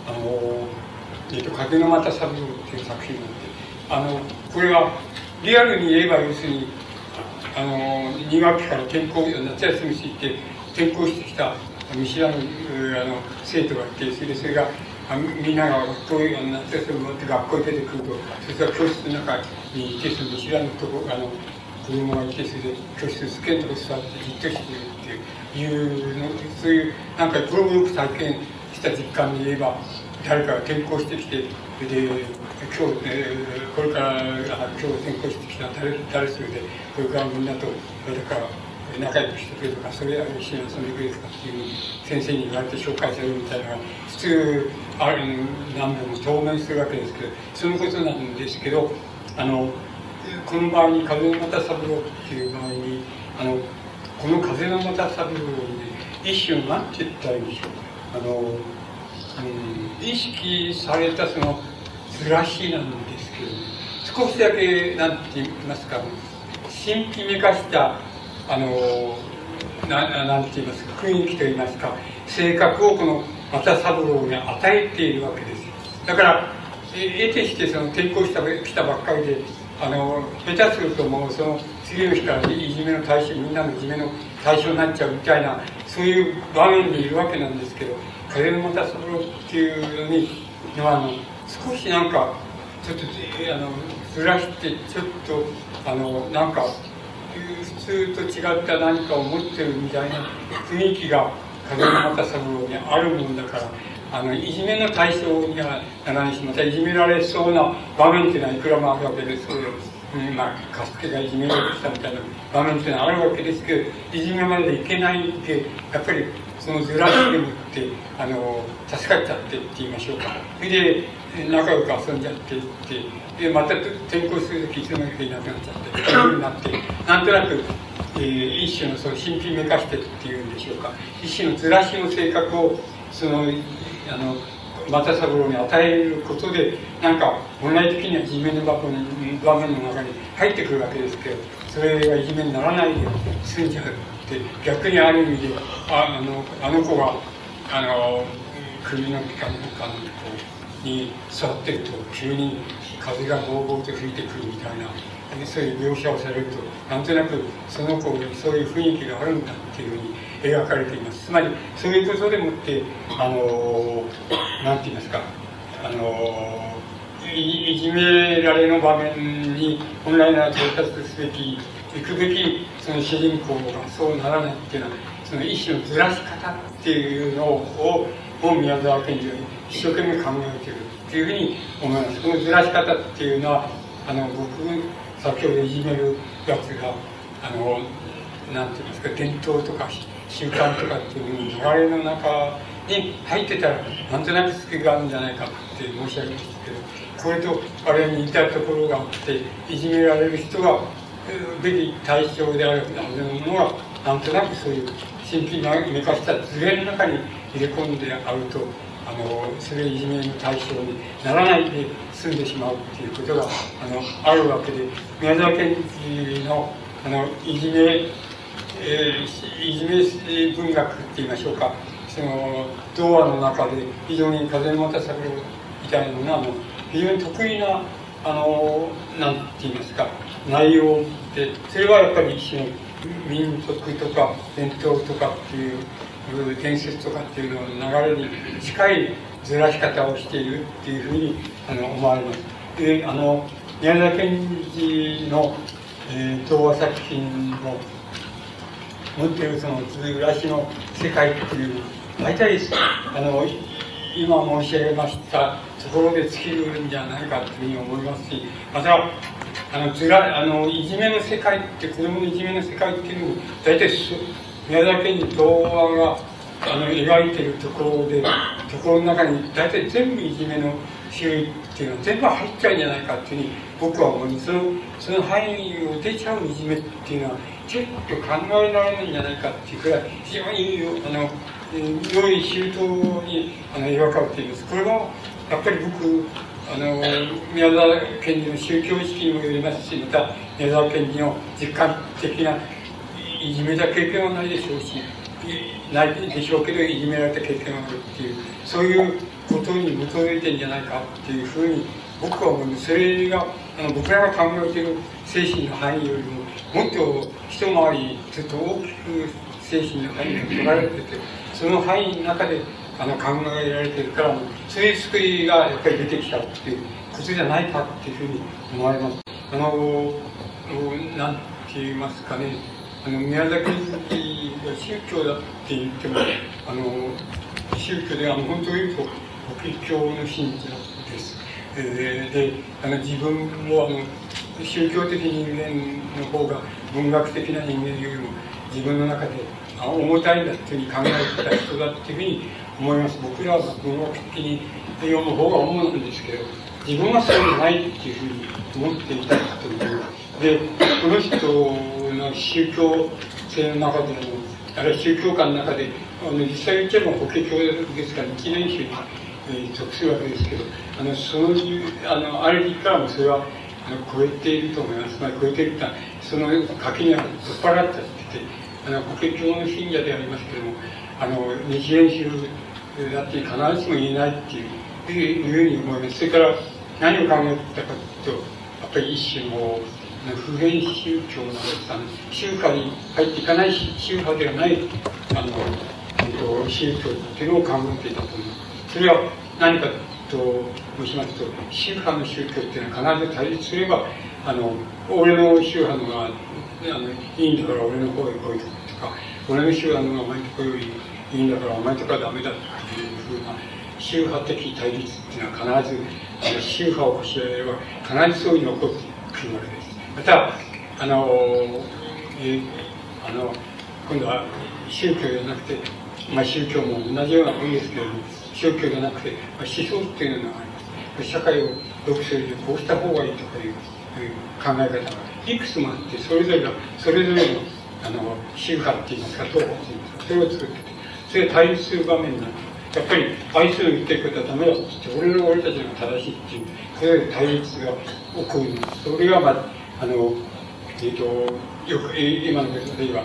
風の又三郎っていう作品なんで、これはリアルに言えば要するに2学期から夏休みしていて転校してきた見知らぬ生徒がいて、それがみんなが夏休みを持って学校に出てくると、それから教室の中にいて、見知らぬ子供がいて、それで教室机のとこ座ってじっとしているっていうの、そういうなんかこれもよく体験した実感で言えば、誰かが転校してきて、で今日、これから今日転校してきた誰それでこれからみんなとだから仲良くしてくれとか、それは一緒に遊んでくれとかっていう先生に言われて紹介されるみたいなのが普通何度も当面するわけですけど、そのことなんですけど、この場合に風の又三郎っていう場合にこの風の又三郎に一種なんて言ったらいいんでしょうか、意識されたそのずらしなんですけど、少しだけなんて言いますか、神秘めかしたなんて言いますか、雰囲気と言いますか、性格をこの又三郎に与えているわけです。だから得てしてその転校してきたばっかりで下手するともうその次の日からいじめの対象、みんなのいじめの対象になっちゃうみたいな、そういう場面にいるわけなんですけど、風の又三郎っていうのは少しなんかちょっとずらしてちょっとなんか普通と違った何かを持ってるみたいな雰囲気が風の又三郎にあるもんだから、いじめの対象にはならないし、またいじめられそうな場面っていうのはいくらもあるわけですけど、かすけがいじめられてきたみたいな場面っていうのはあるわけですけど、いじめまでいけないってやっぱりそのずらしでもって助かっちゃってって言いましょうか。それで仲良く遊んじゃってでまた転校するときいつの間にかいなくなっちゃってそういうふうになって、なんとなく、一種のその神秘めかしてっていうんでしょうか、一種のずらしの性格をその又三郎に与えることで、なんか本来的にはいじめの場面の中に入ってくるわけですけど、それがいじめにならないで済んじゃうって、逆にある意味であの子が首のピカの中のに座ってると急に風がゴーゴーと吹いてくるみたいな、 そういう描写をされると、なんとなくその子にそういう雰囲気があるんだっていうふうに描かれています。つまりそういうことでもってなんて言いますか、いじめられの場面に本来なら到達すべき、行くべきその主人公がそうならないっていうのは、その一種のずらし方っていうのを宮沢賢治は一生懸命考えているっていうふうに思います。このずらし方っていうのは僕先ほどいじめるやつがなんて言いますか、伝統とか習慣とかっていう流れの中に入ってたらなんとなく救いがあるんじゃないかって申し上げましたけど、これとあれに似たところがあって、いじめられる人がべき対象であるものがなんとなくそういう新規めかした図面の中に入れ込んであると、それいじめの対象にならないで済んでしまうっていうことがあるわけで、宮沢賢治のいじめ文学って言いましょうか、その童話の中で非常に風の又三郎みたいなのが非常に得意ななんて言いますか、内容で、それはやっぱり一種の民族とか伝統とかっていう伝説とかっていうのの流れに近いずらし方をしているっていうふうに思われます。で宮沢賢治の、童話作品の持っているそのずらしの世界っていう大体今申し上げましたところで尽きるんじゃないかというふうに思いますし、またいじめの世界って、子供のいじめの世界っていうのも大体宮沢賢治童話が描いているところの中に大体全部いじめの種類っていうのは全部入っちゃうんじゃないかっていうふうに僕は思うんです。その範囲を出ちゃういじめっていうのはちょっと考えられないんじゃないかっていうくらい非常に良い周到に描かれています。これはやっぱり僕宮沢賢治の宗教意識にもよりますし、また宮沢賢治の実感的ないじめた経験はないでしょうし、ないでしょうけどいじめられた経験があるっていう、そういうことに基づいてるんじゃないかっていうふうに僕は思うんです。それが僕らが考えている精神の範囲よりももっと一回りずっと大きく精神の範囲が取られてて、その範囲の中で考えられているから、そういう救いがやっぱり出てきたっていうことじゃないかっていうふうに思われます。なんて言いますかね、宮沢賢治が宗教だって言っても宗教で本当に言うと法華経の信者です。で自分も宗教的人間の方が文学的な人間よりも自分の中で重たいんだっていうふうに考えてた人だっていうふうに思います。僕らは文学的に読む方が主なんですけど、自分はそうじゃないっていうふうに思っていたという。でこの人の宗教性の中でもあるいは宗教観の中で実際言っちゃえば法華経ですから一年宗に属するわけですけど、そういうある意味からもそれは超えていると思います。超えているというのはその垣には取っ払っちゃってて、法華経の信者でありますけども日蓮宗だって必ずしも言えないっていうふうに思います。それから何を考えてたかというと、やっぱり一種の普遍宗教の宗派に入っていかない宗派ではない宗教っていうのを考えていたと思います。それは何かと申しますと、宗派の宗教っていうのは必ず対立すれば俺の宗派のがいいんだから俺の方へ来いとか、俺の宗派のがお前のとこよりいいんだからお前とかダメだっていうふうな宗派的対立っていうのは必ず宗派をこしらえれば必ずそういうのが起こってくるわけです。また今度は宗教じゃなくて、宗教も同じようなものですけれども、宗教じゃなくて、思想っていうのがあります。社会を良くするにはこうした方がいいとかいう考え方がいくつもあって、それぞれの宗派っていいますか、党派っていいますか、それを作ってて、それが対立する場面になって、やっぱりあいつの言ってることはダメだって言って俺たちが正しいっていう、それで対立が起こるんです。それがよく今の例えば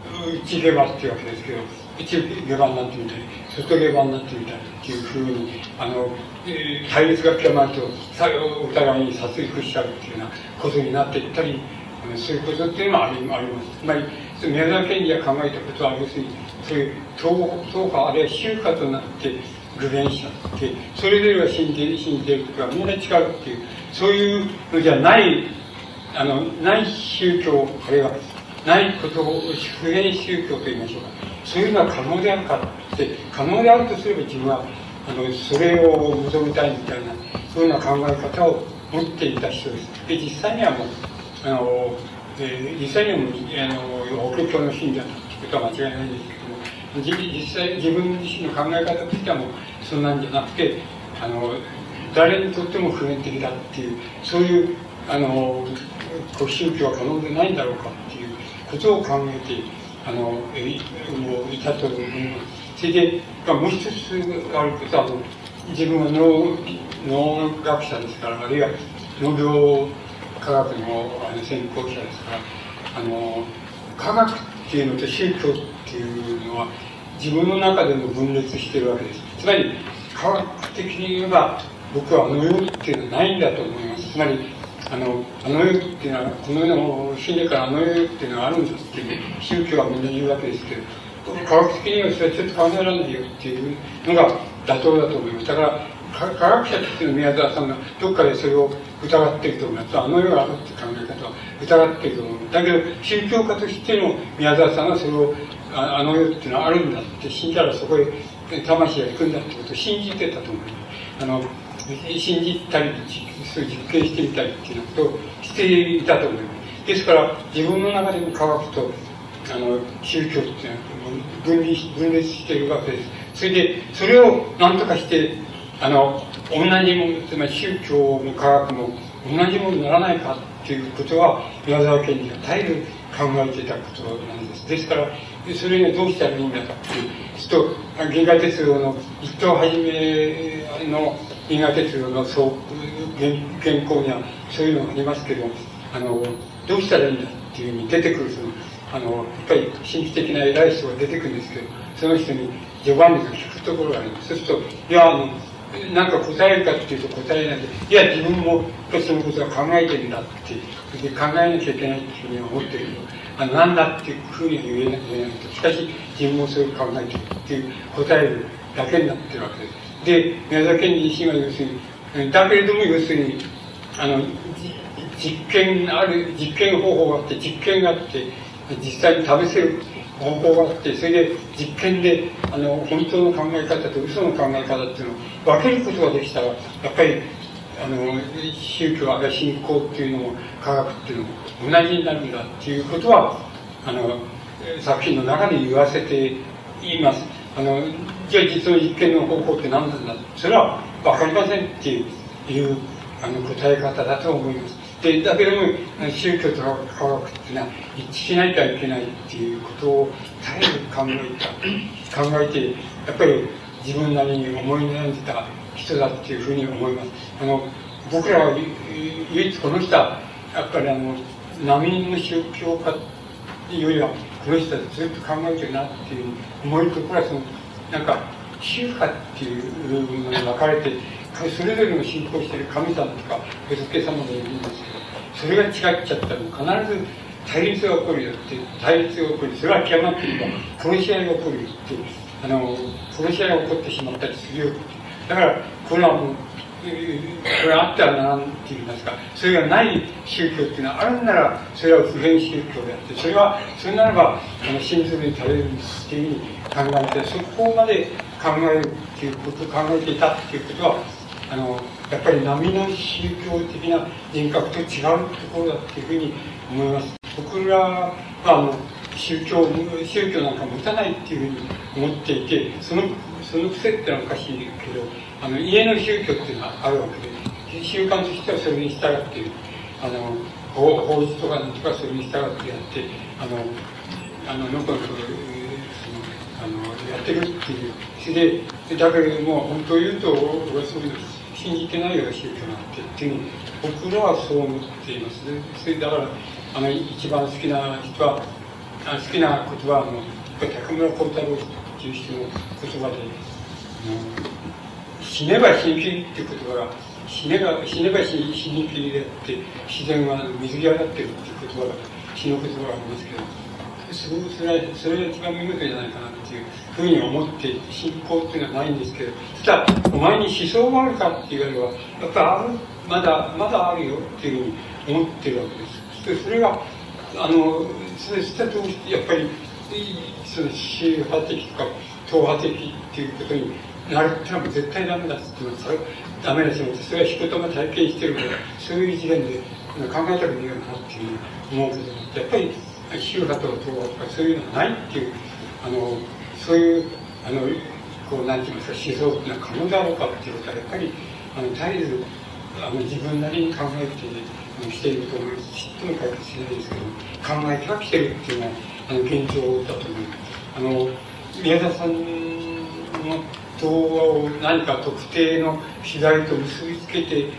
内下馬っていうわけですけど、内下馬になってみたり、外下馬になってみたりっていうふうに、対立が極まると、お互いに殺戮しちゃうっていうようなことになっていったり、そういうことっていうのはあります。つまり、宮沢賢治が考えたことは、要するに、そういう党派、あるいは宗派となって具現しちゃって、それぞれが信じていることがみんな違うっていう、そういうのじゃない、ない宗教、あるいはないことを普遍宗教と言いましょうか。そういうのは可能であるかって、可能であるとすれば自分は、それを求めたいみたいな、そういうような考え方を持っていた人です。で、実際にはもう、実際にはもう、法華経の信者だということは間違いないんですけども、実際、自分自身の考え方としてはもう、そんなんじゃなくて、誰にとっても普遍的だっていう、そういう、宗教は可能でないんだろうかっていうことを考えて、もういたと思います。それで、もう一つあることは、自分は農学者ですから、あるいは農業科学の専攻者ですから、科学っていうのと宗教っていうのは、自分の中でも分裂しているわけです。つまり、科学的に言えば、僕は世っていうのはないんだと思います。つまり、世っていうのは、この世の死んでから世っていうのはあるんだっていう、宗教はみんな言うわけですけど、科学的にはそれはちょっと考えられないよっていうのが妥当だと思います。だから、科学者としての宮沢さんがどっかでそれを疑っていると思います。世があるって考え方は疑っていると思います。だけど、宗教家としての宮沢さんがそれを、世っていうのはあるんだって信じたらそこへ魂が行くんだってことを信じてたと思います。信じたり、そういう実験してみたりっていうことをしていたと思います。ですから、自分の中での科学と、宗教っていうのは分裂しているわけです。それで、それを何とかして、同じもの、つまり宗教も科学も同じものにならないかっていうことは、宮沢賢治が絶えず考えていたことなんです。ですから、それにはどうしたらいいんだかっていう、ちょっと、銀河鉄道の一等はじめの銀河鉄道の原稿にはそういうのがありますけど、どうしたらいいんだっていうふうに出てくる、やっぱり神秘的な偉い人が出てくるんですけど、その人にジョバンニが聞くところがあります。そうすると、いや、なんか答えるかっていうと答えないで、いや、自分もそのことは考えてるんだって、で考えなきゃいけないっていうふうに思ってるけど、なんだっていうふうには言えないと。しかし、自分もそういう考えてるっていう答えるだけになってるわけです。で、宮沢賢治自身は要するに、だけれども要するに、実験方法があって、実験があって、実際に試せる方法があって、それで実験で、本当の考え方と嘘の考え方っていうのを分けることができたら、やっぱり、宗教、あるいは信仰っていうのも、科学っていうのも同じになるんだっていうことは、作品の中で言わせています。じゃあ実の実験の方法って何なんだ、それは分かりませんっていう、答え方だと思います。で、だけども、宗教と科学っていうのは一致しないといけないっていうことを絶えず考えて、やっぱり自分なりに思い悩んでた人だっていうふうに思います。僕らは唯一この人は、やっぱり難民の宗教家よりは、この人はずっと考えてるなっていう思いと、プラスなんか、宗派っていうのに分かれて、それぞれの信仰している神様とか仏様もいるんですけど、それが違っちゃったら必ず対立が起こるよって、対立が起こる。それは極まっていれば殺し合いが起こるよって、殺し合いが起こってしまったりするよって。だから、これはもう、これあってはならんって言いますか、それがない宗教っていうのはあるんなら、それは普遍宗教であって、それは、それならば、真実に頼れるっていうふうに考えて、そこまで考えるっていうこと、考えていたっていうことは、やっぱり並の宗教的な人格と違うところだっていうふうに思います。僕らは宗教なんか持たないっていうふうに思っていて、その癖ってのはおかしいけど、家の宗教っていうのはあるわけで、習慣としてはそれに従っている。法律とかなんとかそれに従ってやって、やってるっていう。それで、だけれども、本当を言うと、俺はそういう信じてないような宗教なんてっていうふうに、僕らはそう思っています。それだから、一番好きな人は、 好きな言葉の高村光太郎っていう人の言葉で、死ねば死にきりっていう言葉が、死ねば死にきりであって、自然は水際立ってるっていう言葉が、詩の言葉がありますけど、すごくそれが一番見事じゃないかなっていうふうに思って、信仰っていうのはないんですけど、ただ、お前に思想があるかって言われれば、やっぱある、まだあるよっていうふうに思ってるわけです。それが、それしたとやっぱり、その宗派的とか、党派的っていうことになるってのは絶対ダメだって言ってます。ダメだし、それは仕事も体験してるから、そういう次元で考えたくないよなっていう思うけど、やっぱり宗派とか党派とかそういうのはないっていう、そういう、こう、なんて言いますか、思想っていうのは可能だろうかっていうことは、やっぱり、絶えず、自分なりに考えて、していると思います。知っても解決しないですけど、考えてはきてるっていうのは、現状だと思います。宮田さんの童話を何か特定の次第と結びつけて、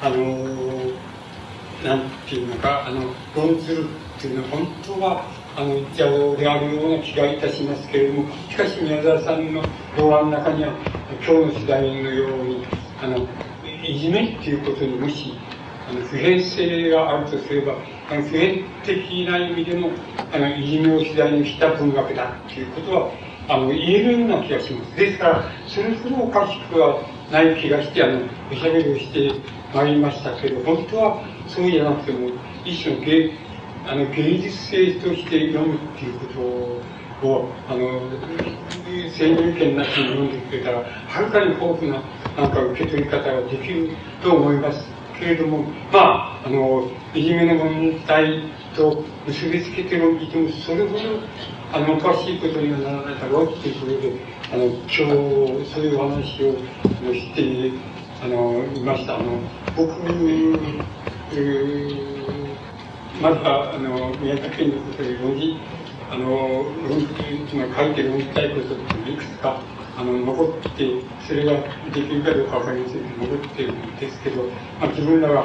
なんていうのか、論ずるっていうのは、本当は、邪道であるような気がいたしますけれども、しかし宮沢さんの童話の中には、今日の時代のように、いじめっていうことにもし、普遍性があるとすれば、普遍的な意味での、いじめを次第にした文学だっていうことは、言えるような気がします。ですから、それほどおかしくはない気がして、おしゃべりをしてまいりましたけど、本当はそうじゃなくても、一種の芸術性として読むっていうことを、先入観なしに読んでくれたら、はるかに豊富な、受け取り方ができると思います。けれども、いじめの問題と結びつけておいても、それほど、おかしいことにはならないだろうっていうことで、今日、そういうお話をしていました。僕、まだ、宮崎県のことで書いて論じたいことっていくつか、残って、それができるかどうかわかりませんけど、残っているんですけど、自分らが、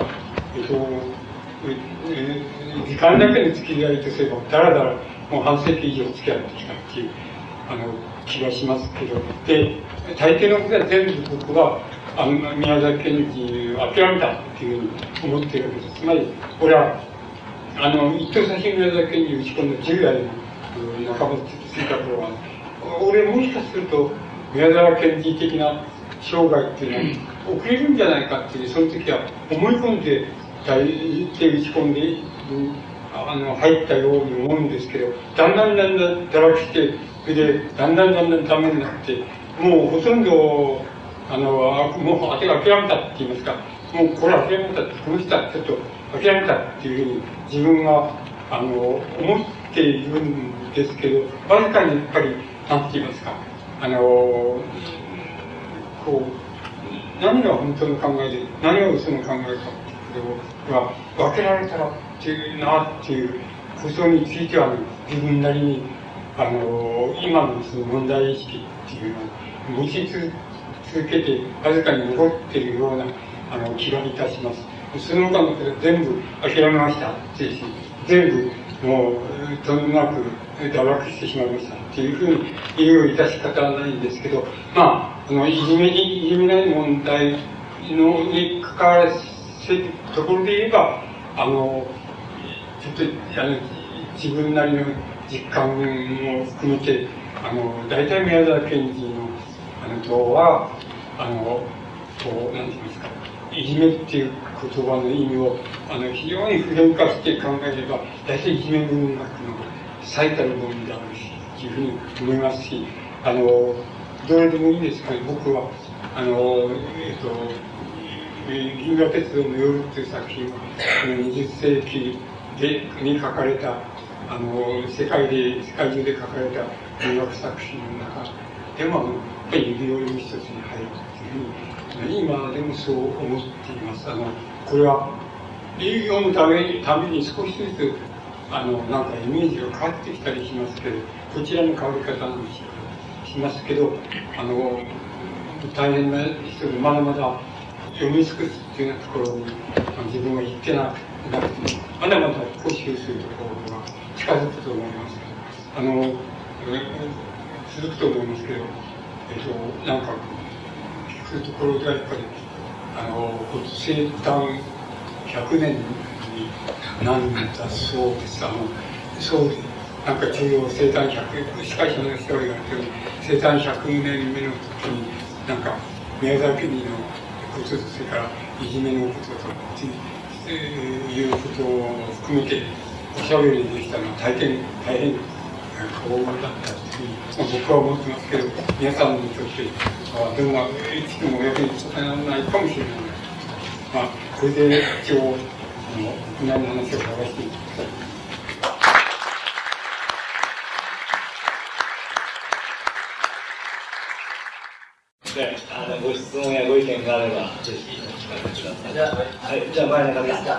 時間だけの付き合いとすれば、だらだら、もう半世紀以上付き合ってきたっていう、気がしますけど、で、大抵のことは全部僕は、宮崎県人を諦めたっていうふうに思っているわけです。つまり、俺は、一等先宮崎県に打ち込んだ10代の仲間とついた頃は、俺もしかすると、宮沢賢治的な生涯っていうのは遅れるんじゃないかっていう、その時は思い込んで、打ち込んで、入ったように思うんですけど、だんだん堕落して、それで、だんだんダメになって、もうほとんど、もう諦めたって言いますか、もうこれ諦めたって、この人はちょっと諦めたっていうふうに自分が、思っているんですけど、わずかにやっぱり、なんて言いますか、こう、何が本当の考えで、何が嘘の考えかっていうことが分けられたらっていうなっていうことについては、自分なりに、今のその問題意識っていうのを持ち続けて、わずかに残っているような、気がいたします。その他のこと全部諦めましたっていうし、全部もう、とんでもなく堕落してしまいましたっていうふうに言う致し方はないんですけど、いじめない問題に関わらせるところで言えば、ちょっと、自分なりの実感も含めて、大体宮沢賢治の、童話、こう、なんて言いますか、いじめっていう言葉の意味を、非常に普遍化して考えれば、大体いじめ文学の最たるものであるし、というふうに思いますし、どれでもいいんですけど、僕は、銀河鉄道の夜という作品は、20世紀に書かれた、世界中で書かれた文学作品の中でも、やっぱり指折りの一つに入るというふうに、今でもそう思っています。これは、読むために少しずつ、なんかイメージが変わってきたりしますけど、こちらの変わり方なんしますけど、大変な人でまだまだ読み尽くすっていうようなところに、自分は行ってなくても、まだまだ講習するところが近づくと思います。 続くと思いますけど、なんか、そういうところがやっぱり、生誕100年になんだそうです。そうで、なんか中央生誕100、司会者の人が言われてる生誕100年目の時に、なんか、宮沢賢治のことと、それからいじめのことと、いうことを含めて、おしゃべりできたのは大変幸運だったというふうに、僕は思ってますけど、皆さんにとってはどんないつもお役に立たないかもしれない。まあ、これで一応、沖縄の話を探していください。 ご質問やご意見があれば、ぜひお聞かせください。じゃあ、前の方ですか。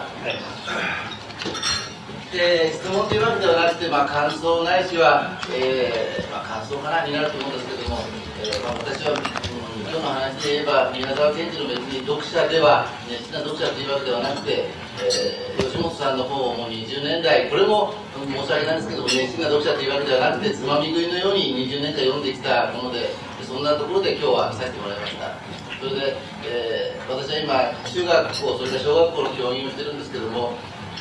質問というわけではなくて、感想ないしは、感想かなになると思うんですけども、私は、今日の話で言えば、宮沢賢治の別に読者では、熱心な読者というわけではなくて、吉本さんの方も20年代、これも申し訳ないんですけども、熱心な読者というわけではなくて、つまみ食いのように20年間読んできたもので、そんなところで今日は見させてもらいました。それで、私は今、中学校、それから小学校の教員をしてるんですけども、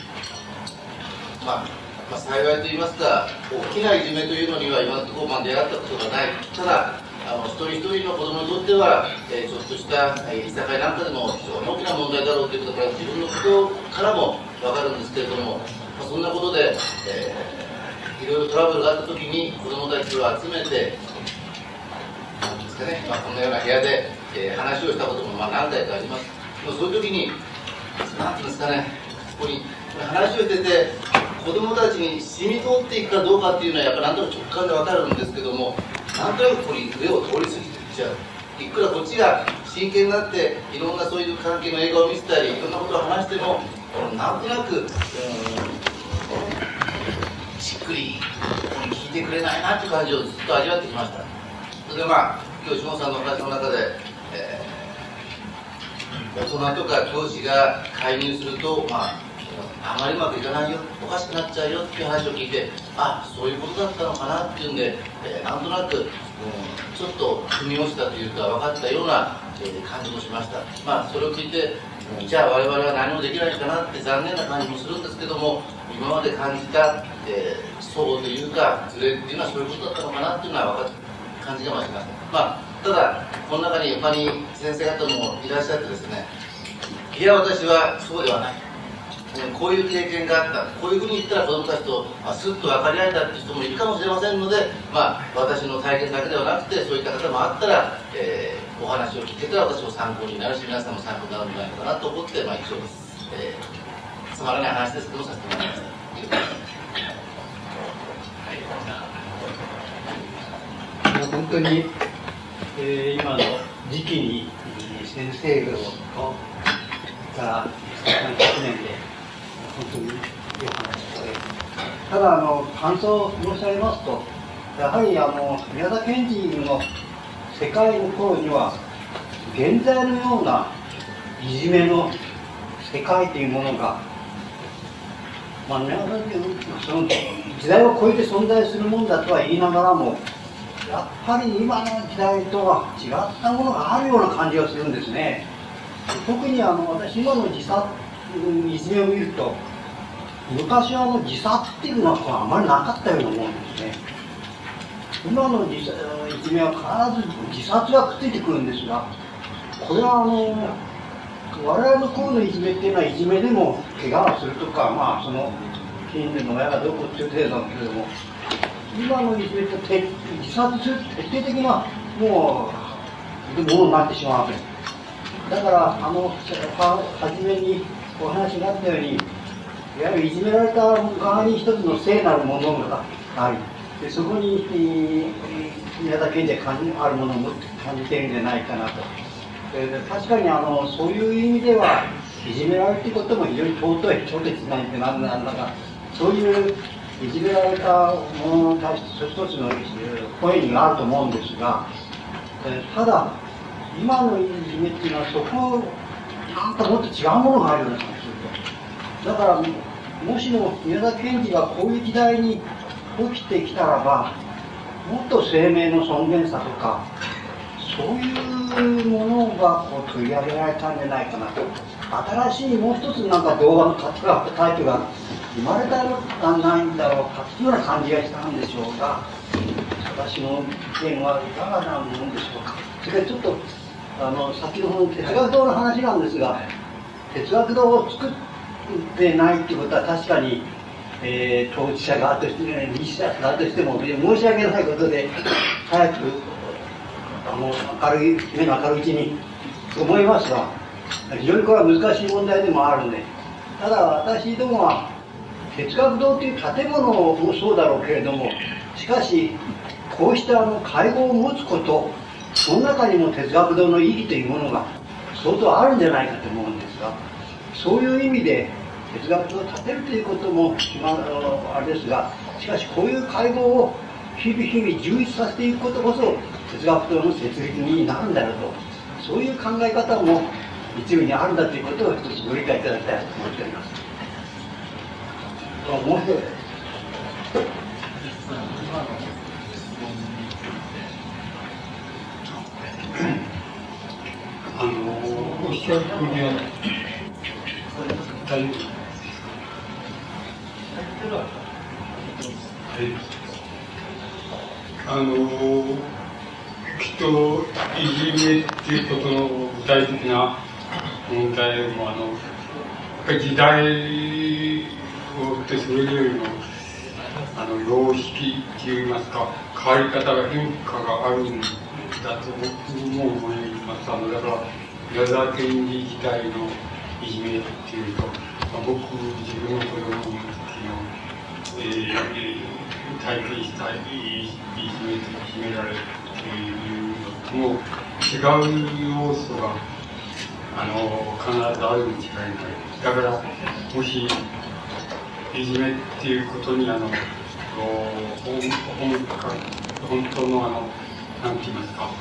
幸いと言いますか、大きないじめというのには今のところ出会ったことがない。ただ、一人一人の子供にとっては、ちょっとしたいさかいなんかでも非常に大きな問題だろうということから、自分のことからも分かるんですけれども、そんなことで、いろいろトラブルがあったときに子供たちを集めて、なんですかね、こんなような部屋で、話をしたことも何回かあります。そういう時に、なんていうんですかね、ここに話をしてて、子供たちに染み通っていくかどうかっていうのは、やっぱなんとなく直感で分かるんですけども、なんとなくここに上を通り過ぎていっちゃう。いくらこっちが真剣になって、いろんなそういう関係の映画を見せたり、いろんなことを話しても、なんとなく、しっくり聞いてくれないなっていう感じをずっと味わってきました。それで今日下さんのお話の中で、大人とか教師が介入すると、あまりうまくいかないよ、おかしくなっちゃうよっていう話を聞いて、そういうことだったのかなっていうんで、なんとなく、ちょっと腑に落ちたというか分かったような、感じもしました。それを聞いて、じゃあ我々は何もできないかなって残念な感じもするんですけども、今まで感じた、相互というかズレっていうのはそういうことだったのかなっていうのは分かった感じがしました。ただこの中に他に先生方もいらっしゃってですね、いや私はそうではない、こういう経験があった、こういうふうに言ったら子どもたちとスッと分かり合えたっていう人もいるかもしれませんので、私の体験だけではなくてそういった方もあったら、お話を聞けたら私も参考になるし、皆さんも参考になるんじゃないかなと思って、以上です、つまらない話ですけどもさせてもらいました。 本当に、今の時期に先生がから100年で本当にいい話で、ただ感想を申し上げますと、やはり宮沢賢治の世界の頃には現在のようないじめの世界というものが、その時代を超えて存在するものだとは言いながらも、やっぱり今の時代とは違ったものがあるような感じがするんですね。特に私今の自殺いじめを見ると、昔は自殺っていうのはあまりなかったようなものですね。今のいじめは必ず自殺がくっついてくるんですが、これは我々の頃のいじめっていうのは、いじめでも怪我をするとか、その近年の親がどうこうっていう程度なんだけれども、今のいじめって自殺する徹底的なものになってしまうわけです。だから初めにお話があったように、いわゆるいじめられた側に一つの聖なるものがあり、でそこに宮沢賢治があるものを感じているんじゃないかなと。確かにそういう意味ではいじめられるということも非常に尊い、超絶ないってなんだか、そういういじめられたものに対して一つの声にあると思うんですが、ただ今のいじめっていうのはそこなんかもっと違うものがあるような感じすると。だからもしも宮沢賢治がこういう時代に起きてきたらば、もっと生命の尊厳さとか、そういうものがこう取り上げられたんじゃないかなと。新しいもう一つなんか動画のタイプが生まれたのではないんだろうかというような感じがしたんでしょうが、私の意見はいかがなものでしょうか。それでちょっと先ほどの哲学堂の話なんですが、哲学堂を作ってないっていうことは確かに、当事者側として、理事者側としても申し訳ないことで、早く目の明るいうちに思いますが、非常にこれは難しい問題でもあるので、ただ私どもは哲学堂という建物もそうだろうけれども、しかしこうした会合を持つこと、その中にも哲学堂の意義というものが相当あるんじゃないかと思うんですが、そういう意味で哲学堂を建てるということもあれですが、しかしこういう会合を日々充実させていくことこそ哲学堂の設立になるんだろうと、そういう考え方も一部にあるんだということを一つご理解いただきたいと思っております。もう一つ、 おっしゃる通りは大丈夫です。きっといじめっていうことの具体的な問題もやっぱり時代を追ってそれぞれの様式といいますか変わり方が変化があるんだと僕も思います。だから宮沢賢治時代のいじめっていうと、僕自分の子供の時の、体験したいじめられるというのとも違う要素が必ずあるに違いない。だからもしいじめっていうことに本当のなんて言いますか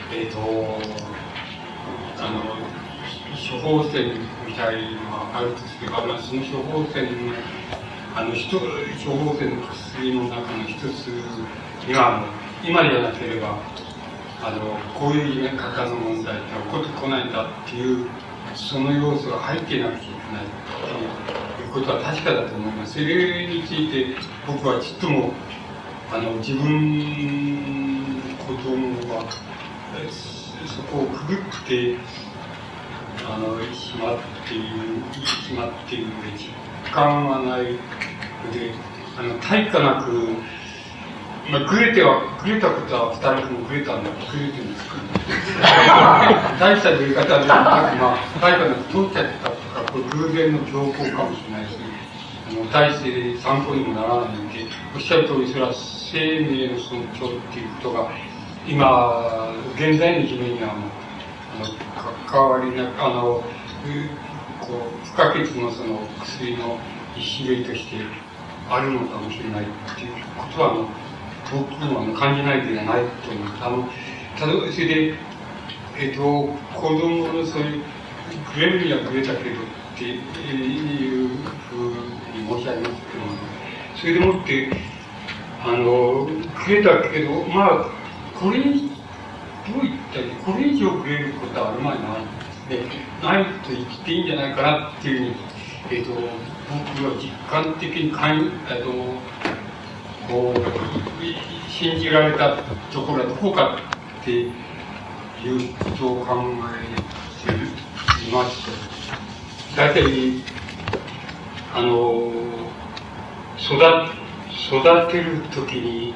処方箋みたいのがあるとすれば、その処方箋の処方箋の薬の中の一つには今でなければこういういじめ方の問題って起こってこないんだっていうその要素が入っていなくちゃいけないということは確かだと思います。それについて僕はちっとも自分子供はそこをくぐってしまっているので実感はないので対価なく、グレたことは2人ともグレたんだグレてるんですけど大したグレ方ではなく、対価なく通っちゃったとか、これ偶然の情報かもしれないし、大して参考にもならないので、おっしゃる通りそれは生命の尊重っていうことが今現在のいじめには関わりなく不可欠のその薬の一種類としてあるのかもしれないっていうことは僕も感じないではないと思います。ただそれで子供のそういうグレるにはグレたけどっていうふうに申し上げますけども、それでもってグレたけどこれにどういったらこれ以上グレることはあるまいなでないと言っていいんじゃないかなっていうふうに僕は実感的に信じられたところはどこかっていうことを考えていました。大体育てるときに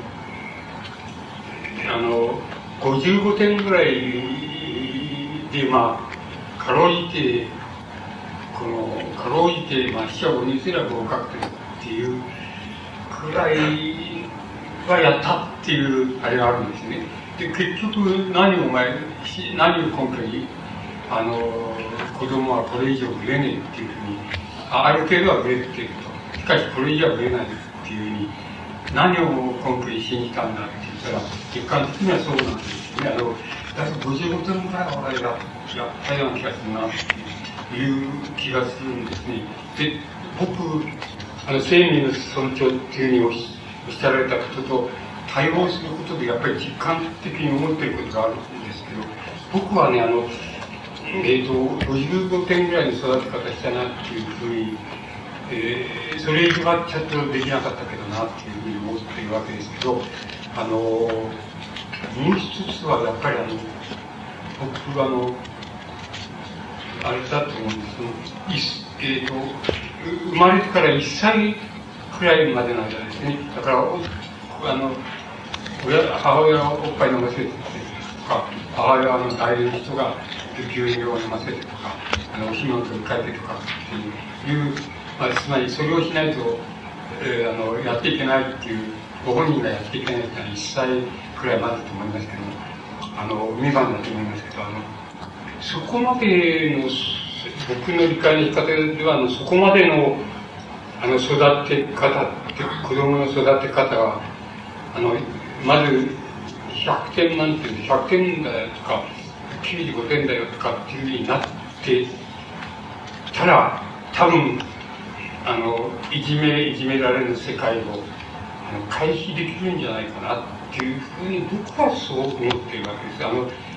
55点ぐらいでかろうじて四捨五入すれば合格っていうくらいはやったっていうあれがあるんですね。で結局何を根拠に子供はこれ以上グレねえっていうふうにある程度はグレてると、しかしこれ以上はグレないっていうふうに何を根拠に信じたんだって言ったら結果的にはそうなんですね。だから55点ぐらいは俺がやったような気がするなっていう気がするんですね。で僕生命の尊重っていうふうにおっしゃられたことと対応することでやっぱり実感的に思っていることがあるんですけど、僕はね、55点ぐらいの育て方したなっていうふうに、それ以上はちゃんとできなかったけどなっていうふうに思っているわけですけど、もう一つはやっぱり僕はあれだと思うんです。生まれてから1歳くらいまでの間ですね。だから母親はおっぱい飲ませてとか、母親は大変な人が牛乳を飲ませてとか、おひもを取り替えてとかっていう、つまりそれをしないと、やっていけないっていう、ご本人がやっていけないっていうのは1歳くらいまでと思いますけども、未満だと思いますけど、そこまでの僕の理解の仕方ではそこまでの育て方って子供の育て方はまず100点満点で100点だよとか95点だよとかっていうふうになってたら多分いじめられる世界を回避できるんじゃないかなっていうふうに僕はそう思っているわけです。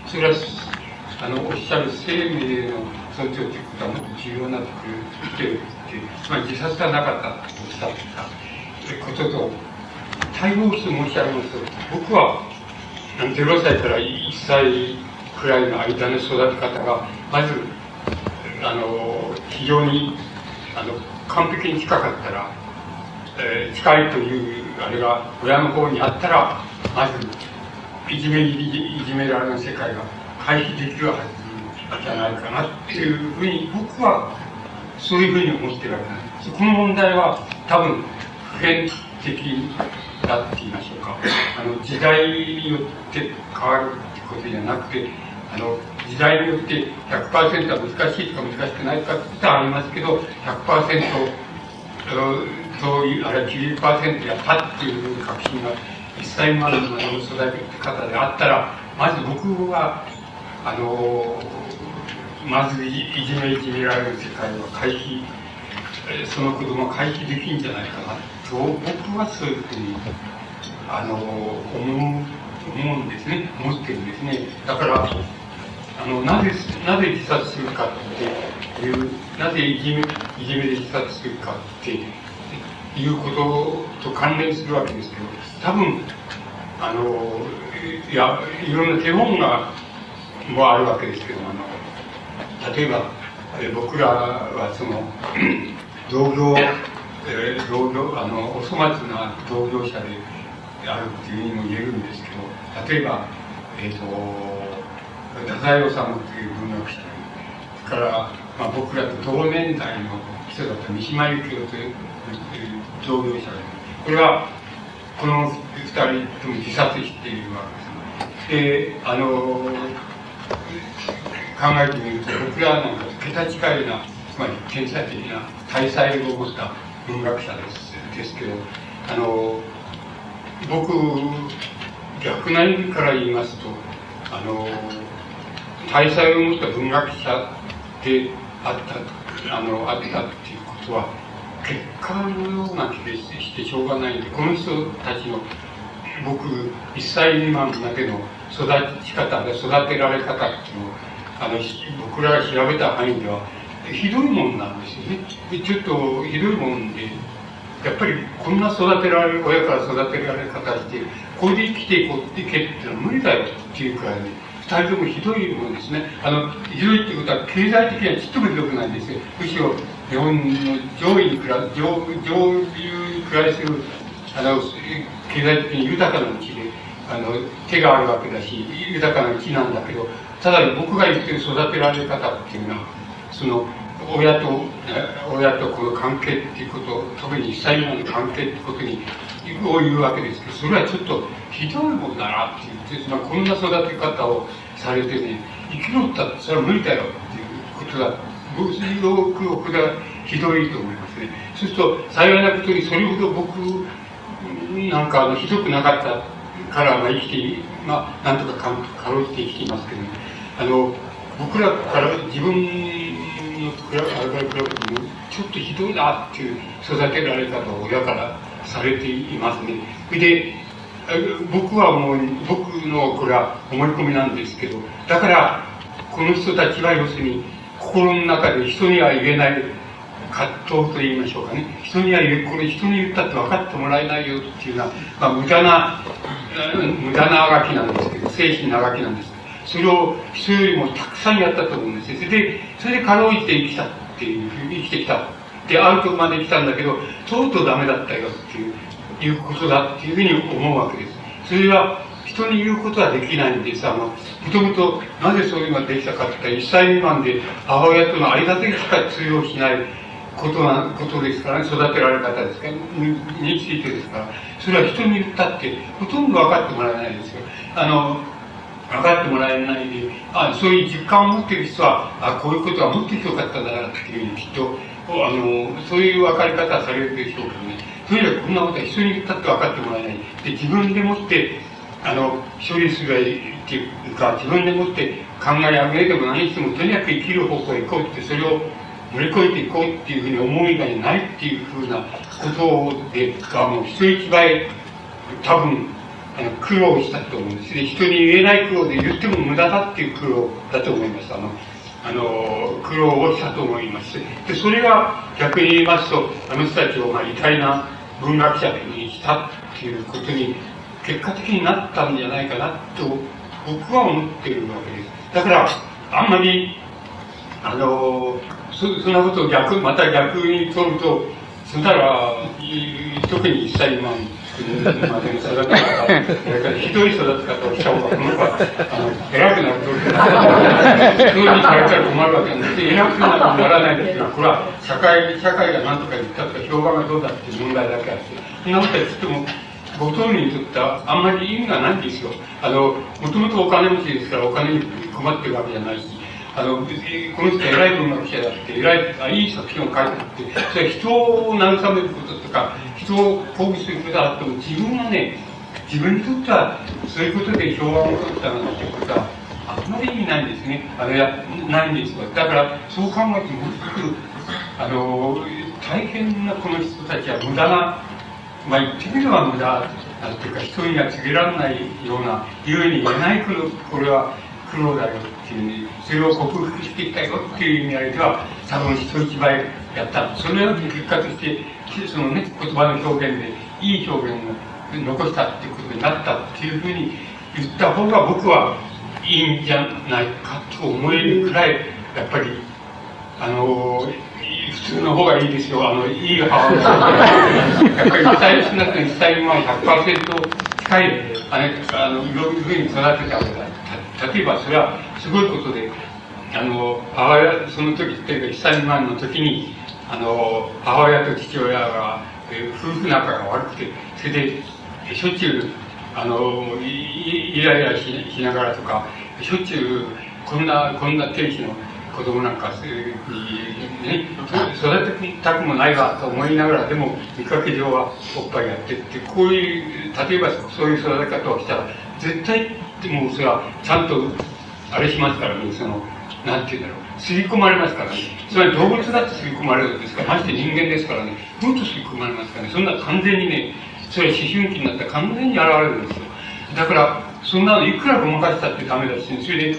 それはおっしゃる生命の尊重ということはもっと重要になってきてるって、つまり自殺がなかったとおっしゃったことと対応して申し上げますと、僕は0歳から1歳くらいの間の育て方がまず非常に完璧に近かったら、近いというあれが親の方にあったらまずいじめられの世界が回避できるはずじゃないかなっていうふうに僕はそういうふうに思ってるわけなんです。この問題は多分普遍的だって言いましょうか。時代によって変わるってことじゃなくて、時代によって 100% は難しいとか難しくないかってありますけど、100% そういうあるいは 90% やったっていう確信が1歳までの育て方であったら、まず僕はまずいじめられる世界は回避、その子供は回避できるんじゃないかなと僕はそういうふうに思うんですね、思ってるんですね。だからなぜ自殺するかっていう、なぜいじめで自殺するかっていうことと関連するわけですけど、多分いろんな手本がもあるわけですけども、例えば僕らはそのお粗末な同業者であるっていうふうにも言えるんですけど、例えば太宰治という文学者、それから、僕らと同年代の人だった三島由紀夫という同業者で、これはこの2人とも自殺しているわけです。で考えてみると、僕らなんか桁違いな、つまり天才的な大才を持った文学者ですけど、僕逆な意味から言いますと、大才を持った文学者であったっていうことは結果のような気がしてしょうがないんで、この人たちの僕1歳未満までの育ち方で育てられ方っていうのを僕らが調べた範囲ではひどいもんなんですよね。ちょっとひどいもんで、やっぱりこんな親から育てられ方してこれで生きていこうっていけっていうのは無理だよっていうくらいで、2人ともひどいもんですね。ひどいっていうことは経済的にはちっともひどくないんですよ。むしろ日本の上流に暮らする経済的に豊かな地で手があるわけだし豊かな地なんだけど、ただ僕が言ってる育てられ方っていうのはその親とこの関係っていうこと、特に1歳未満の関係っていうことにを言うわけですけど、それはちょっとひどいもんだなって言って、こんな育て方をされてね、生きろったってそれは無理だよっていうことだ。僕がひどいと思いますね。そうすると幸いなことにそれほど僕なんかひどくなかったから生きてなんとかかろうじて生きていますけど、ね、僕らから自分のあれから比べてもちょっとひどいなっていう育てられ方を親からされていますね。で、僕はもう、僕のこれは思い込みなんですけど、だから、この人たちは要するに、心の中で人には言えない葛藤と言いましょうかね。人にはこれ人に言ったって分かってもらえないよっていうのは、無駄なあがきなんですけど、精神のあがきなんです。それを人よりもたくさんやったと思うんですよ。それでかろうじて生きたっていうふうに生きてきた。で、あるとこまで来たんだけど、とうとうダメだったよっていうことだっていうふうに思うわけです。それは人に言うことはできないんです。もともとなぜそういうのができたかって言ったら、1歳未満で母親との間でしか通用しないことですからね、育てられ方ですから、身についてですから、それは人に言ったってほとんど分かってもらえないですよ。分かってもらえないで、そういう実感を持っている人は、こういうことはもっとひどかったんだなっていうふうにきっと、そういう分かり方はされるでしょうけどね。とにかくこんなことは人に言ったって分かってもらえない。で、自分でもって、処理するっていうか、自分でもって考え上げでも何しても、とにかく生きる方向へ行こうって、それを乗り越えていこうっていうふうに思う以外ないっていうふうなことで、もう人一倍、多分、苦労したと思うんですね。人に言えない苦労で言っても無駄だっていう苦労だと思います。苦労をしたと思います。で、それが逆に言いますと、あの人たちを偉大な文学者にしたっていうことに結果的になったんじゃないかなと僕は思っているわけです。だから、あんまり、そんなことをまた逆に取ると、そしたら、特に1歳未満まで育て方、ひどい育て方をした方が、この子は、偉くなると、そういうふうにされたら困るわけなんで、偉くならないですが、これは社会が何とか言ったとか、評判がどうだっていう問題だけあって、そんなことは言っても、ご当人にとってはあんまり意味がないんですよ。もともとお金持ちですから、お金に困ってるわけじゃないし、この人は偉い文学者だって、いい作品を書いてあって、それは人を慰めることとか、人を鼓舞することだっても、自分にとっては、そういうことで評判を取ったなんてことは、あんまり意味ないんですね。ないんですよ。だから、そう考えても、大変なこの人たちは無駄な、言ってみれば無駄だっていうか、人には告げられないような、ゆえに言えないこれは苦労だよっていう、それを克服していったよっていう意味合いでは、多分人一倍やった。それを結果として、そのね、言葉の表現で、いい表現を残したっていうことになったっていうふうに言った方が僕はいいんじゃないかと思えるくらい、やっぱり、普通の方がいいですよ。いい母親やっぱり少なくとも1歳未満 100% 近い、いうふうに育てたわけだ。例えばそれはすごいことで、母親、その時っていうか1歳未満の時に、母親と父親が、夫婦仲が悪くて、それで、しょっちゅう、イライラしながらとか、しょっちゅう、こんな亭主の子供なんか、ね、育てたくもないわと思いながら、でも、見かけ上はおっぱいやってって、こういう、例えばそういう育て方をしたら、絶対、もうそれは、ちゃんと、あれしますからね、なんて言うんだろう、刷り込まれますからね。つまり動物だって刷り込まれるんですから、まして人間ですからね、もっと刷り込まれますからね、そんな完全にね、それは思春期になったら完全に現れるんですよ。だから、そんなのいくらごまかしたってダメだし、それで、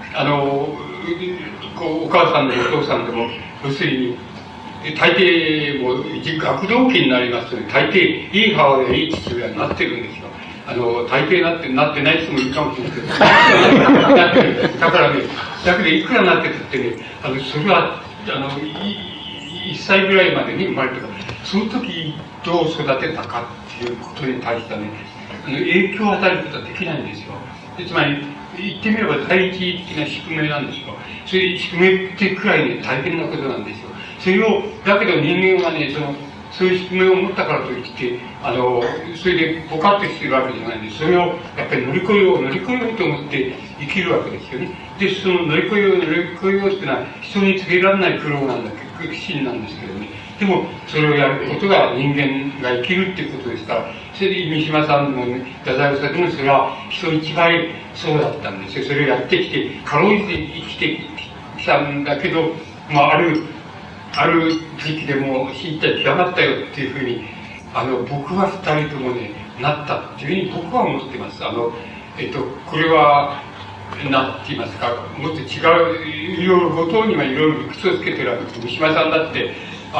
お母さんでもお父さんでも、要するに、大抵、もう、学童期になりますとね、大抵、いい母親、いい父親になってるんですよ。大抵なってない人もいるかもしれないけど、なってるんです。だからね、だけどいくらなってたってね、それは、1歳ぐらいまでに生まれてから、その時どう育てたかっていうことに対してはね、影響を与えることはできないんですよ。つまり、言ってみれば第一的な宿命なんですよ。そういう宿命ってくらいね、大変なことなんですよ。それを、だけど人間がね、そういう宿命を持ったからといって、それでポカッとしてるわけじゃないんで、それをやっぱり乗り越えようと思って生きるわけですよね。で、その乗り越えようっていうのは、人に告げられない苦労なんだけど、心なんですけどね。でも、それをやることが人間が生きるっていうことですから、それで三島さんのね、太宰治もそれは人一倍そうだったんですよ。それをやってきて、かろうじて生きてきたんだけど、ある時期でもう死んで極まったよっていうふうに僕は二人ともね、なったっていうふうに僕は思ってます。これは、なんて言いますか、もっと違う、いろいろご当にはいろいろ理屈をつけてるわけです。三島さんだって、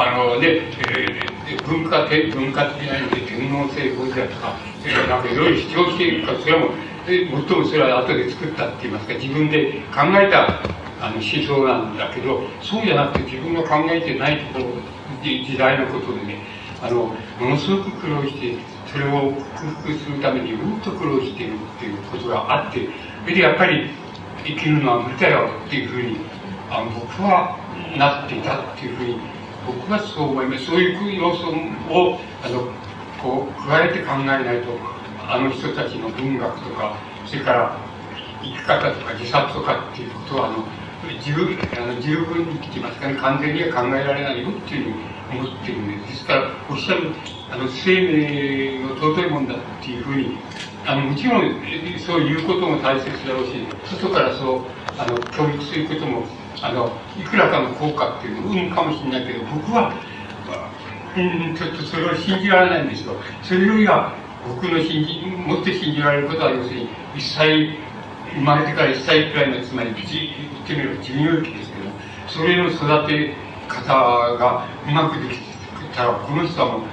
文化的な意味で天皇制法だとか、なんかいろいろ主張しているから、それはもう、最もそれは後で作ったって言いますか、自分で考えた思想なんだけど、そうじゃなくて自分が考えてないところ、時代のことでね、ものすごく苦労して、それを克服するためにうんと苦労しているっていうことがあって、それでやっぱり生きるのは無理だよっていうふうに、僕はなっていたっていうふうに、僕はそう思います。そういう要素を、こう、加えて考えないと、人たちの文学とか、それから生き方とか自殺とかっていうことは、十分にって言いますかね、完全には考えられないよっていうふうに思っているんです。ですから、おっしゃる、生命の尊いもんだっていうふうに、もちろん、そういうことも大切だろうし、外からそう、教育することも、いくらかの効果っていうのを生むかもしれないけど、僕は、ちょっとそれを信じられないんですよ。それよりは、僕のもって信じられることは、要するに、生まれてから1歳くらいの、つまり、言ってみれば授乳期ですけど、それの育て方がうまくできたら、この人はもう、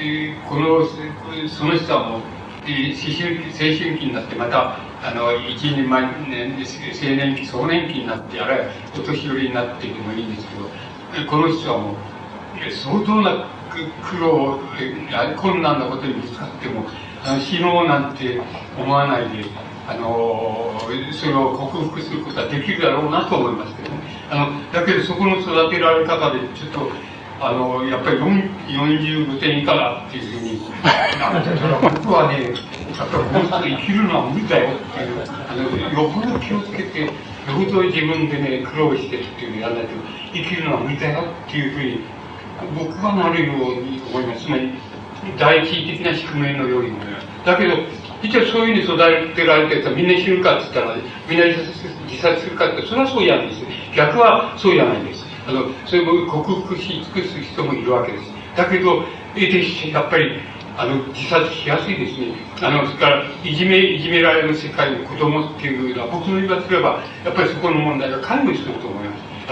その人はもう、青春期になって、また、一人前、青年期、壮年期になって、あるいはお年寄りになってでもいいんですけど、この人はもう、相当な苦労、困難なことにぶつかっても、死のうなんて思わないで、それを克服することはできるだろうなと思いますけどね。だけどそこの育てられ方で、ちょっと、やっぱり45点以下だっていうふうに、僕はね、やっぱりこの人生きるのは無理だよっていう、よほど気をつけて、よほど自分でね、苦労してっていうのをやらないと、生きるのは無理だよっていうふうに、僕はなるように思います。つまり、第一的な宿命のように思います。だけど、一応そういうふうに育てられてる人はみんな死ぬかって言ったら、みんな自殺するかって言ったら、それはそうじゃないです。逆はそうじゃないです。それを克服し尽くす人もいるわけです。だけど、やっぱり、自殺しやすいですね。それから、いじめられる世界の子供っていうのは、僕の言い方すれば、やっぱりそこの問題が関与すると思います。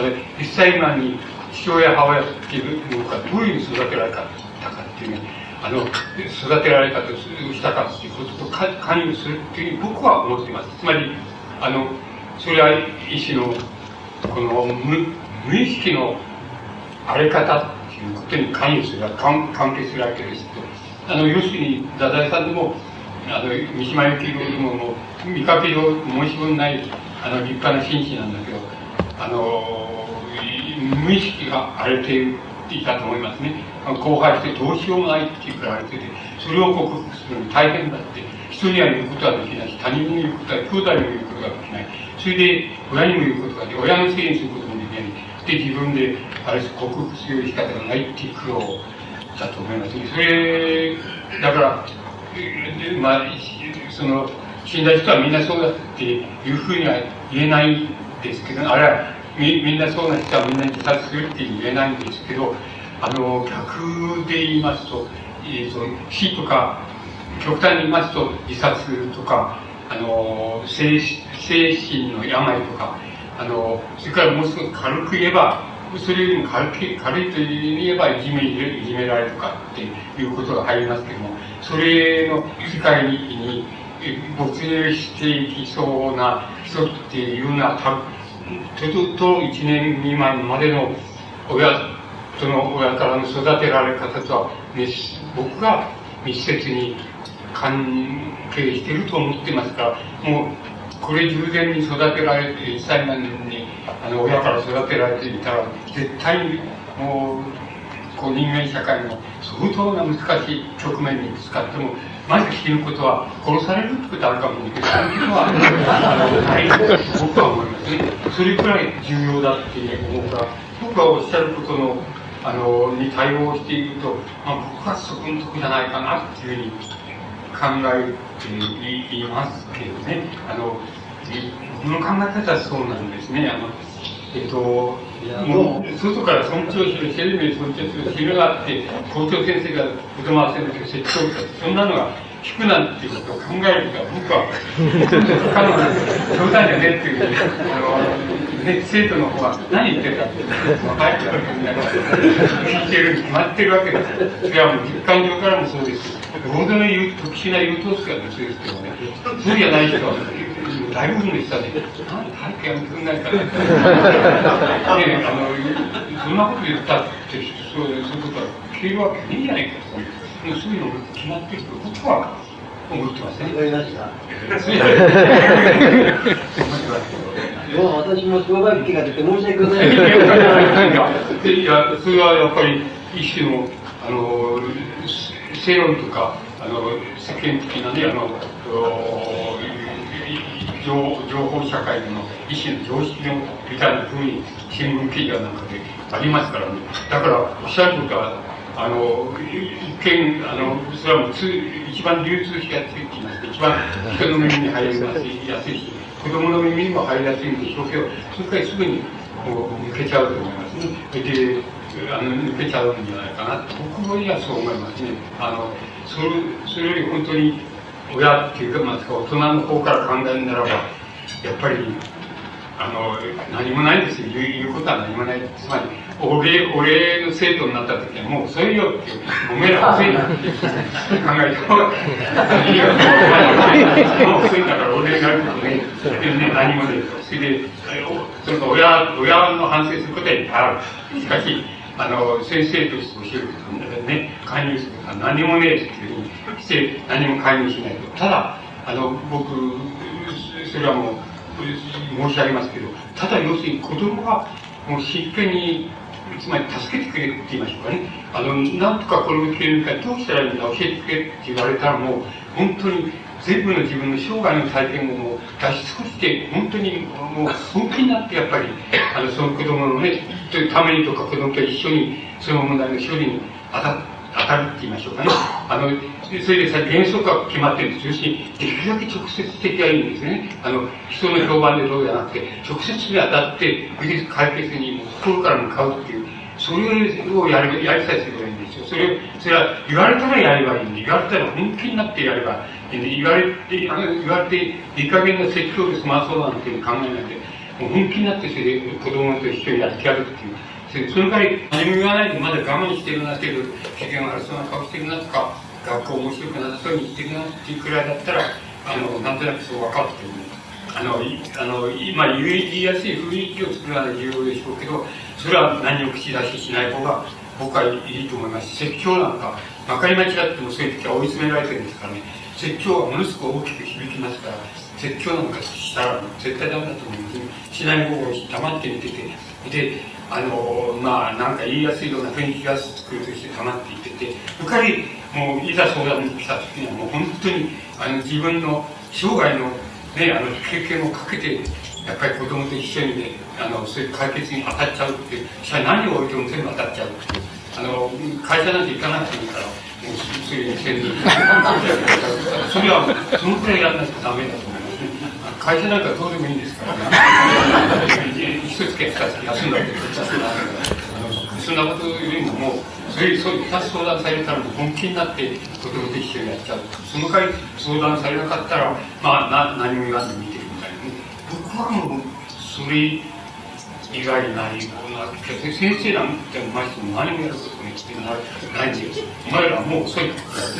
実際今に父親、母親っていうのがどういうふうに育てられたかっていうね、育てられたとしたかっていうことと関与するっていう僕は思っています。つまり、それは一種の、この無意識の荒れ方っていうことに関係するわけですけど、要するに、太宰さんでも、三島由紀夫でも、見かけ上申し分ない、立派な紳士なんだけど、無意識が荒れていたと思いますね。荒廃してどうしようもないっていうくらい荒れてて、それを克服するのに大変だって、人には言うことはできないし、他人に言うことは、兄弟にも言うことができない。それで、親にも言うことができない。親のせいにすることもできない。で、自分で、克服する仕方がないっていう苦労だと思いますね。それ、だから、死んだ人はみんなそうだっていうふうには言えないですけど、あれは、みんなそうな人はみんな自殺するって言えないんですけど、逆で言いますと、死とか、極端に言いますと、自殺とか、精神の病とか、それからもう少し軽く言えば、それよりも軽いと言えばいじめられとかっていうことが入りますけども、それの世界に没入していきそうな人っていうのは、と1年未満までの親からの育てられ方とは、僕が密接に関係していると思ってますから、もう、これ従前に育てられて、1歳までに、親から育てられていたら、絶対に、もう、人間社会の相当な難しい局面にぶつかっても、まず死ぬことは、殺されるってことはあるかもしれないけど、そのことは、ないと僕は思いますね。それくらい重要だって思うから、僕がおっしゃることの、に対応していると、僕はそこのとこじゃないかなっていうふうに考えていますけどね。僕の考え方はそうなんですね。 もう外から尊重する、生命尊重する、昼があって、校長先生が子供合わせると説教とか、そんなのが聞くなんていうことを考えると、僕は、不可能なんです。冗談じゃねえっていう、ね、生徒の方は何言ってるかって、分かるから聞いてるに決まってるわけですよ。それはもう実感上からもそうですし、労働の特殊な優等生がそうですけどね、そうじゃない人は、大部分の人はね、なんで早くやめてくんないかなって。ね、そんなこと言ったって、そういうことから消えるわけねえじゃないかと。もうそういうの決まってると僕は思ってますね。 わかりました。 要は私も商売機が出て申し訳ございません。 いや、それはやっぱり一種の世論とか世間的なね情報社会の一種の常識のみたいな風に新聞記事やなんかでありますからね。だからおっしゃることは一見それはもう一番流通しやすいって言いますか、一番人の耳に入りやすいし、子供の耳にも入りやすいんでしょうけど、それからすぐに抜けちゃうと思いますね。で抜けちゃうんじゃないかなと僕はそう思いますね。それより本当に親っていうか、大人の方から考えるならば、やっぱり何もないんですよ。言うことは何もない。つまり俺の生徒になった時はもう遅いよっていう、おめえら遅いなって考えた方がいいよ。もう遅いんだから俺になることね、何もね、それでその親の反省することはいっぱいある。しかし先生として教えることね、介入することは何もねえっていうふうにして何も介入しないと。ただ僕それはもう申し上げますけど、ただ要するに子供がもう真剣に、つまり助けてくれって言いましょうかね。なんとかこれを受けるかどうしたらいいんだ、教えてくれって言われたらもう本当に全部の自分の生涯の体験をもう出し尽くして、本当にもう本気になってやっぱりその子供のねためにとか子供と一緒にその問題の処理に当たるって言いましょうかね。それでさ、原則が決まってるんです。要するに、できるだけ直接的がいいんですね。人の評判でどうじゃなくて、直接に当たって、無事解決に心から向かうっていう、それをやりさえすればいいんですよ。それは言われたらやればいいんで、言われたら本気になってやればいいんで、言われて、いい加減な説教で済まそうなんていう考えないで、もう本気になって、それで子供と一緒にやってやるっていう。その代わり何も言わないでまだ我慢してるなっていう機嫌悪そうな顔してるなとか学校面白くなさそうに言ってるなっていうくらいだったらなんとなくそう分かるけどね今言いやすい雰囲気を作るのは重要でしょうけど、それは何を口出ししない方が僕はいいと思います。説教なんか分かり間違ってもそういう時は追い詰められてるんですからね。説教はものすごく大きく響きますから、説教なんかしたら絶対ダメだと思いますね。しない方が黙って見てて、でなんか言いやすいような雰囲気が作るとして溜まっていってて、うっかりもういざ相談に来た時にはもう本当に自分の生涯のね経験をかけてやっぱり子供と一緒にねそういう解決に当たっちゃうっていう、何を置いても全部当たっちゃうっていう会社なんて行かなくていいからもうそういう宣伝それはそのくらいやらないとダメだと思います。会社なんかどうでもいいんですからね。一月二月休んだってそんなことよりももうそういう2つ相談されたら本気になって子供と一緒にやっちゃう。その代わり相談されなかったら何も言わずに見てるみたいなね。僕はもうそれ以外ないような先生なんてましても何もやることねってないんですよ。お前らもう遅い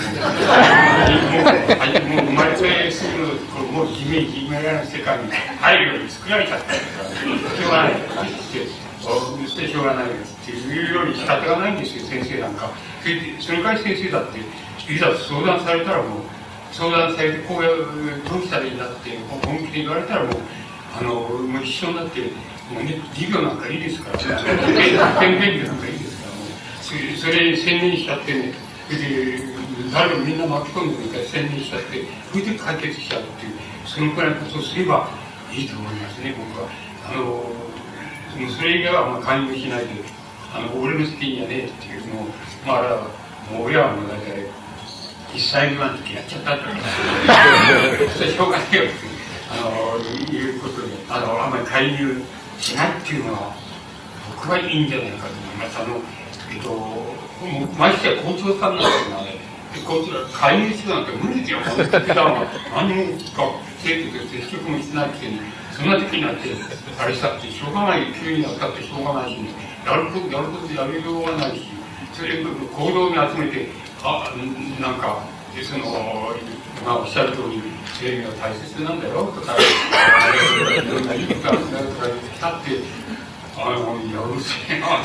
もう生まれてすぐもういじめられる世界に入るように作られちゃったからしょうがないしょうがないっていうように仕方がないんですよ、先生なんか。それから先生だっていざ相談されたらもう相談されてこうどうしたらいいんだって本気で言われたらもう一緒になってもうね、授業なんかいいですから、宣言なんかいいですから、それ専念しちゃってね、誰もみんな巻き込んでるから専念しちゃって、それで解決しちゃうっていう、そのくらいのことをすればいいと思いますね、僕は。それ以外は介入しないで、俺の責任やねえっていうのを、もう親はもう大体、1歳未満の時やっちゃったってそれしょうがないよっていうことで、あんまり介入しないっていうのは僕はいいんじゃないかと思います。ましてや校長さんなんていうのはね、介入するなんて無理ですよ。普段は何も生徒と接触もしてないくせに、そんな時になって、あれしたってしょうがない、急になったってしょうがないし、やることやりようがないし、それ行動に集めて、なんか、まあ、おっしゃる通り、正義は大切なんだよとか、いろんないいことあるんだよとか言ってきたって、いや、うるせえな、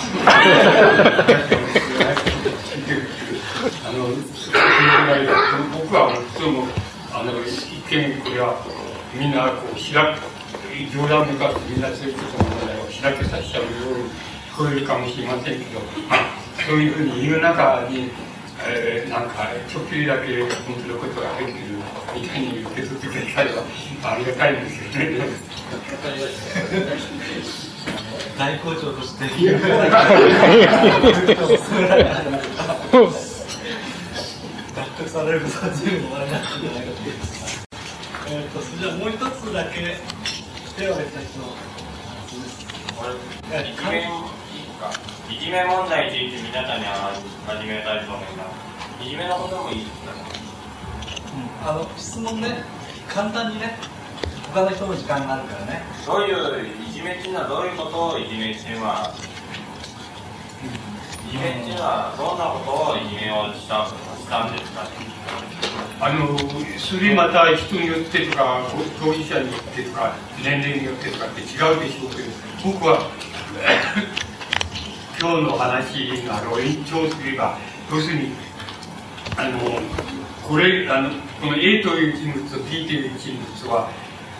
僕は普通の一見これはみんなこう冗談めかってみんなそういうことの問題を開けさせちゃうように聞こえるかもしれませんけど、まあそういうふうに言う中に、なんかちょっぴりだけ本当のことが入っているみたいに受け取ってくれたらありがたいんですよね。 大校長として納得されることは十分終わりになったんじゃないかと思います。じゃあもう一つだけ手を挙げた人いじめ問題について皆さんに始めたいと思います。いじめのこともいいですか？ 質問ね、簡単にね、他の人の時間があるからね。 どういういじめっていうのはどういうことをいじめっていうのは、いじめっていうのはどんなことをいじめをしたんですか？ それまた人によってとか当事者によってとか年齢によってとかって違うでしょうけど、僕は今日の話の延長すれば、要するにこの A という人物と B という人物は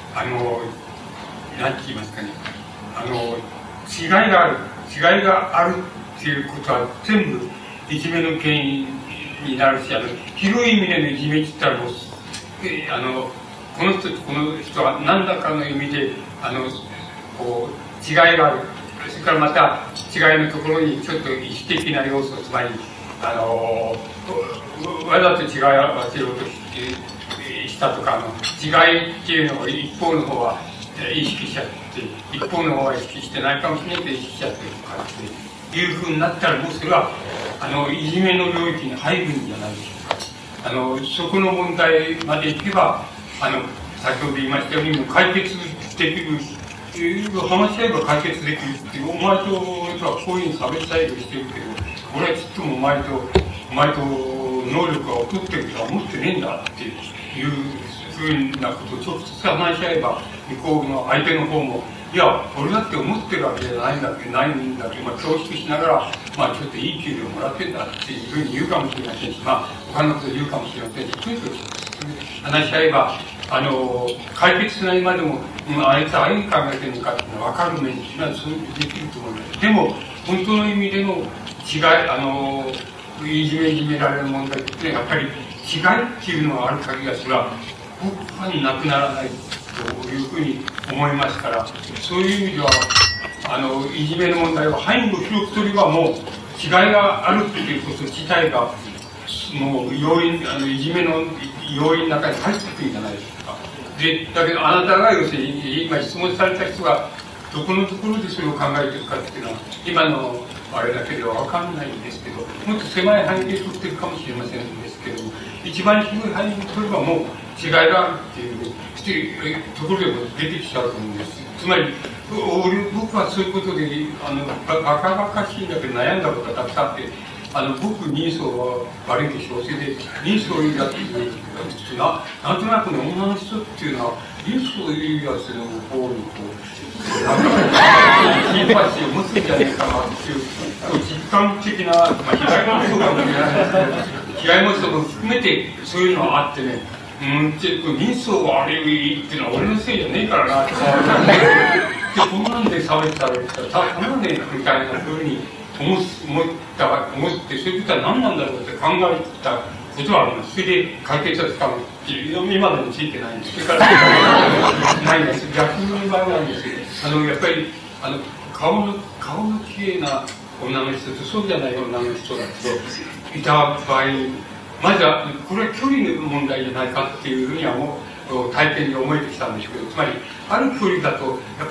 何て言いますかね、違いがあるっていうことは全部いじめの原因になるし、広い意味でのいじめって言ったらもうこの人とこの人は何らかの意味でこう違いがある。それからまた違いのところにちょっと意識的な要素、つまりわざと違いを合わせようとしたとか違いっていうのを一方の方は意識しちゃって、一方の方は意識してないかもしれないけど意識しちゃってるとかっていうふうになったら、もうそれはいじめの領域に入るんじゃないでしょうか。そこの問題までいけば先ほど言いましたようにもう解決できる、話し合えば解決できるっていう、お前とはこういうふうに差別対応してるけど、俺はちっともお前と能力が劣ってるとは思ってねえんだっていうふうなことを直接話し合えば、向こうの相手の方も、いや、俺だって思ってるわけじゃないんだけど、恐縮しながら、ちょっといい給料もらってんだっていうふうに言うかもしれませんし、他のこと言うかもしれませんし、とにかく話し合えば、解決しないまでも、あいつああいうふうに考えてるのかっていうのは分かる面にそういうできると思います。でも、本当の意味での違い、いじめられる問題ってやっぱり違いっていうのがある限りはそれは僕はなくならないというふうに思いますから、そういう意味ではいじめの問題を範囲を広く取ればもう違いがあるっていうこと自体がもう要因いじめの要因の中に入ってくるんじゃないですか。でだけどあなたが要するに今質問された人がどこのところでそれを考えているかっていうのは今のあれだけでは分かんないんですけど、もっと狭い範囲で取ってるかもしれませんですけども、一番広い範囲で取ればもう違いがあるっていうところでも出てきちゃうと思うんです。つまり僕はそういうことでバカバカしいんだけど悩んだことがたくさんあって、僕人相は悪いでしょう。それで人相いいやつってなんとなくね、女の人っていうのは人相いいやつの方にこうシンパシーを持つんじゃないかなっていう実感的な、被害もそうかもしれないですけど、被害もそうも含めてそういうのがあってね、人相悪いっていうのは俺のせいじゃねえからなってこんなんで差別されてたらたまねえみたいなふうに思ってそういうことは何なんだろうって考えたことはあります。それで解決はつかむっていう今でもついてないんです。それからないんです。逆の場合なんですけど、やっぱり顔の綺麗な女の人とそうじゃない女の人だといた場合、まずはこれは距離の問題じゃないかっていうふうには体験で思えてきたんですけど、つまりある距離だとやっぱり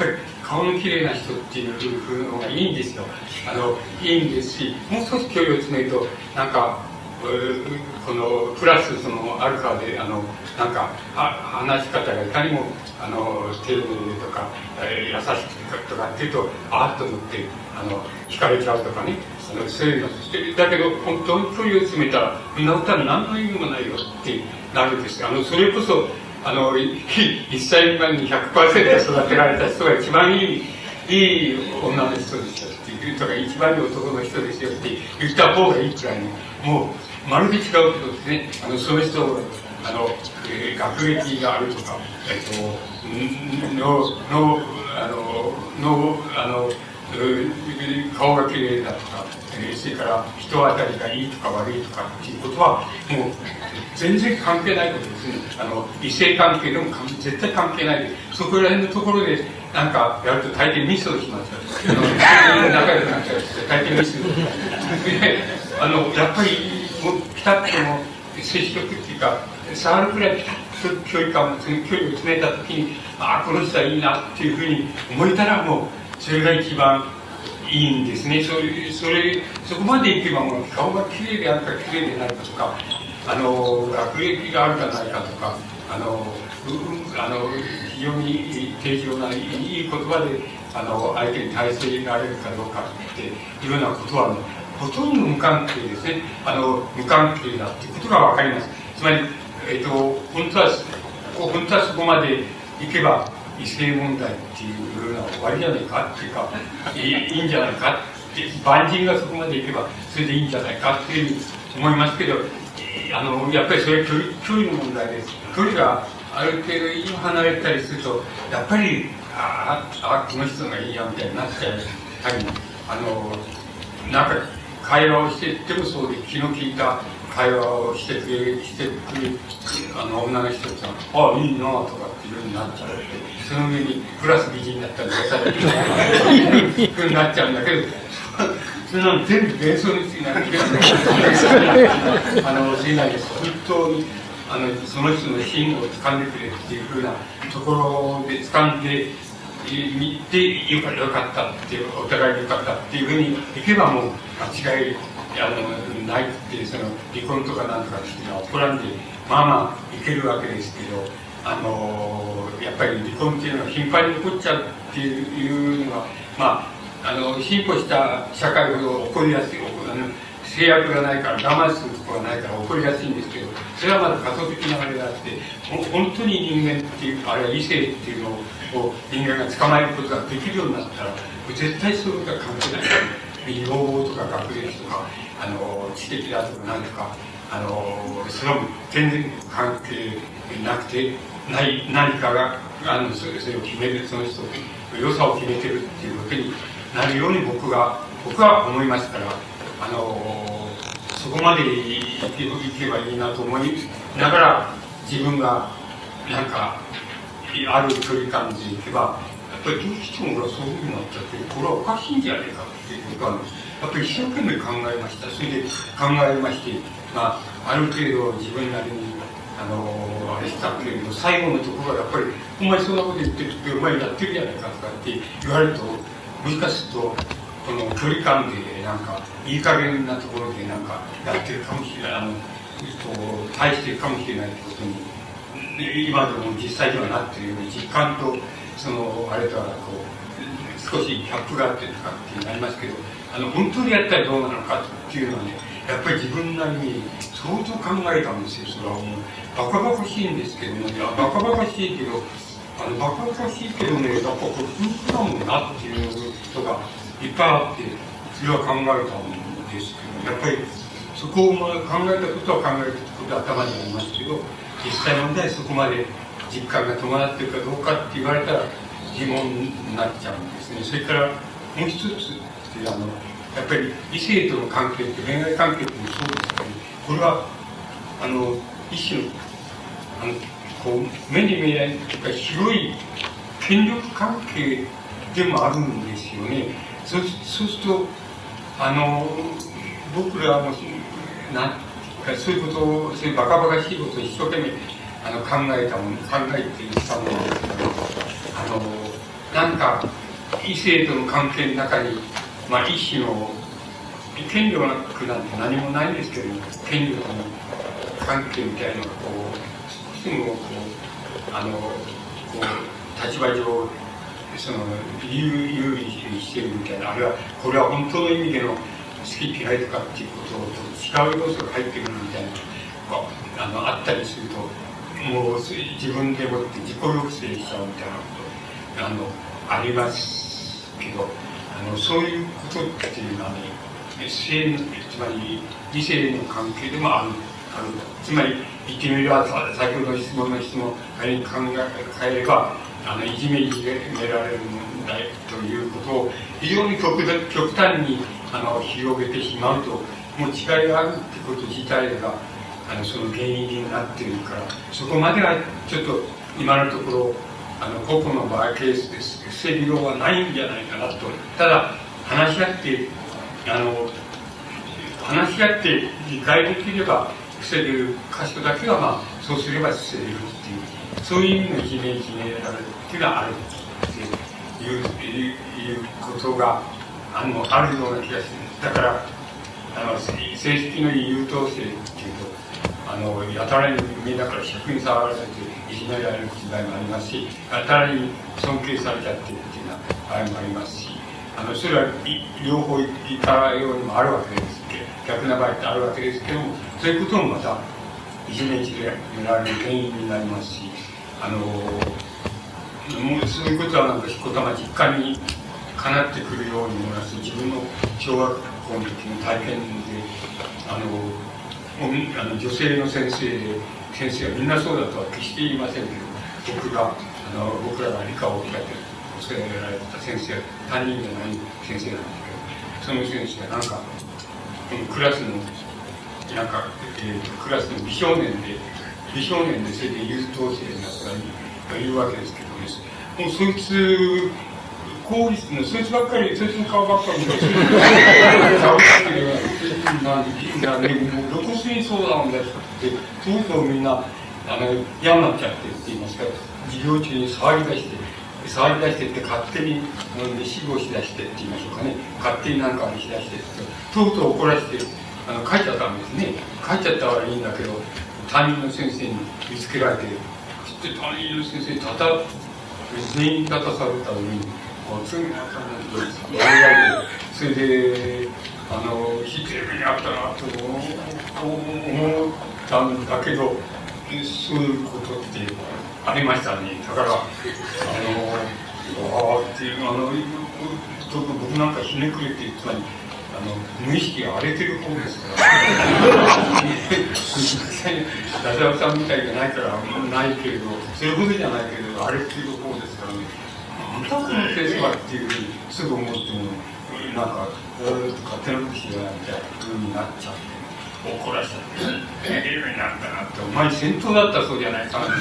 顔の綺麗な人っていうのがいいんですよ。いいんですし、もう少し距離を詰めると、なんか、このプラスそのアルファでなんか話し方がいかにも丁寧とか優しくとかっていうとあっと思って惹かれちゃうとかね、そういうのだけど本当に距離を詰めたらみんな歌に何の意味もないよってなるんですよ。それこそ1歳未満に 100% 育てられた人が一番いい女の人ですよっていうとか一番いい男の人ですよって言った方がいいくらいにもうまるで違うけどですね、その人学歴があるとか、顔が綺麗だとか、それから人当たりがいいとか悪いとかっていうことはもう全然関係ないことですね。異性関係でも絶対関係ないで、そこら辺のところでなんかやると大抵ミスをしますよ。仲良くなっちゃうと大抵ミスをします。やっぱりピタッとの接触っていうか触るくらいピタッと距離感距離を詰めた時にこの人はいいなっていうふうに思えたらもうそれが一番いいんですね。そこまでいけばもう顔が綺麗であるか綺麗でないかとか学歴があるかないかとか非常に定常ないい言葉で相手に対してられるかどうかっていうようなことはほとんど無関係ですね。無関係だっていうことがわかります。つまり、本当はそこまでいけば異性問題っていうのは終わりじゃないかっていうかいいんじゃないかって万人がそこまでいけばそれでいいんじゃないかっていう思いますけどやっぱりそれは距離の問題です。距離がある程度離れたりするとやっぱりこの人がいいやみたいになっちゃう。なんか会話をしてってもそうで気の利いた会話をしてくれる女の人たちがいいなとかっていうようになっちゃうのでその上にプラス美人だったり出されるふうになっちゃうんだけどそれなの全部幻想についてな気がするないです。本当にその人の芯を掴んでくれっていうふうなところで掴んで見てよかったっていうお互いによかったっていうふうにいけばもう間違いないってその離婚とかなんとかっていうのは起こらんでまあいけるわけですけどやっぱり離婚っていうのは頻繁に起こっちゃうっていうのは進歩した社会ほど起こりやすい制約がないから我慢するところがないから起こりやすいんですけどそれはまだ仮想的なあれがあって本当に人間っていうあるいは異性っていうのを人間が捕まえることができるようになったら絶対それが関係ない要望とか学歴とか知的だとか何とかそれは全然関係なくて何かがそれを決めるその人の良さを決めてるっていうことになるように僕は思いますからそこまでいけばいいなと思いながら自分がなんかある距離感でいけばやっぱりどうしても俺はそういうふうになっちゃってこれはおかしいんじゃないかっていうことはやっぱり一生懸命考えました。それで考えましてある程度自分なりにあれしたけれど最後のところはやっぱりお前そんなこと言ってるってお前やってるじゃないかとかって言われるともしかするとこの距離感でなんかいい加減なところでなんかやってるかもしれない対してるかもしれないってことに今でも実際にはなっているように実感とあれとは少しギャップがあってとかってなりますけど本当にやったらどうなのかっていうのはねやっぱり自分なりに相当考えたんですよ。それはもうバカバカしいんですけどねバカバカしいけどバカバカしいけどねやっぱこれ本当だもんなっていうことがいっぱいあってそれは考えたんですけどやっぱりそこを考えたことは考えたことは頭にありますけど実際問題そこまで実感が伴っているかどうかって言われたら疑問になっちゃうんですね。それからもう一つやっぱり異性との関係って恋愛関係ってもそうですけどこれは一種の目に見えないというか広い権力関係でもあるんですよね。そうすると僕らもそういうことをそういうバカバカしいことを一生懸命考えていったものですけどなんか異性との関係の中に、一種の権力なんて何もないんですけども、権力の関係みたいなのがすぐ立場上有利にしてるみたいな、あるいはこれは本当の意味での好き嫌いとかっていうことと違う要素が入ってくるみたいなあったりすると、もう自分でもって自己抑制しちゃうみたいなことありますけど、そういうことっていうのはね、性のつまり異性の関係でもあるつまり言ってみれば、先ほどの質問仮に考えればいじめられる問題ということを非常に極端に広げてしまうと、もう違いがあるってこと自体がその原因になっているから、そこまではちょっと今のところ個々の場合ケースです防ぎようはないんじゃないかなと。ただ話し合って理解できれば防げる箇所だけはそうすれば防げるっていう、そういう意味のいじめられるっていうのはあるっていうことがあるような気がする。だから正式の優等生っていうとやたらにみんなから尺に触られていじめられる時代もありますし、やたらに尊敬されちゃってるっていうような場合もありますし、それは両方いたようにもあるわけですけど、逆な場合ってあるわけですけども、そういうこともまたいじめられる原因になりますし、もうそういうことはなんかしこたま実感にかなってくるように思います。自分の小学校の時の体験で女性の先生はみんなそうだとは決して言いませんけど、僕らが理科を教えられた先生、担任じゃない先生なんですけど、その先生がなんかクラスのクラスの美少年でそれで優等生になったらいるわけですけどね、もうそいつ公立のそいつばっかり、そいつの顔ばっかり見て露骨にそうなもんだってとうとうみんな嫌になっちゃってって言いますか、授業中に騒ぎ出してって勝手に死後しだしてって言いましょうかね、勝手になんかしだしてとうとう怒らせて帰っちゃったんですね。帰っちゃったはいいんだけど、担任の先生に見つけられて、そして担任の先生全員立たされたのにそれでひどい目にあったなと思ったんだけど、そういうことってありましたね。だから僕なんかひねくれて、つまり無意識が荒れてる方ですからダジャレさんみたいじゃないからないけれど、そういうことじゃないけれど荒れてる方ですからね。なんだこの先生はっていうふうにすぐ思っても、なんか勝手なことしようみたいなふうになっちゃって、怒らしちゃって、有名になったなって、お前先頭だったそうじゃないかなって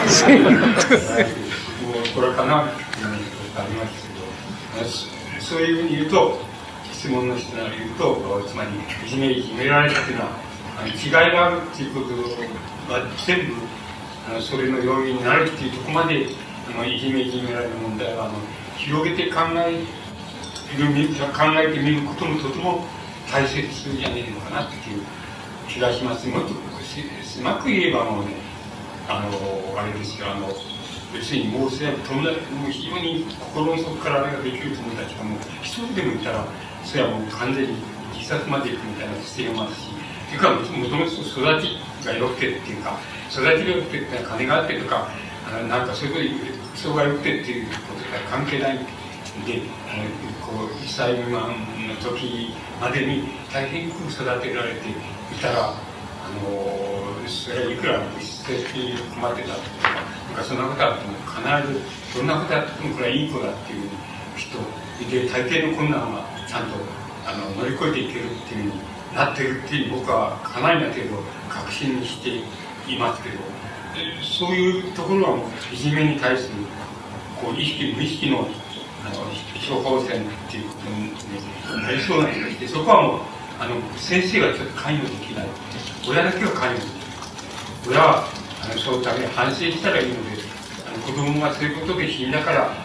これかなっていうのがありましたけど、そういうふうに言うと、質問の人が言うと、つまりいじめられたっていうのは違いがあるっていうことが全部それの要因になるっていうところまでいじめられる問題は広げて考えてみることもとても大切じゃねえのかなっていう気がします。もっと狭く言えばもうね、あれですよ、要するにもう非常に心の底からあれができる友達がもう一人でもいたら、それはもう完全に自殺までいくみたいな姿勢もあるし、というかもともと育ちが良くてっていうか、育ちが良くてって金があってとか、なんかそういうこと人が良くてっていうことが関係ないんで、1歳未満の時までに大変よく育てられていたら、それはいくら施設に困ってたとか、なんかそんなことあっても必ずどんなことあってもこれはいい子だっていう人で、大抵の困難はちゃんと乗り越えていけるっていうふうになってるっていう僕はかなりな程度確信にしていますけど、そういうところはもういじめに対する意識無意識の処方箋っていうことになりそうな気がして、そこはもう先生がちょっと関与できない、親だけは関与できない、親はそのために反省したらいいので、子供がそういうことで死んだから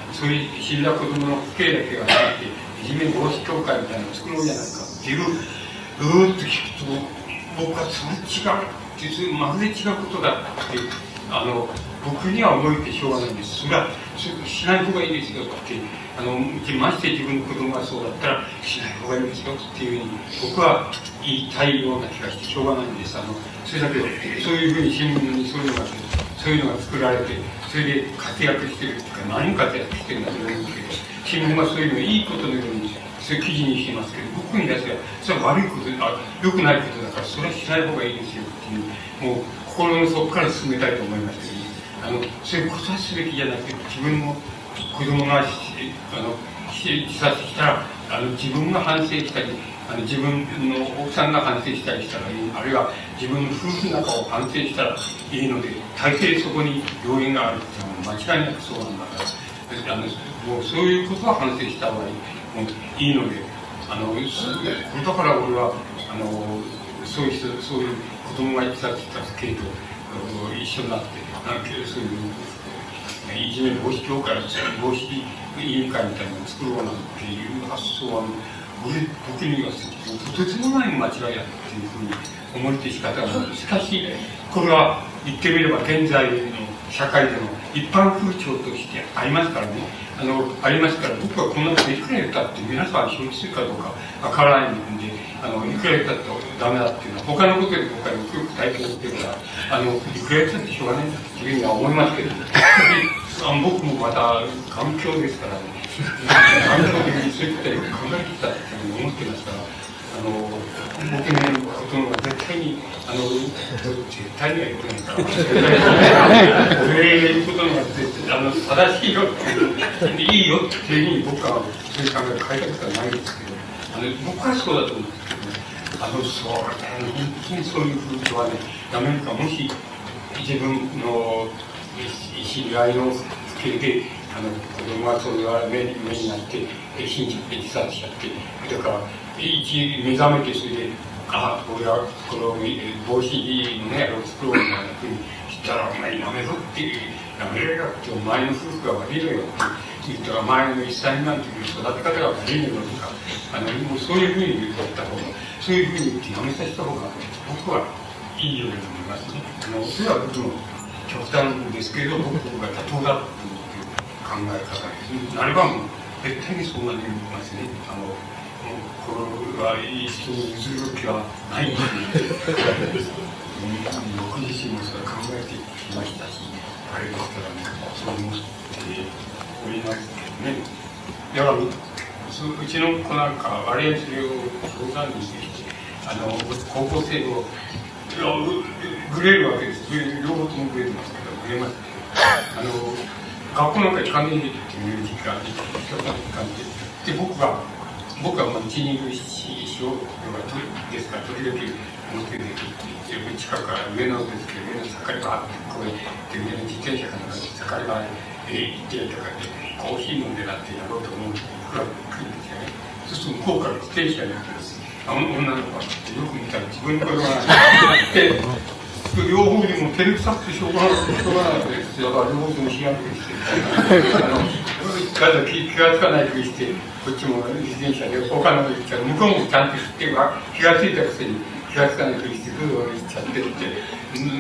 そういう死んだ子供の父兄だけが入っていじめ防止協会みたいなのを作ろうじゃないかっていうと聞くと、僕はそれ違うってまるで違うことだって僕には思えてしょうがないんです。それはしない方がいいですよってまして自分の子供がそうだったらしない方がいいですよっていうふうに僕は言いたいような気がしてしょうがないんです。それだけどそういうふうに新聞にそういうのが作られて、それで活躍してるっていうか、何活躍してるんだと思うんですけど、新聞はそういうのをいいことのようにそういう記事にしてますけど、僕に出せばそれは悪いこと良くないことだから、それはしない方がいいですよっていう、もう心の底から進めたいと思いますけど、そういうことはすべきじゃなくて、自分の子供が自殺したら自分が反省したり、自分の奥さんが反省したりしたらいい、あるいは自分の夫婦の中を反省したらいいので、大抵そこに要因があるっていうのは間違いなくそうなんだから、もうそういうことは反省した方がいいので、だから俺はそういう子供が自殺した系と一緒になって、そういういじめ防止協会、防止委員会みたいなのを作ろうなんていう発想は僕にはとてつもない間違いだっていうふうに思って仕方がない。しかしこれは言ってみれば現在の社会での一般風潮としてありますからね、ありますから、僕はこんなこといくら言ったって皆さん承知するかどうかわからないんで、いくら言ったってダメだっていうのは他のことで僕はよく体験してるから、いくら言ったってしょうがないんだっていうふうには思いますけど、僕もまた環境ですからね、環境的にそういうことを考えてきたっていうふうに思ってますから、僕のことの絶対に絶対には言ってないから、俺言うことの正しいよって、いいよっていうふうに僕はそういう考えを変えたことはないですけど、僕はそうだと思うんですけどね、本当にそういう風潮はね、アメリカもし自分の知り合いの家で子供がそういう目になって信じて自殺しちゃって、だから目覚めて、それで俺はこの防止のね作ろうみたいなふうにしたら、お前やめろってやめろよって、お前の夫婦が悪いのよって言ったら、前の1歳未満の時に育て方が悪いのよとか、もうそういうふうに言った方が、そういうふうに言ってやめさせた方が僕はいいように思いますね。それは僕の極端ですけど、僕が妥当だと思って考え方です。なればもう絶対にそうなりますね。これは人に譲る気はないんですね。僕自身もそれ考えてきましたし、あれですからね、そう思っておりますけどね。だからうちの子なんか割合それを相談にして高校生をグレるわけです。両方ともグレてますけど、グレますけど、学校なんか行かねえっていう時期があって、で僕は1、2分しようですから、時々表で近くから上のですけど、上の盛り場こうやって上の自転車から盛り場へ行ってとかでコーヒー飲んでなってやろうと思うんですけど、来るんですよね。そうすると向こうから自転車に乗って女の子がってよく見たら自分の子供がって両方でも照れくさくてしょうがないです。だから両方でも知らんぷりして気がつかないふりして、こっちも自転車で他の子行っちゃう、向こうもちゃんと知って気がついたくせに気がつかないふりしてぐるぐる行っちゃってって、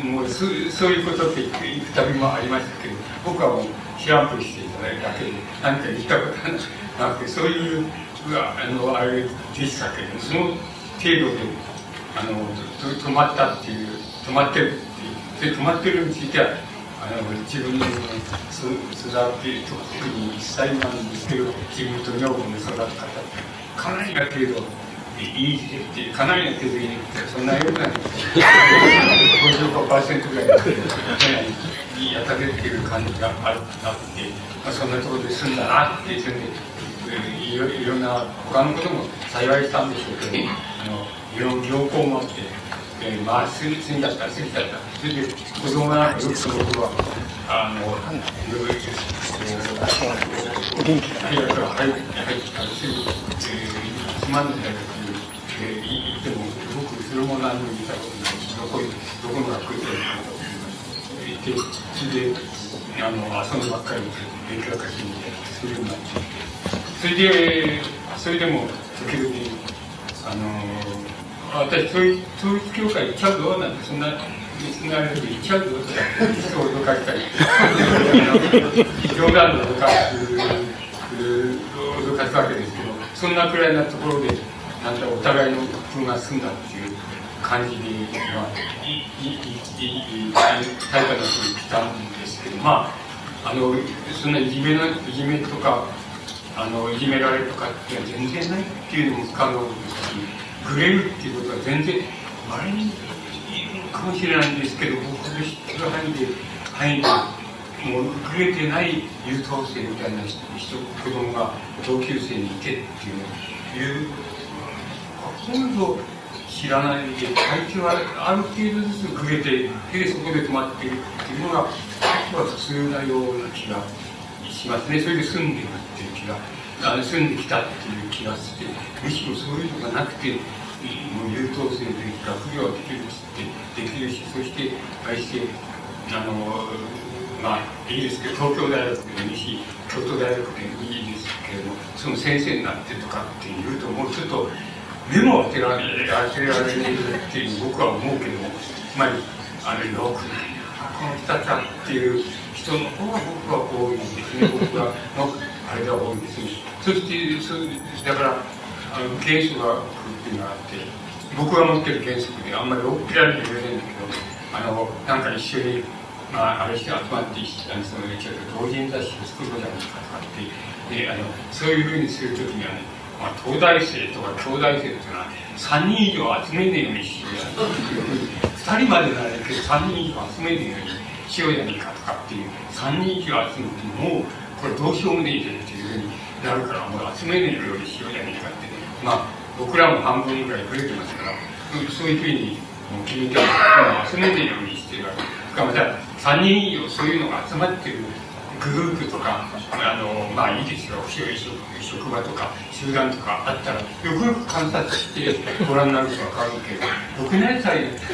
もうそういうことって行くたびもありましたけど、僕はもう知らんぷりしていただいただけで何か言ったことはなくて、そういうあれでしたけど、その程度で止まったっていう、止まってるっていう、で止まってるについては自分の育って特に1歳なんですけど、自分と女房の育て方かなりな程度いいっていう、かなりの程度いいってそんなような 55% ぐらいやたれている感じがあって、そんなところで済んだなっていう、いろんな他のことも幸いしたんでしょうけど、良好もあって、過ぎちゃった。それで子供がよくその頃は早く入ったらすぐつまんないんだけど言っても僕それも何も言ったことないし、どこの学校で言って、それで遊んでばっかり勉強ばっかりするみたいな、そういうふうになって、それでも時々私統一教会行っちゃうぞなんてそんなあれで行っちゃうぞとか人を脅かしたり冗談の脅かすわけですけど、そんなくらいなところでなんかお互いの分が済んだっていう感じで大会の人に来たんですけど、そんないじめとかいじめられるとかっていうのは全然ないっていうのも不可能ですし、グレるっていうことは全然あれにいるかもしれないんですけど、僕の知ってる範囲でもうグレてない優等生みたいな子供が同級生にいてっていうほとんど知らないで、相手はある程度ずつグレてそこで止まっているっていうのが普通なような気がしますね。それで住んでいるっていう気が住んできたっていう気がして、むしろそういうのがなくてもう優等生というか学業はできるし、そしてあれしていいですけど、東京大学でもいいし京都大学でもいいですけれども、その先生になってとかっていうともうちょっと目も当てられるっていう僕は思うけども、つまりよくないなこの人たちはっていう人の方が僕は多いんですね。僕はあれが多いんですね。そしてだから原則がっていうのがあって、僕が持ってる原則であんまり大っぴらに言えないんだけど、なんか一緒にあれして集まって同人雑誌を作ろうじゃないかとかってそういうふうにするときにはね、東大生とか京大生っていうのは3人以上集めねえようにしようや2人までならけど3人以上集めねえようにしようじゃないかとかっていう、3人以上集めてもうこれどうしようもねえじゃんっていうふうになるから、もう集めねえようにしようじゃないかって、僕らも半分ぐらい増えてますから、そういうふうに決めて集めねえようにしてるわけです。また3人以上そういうのが集まってるグループとかいいですよ、職場とか集団とかあったらよくよく観察してご覧になると分かるけど、僕のやつは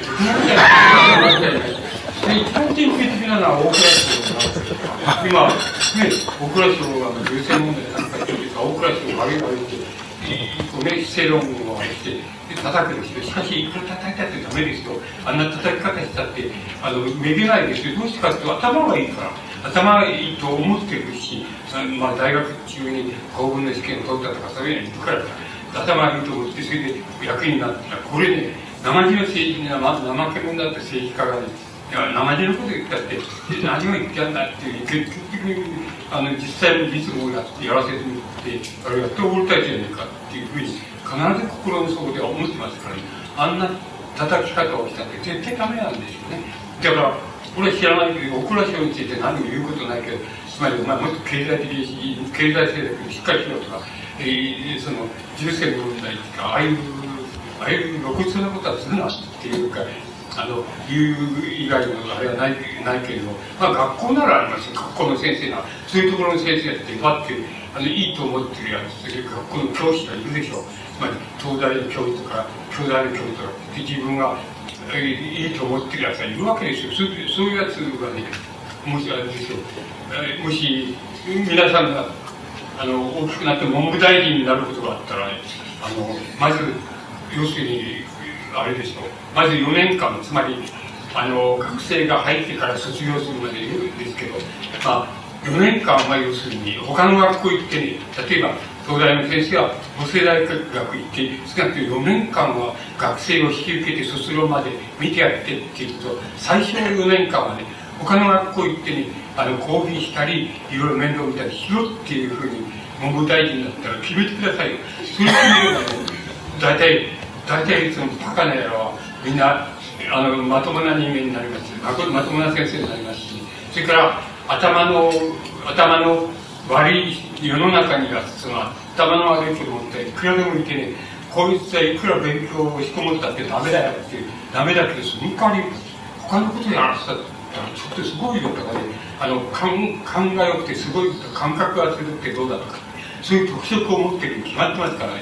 一番典型的なのは大蔵省今ね、大蔵省が優先問題なんかっていうか、大蔵省を上げて正論をして叩くですよ。しかしいくら叩いたってダメですよ。あんな叩き方したってめげないですよ。どうしてかっていうと頭がいいから、頭がいいと思ってるし、大学中に公文の試験を取ったとかそういうのに行くから頭がいいと思って、それで役になったら、これね、生地の政治に怠け者だった政治家がね、生地のこと言ったって何も言ってやんないっていう、結局実際に実務をやらせてみて、あれやっておごりたいじゃないかっていうふうに必ず心の底では思ってますからね。あんな叩き方をしたって絶対ダメなんですよね。だから俺は知らないけど、大蔵省について何も言うことないけど、つまりお前もっと経済的に経済政策にしっかりしろとか、その重戦問題とかああいう露骨なことはするなっていうか、言う以外のあれはないけれども、学校ならありますよ。学校の先生がそういうところの先生だってパッていいと思ってるやつ、学校の教師がいるでしょう。つまり東大の教授とか京大の教授とかって自分がいいと思ってるやつがいるわけですよ。そういうやつがね、もしあれですよ、もし皆さんが大きくなって文部大臣になることがあったらね、まず要するにあれでしょう、まず4年間、つまり学生が入ってから卒業するまでいるんですけど、4年間は要するに他の学校行ってね、例えば東大の先生は法政大学行って少なくとも4年間は学生を引き受けて卒業まで見てやってっていうと、最初の4年間はね、他の学校行ってね、講義したりいろいろ面倒見たりしろっていうふうに文部大臣だったら決めてくださいよ。それ決めればね、大体そのバカな野郎はみんなまともな人間になりますし、まともな先生になりますし、それから頭の悪い世の中にはその頭の悪い子供っていくらでもいてね、こいつはいくら勉強をしこもったってダメだよってダメだけど、その代わり他のことやらせたらちょっとすごいよとかね、勘が良くてすごい感覚が強くてどうだとか、そういう特色を持ってるに決まってますからね。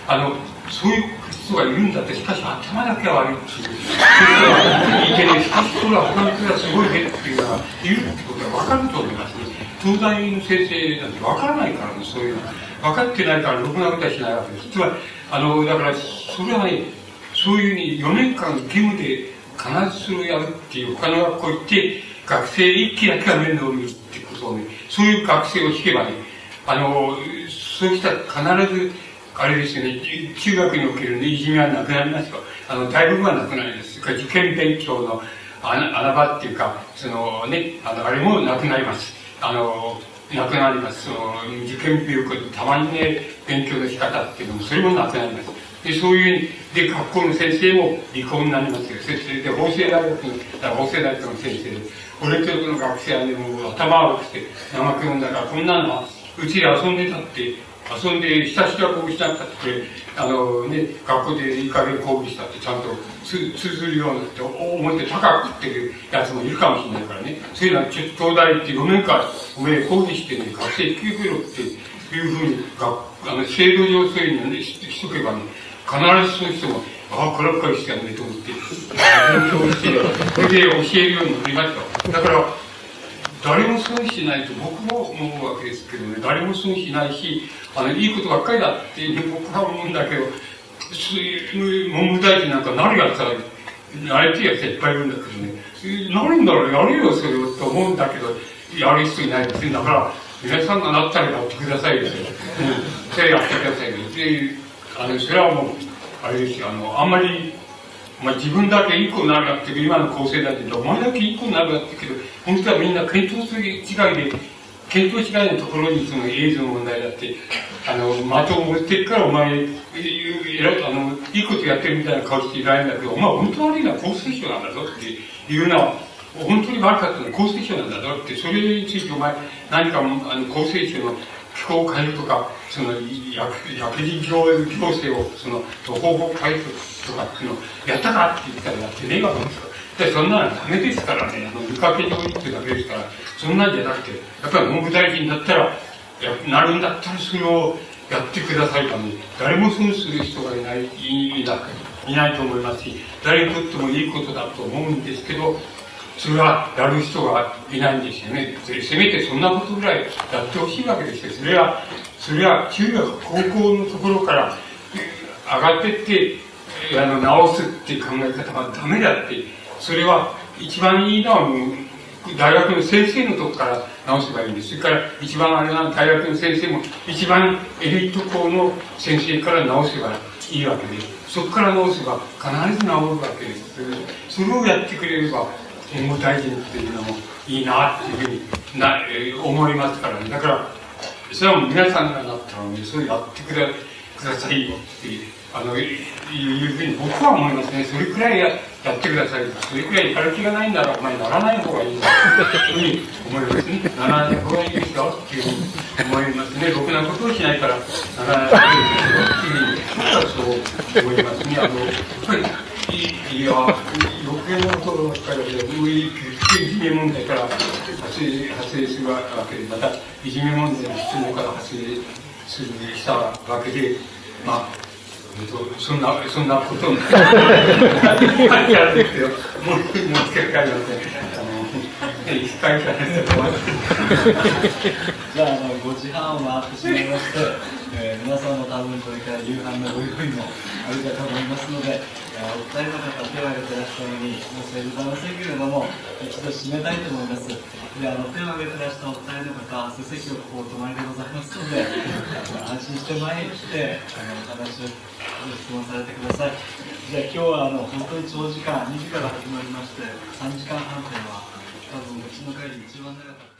そういう人がいるんだって、しかし頭だけは悪いっていう。いけない。しかしそれは他の人がすごいねっていうのがいるってことが分かると思いますね。東大の先生なんて分からないからね、そういうの。分かってないからろくなことはしないわけです。つまり、だから、それはね、そういうふうに4年間義務で必ずそれをやるっていう、他の学校行って、学生1期だけは面倒を見るってことをね、そういう学生を引けばね、そうしたら必ず、あれですよね、中学におけるね、いじめはなくなりますよ。大部分はなくなります。受験勉強の穴場っていうか、あれもなくなります。なくなります。受験勉強でたまにね、勉強の仕方っていうのも、それもなくなります。で、そういうで、学校の先生も理工になりますよ。先生で、法政大学の先生で、俺との学生はね、もう頭を悪くて、長く読んだから、こんなのは、うちで遊んでたって、遊んで、ひたすら講義しなかったって、学校でいい加減講義したって、ちゃんと通ずるようになって、思って高くってるやつもいるかもしれないからね。そういうのは、東大って4年間、おめえ講義してね、学生引き受けろっていうふうに、制度上そういうのね、しとけばね、必ずそういう人も、こればっかりしてやんねと思って、勉強して、それで教えるようになりました。だから、誰も損しないと僕も思うわけですけどね、誰も損しないし、いいことばっかりだっていう僕は思うんだけど、文部大臣なんかなるやつは、なれてるやつはいっぱいいるんだけどね、なるんだろう、やるよ、それをと思うんだけど、やる人いないですね。だから、皆さんがなったらやってくださいよ。それやってくださいよ。で、それはもう、あれですよ、あんまり、自分だけいい子になるやって、今の構成だけど、お前だけいい子になるやってけど、本当はみんな見当違いのところにその映像の問題だって、的を持っていくからお前、いいことやってるみたいな顔していられるんだけど、お前本当悪いのは厚生省なんだぞっていうのは、本当に悪かったのは厚生省なんだぞって、それについてお前、何か厚生省の機構を変えるとか、薬事行政を、方法を変えるとかっていうのをやったかって言ったらやってねえわけですよ。で、そんなのダメですからね、見かけ上にってだけですから、そんなんじゃなくて、やっぱり文部大臣だったら、なるんだったらそれをやってくださいかね。誰も損する人がいないと思いますし、誰にとってもいいことだと思うんですけど、それはやる人がいないんですよね。せめてそんなことぐらいやってほしいわけですよ。それは中学、高校のところから上がってって、直すっていう考え方はダメだって、それは一番いいのはもう、大学の先生のとこから直せばいいんです。それから一番大学の先生も一番エリート校の先生から直せばいいわけで、そこから直せば必ず治るわけです。それをやってくれれば、文部大臣っていうのもいいなっていうふうに思いますからね。だから、それは皆さんがなったのに、それやってくださいよっていうふうに僕は思いますね。それくらいやってください。それくらいやる気がないんだら、お前ならない方がいいんだというふうに思いますね。ならない方がいいですよっていうふうに思いますね。ろくなことをしないから、ならない方がいいですよっていうふうに、僕はそう思いますね。やっぱり、余計なことばっかりだけど、いじめ問題から発生するわけで、また、いじめ問題の質問から発生したわけで、そんなことになっちゃうんですけど、もう一回書いてますね。一回書いてます。 じゃあ、5時半を回ってしまいまして、皆さんも多分これから夕飯のご用意もあるかと思いますので、お二人の方手を挙げていらっしゃるのに申し訳ございませんけれども、一度締めたいと思います。で、手を挙げていらっしゃるお二人の方、出席をここお泊まりでございますので、安心して前に来て、お話を質問されてください。じゃあ今日は本当に長時間、2時から始まりまして、3時間半というのは、多分うちの会で一番長かった。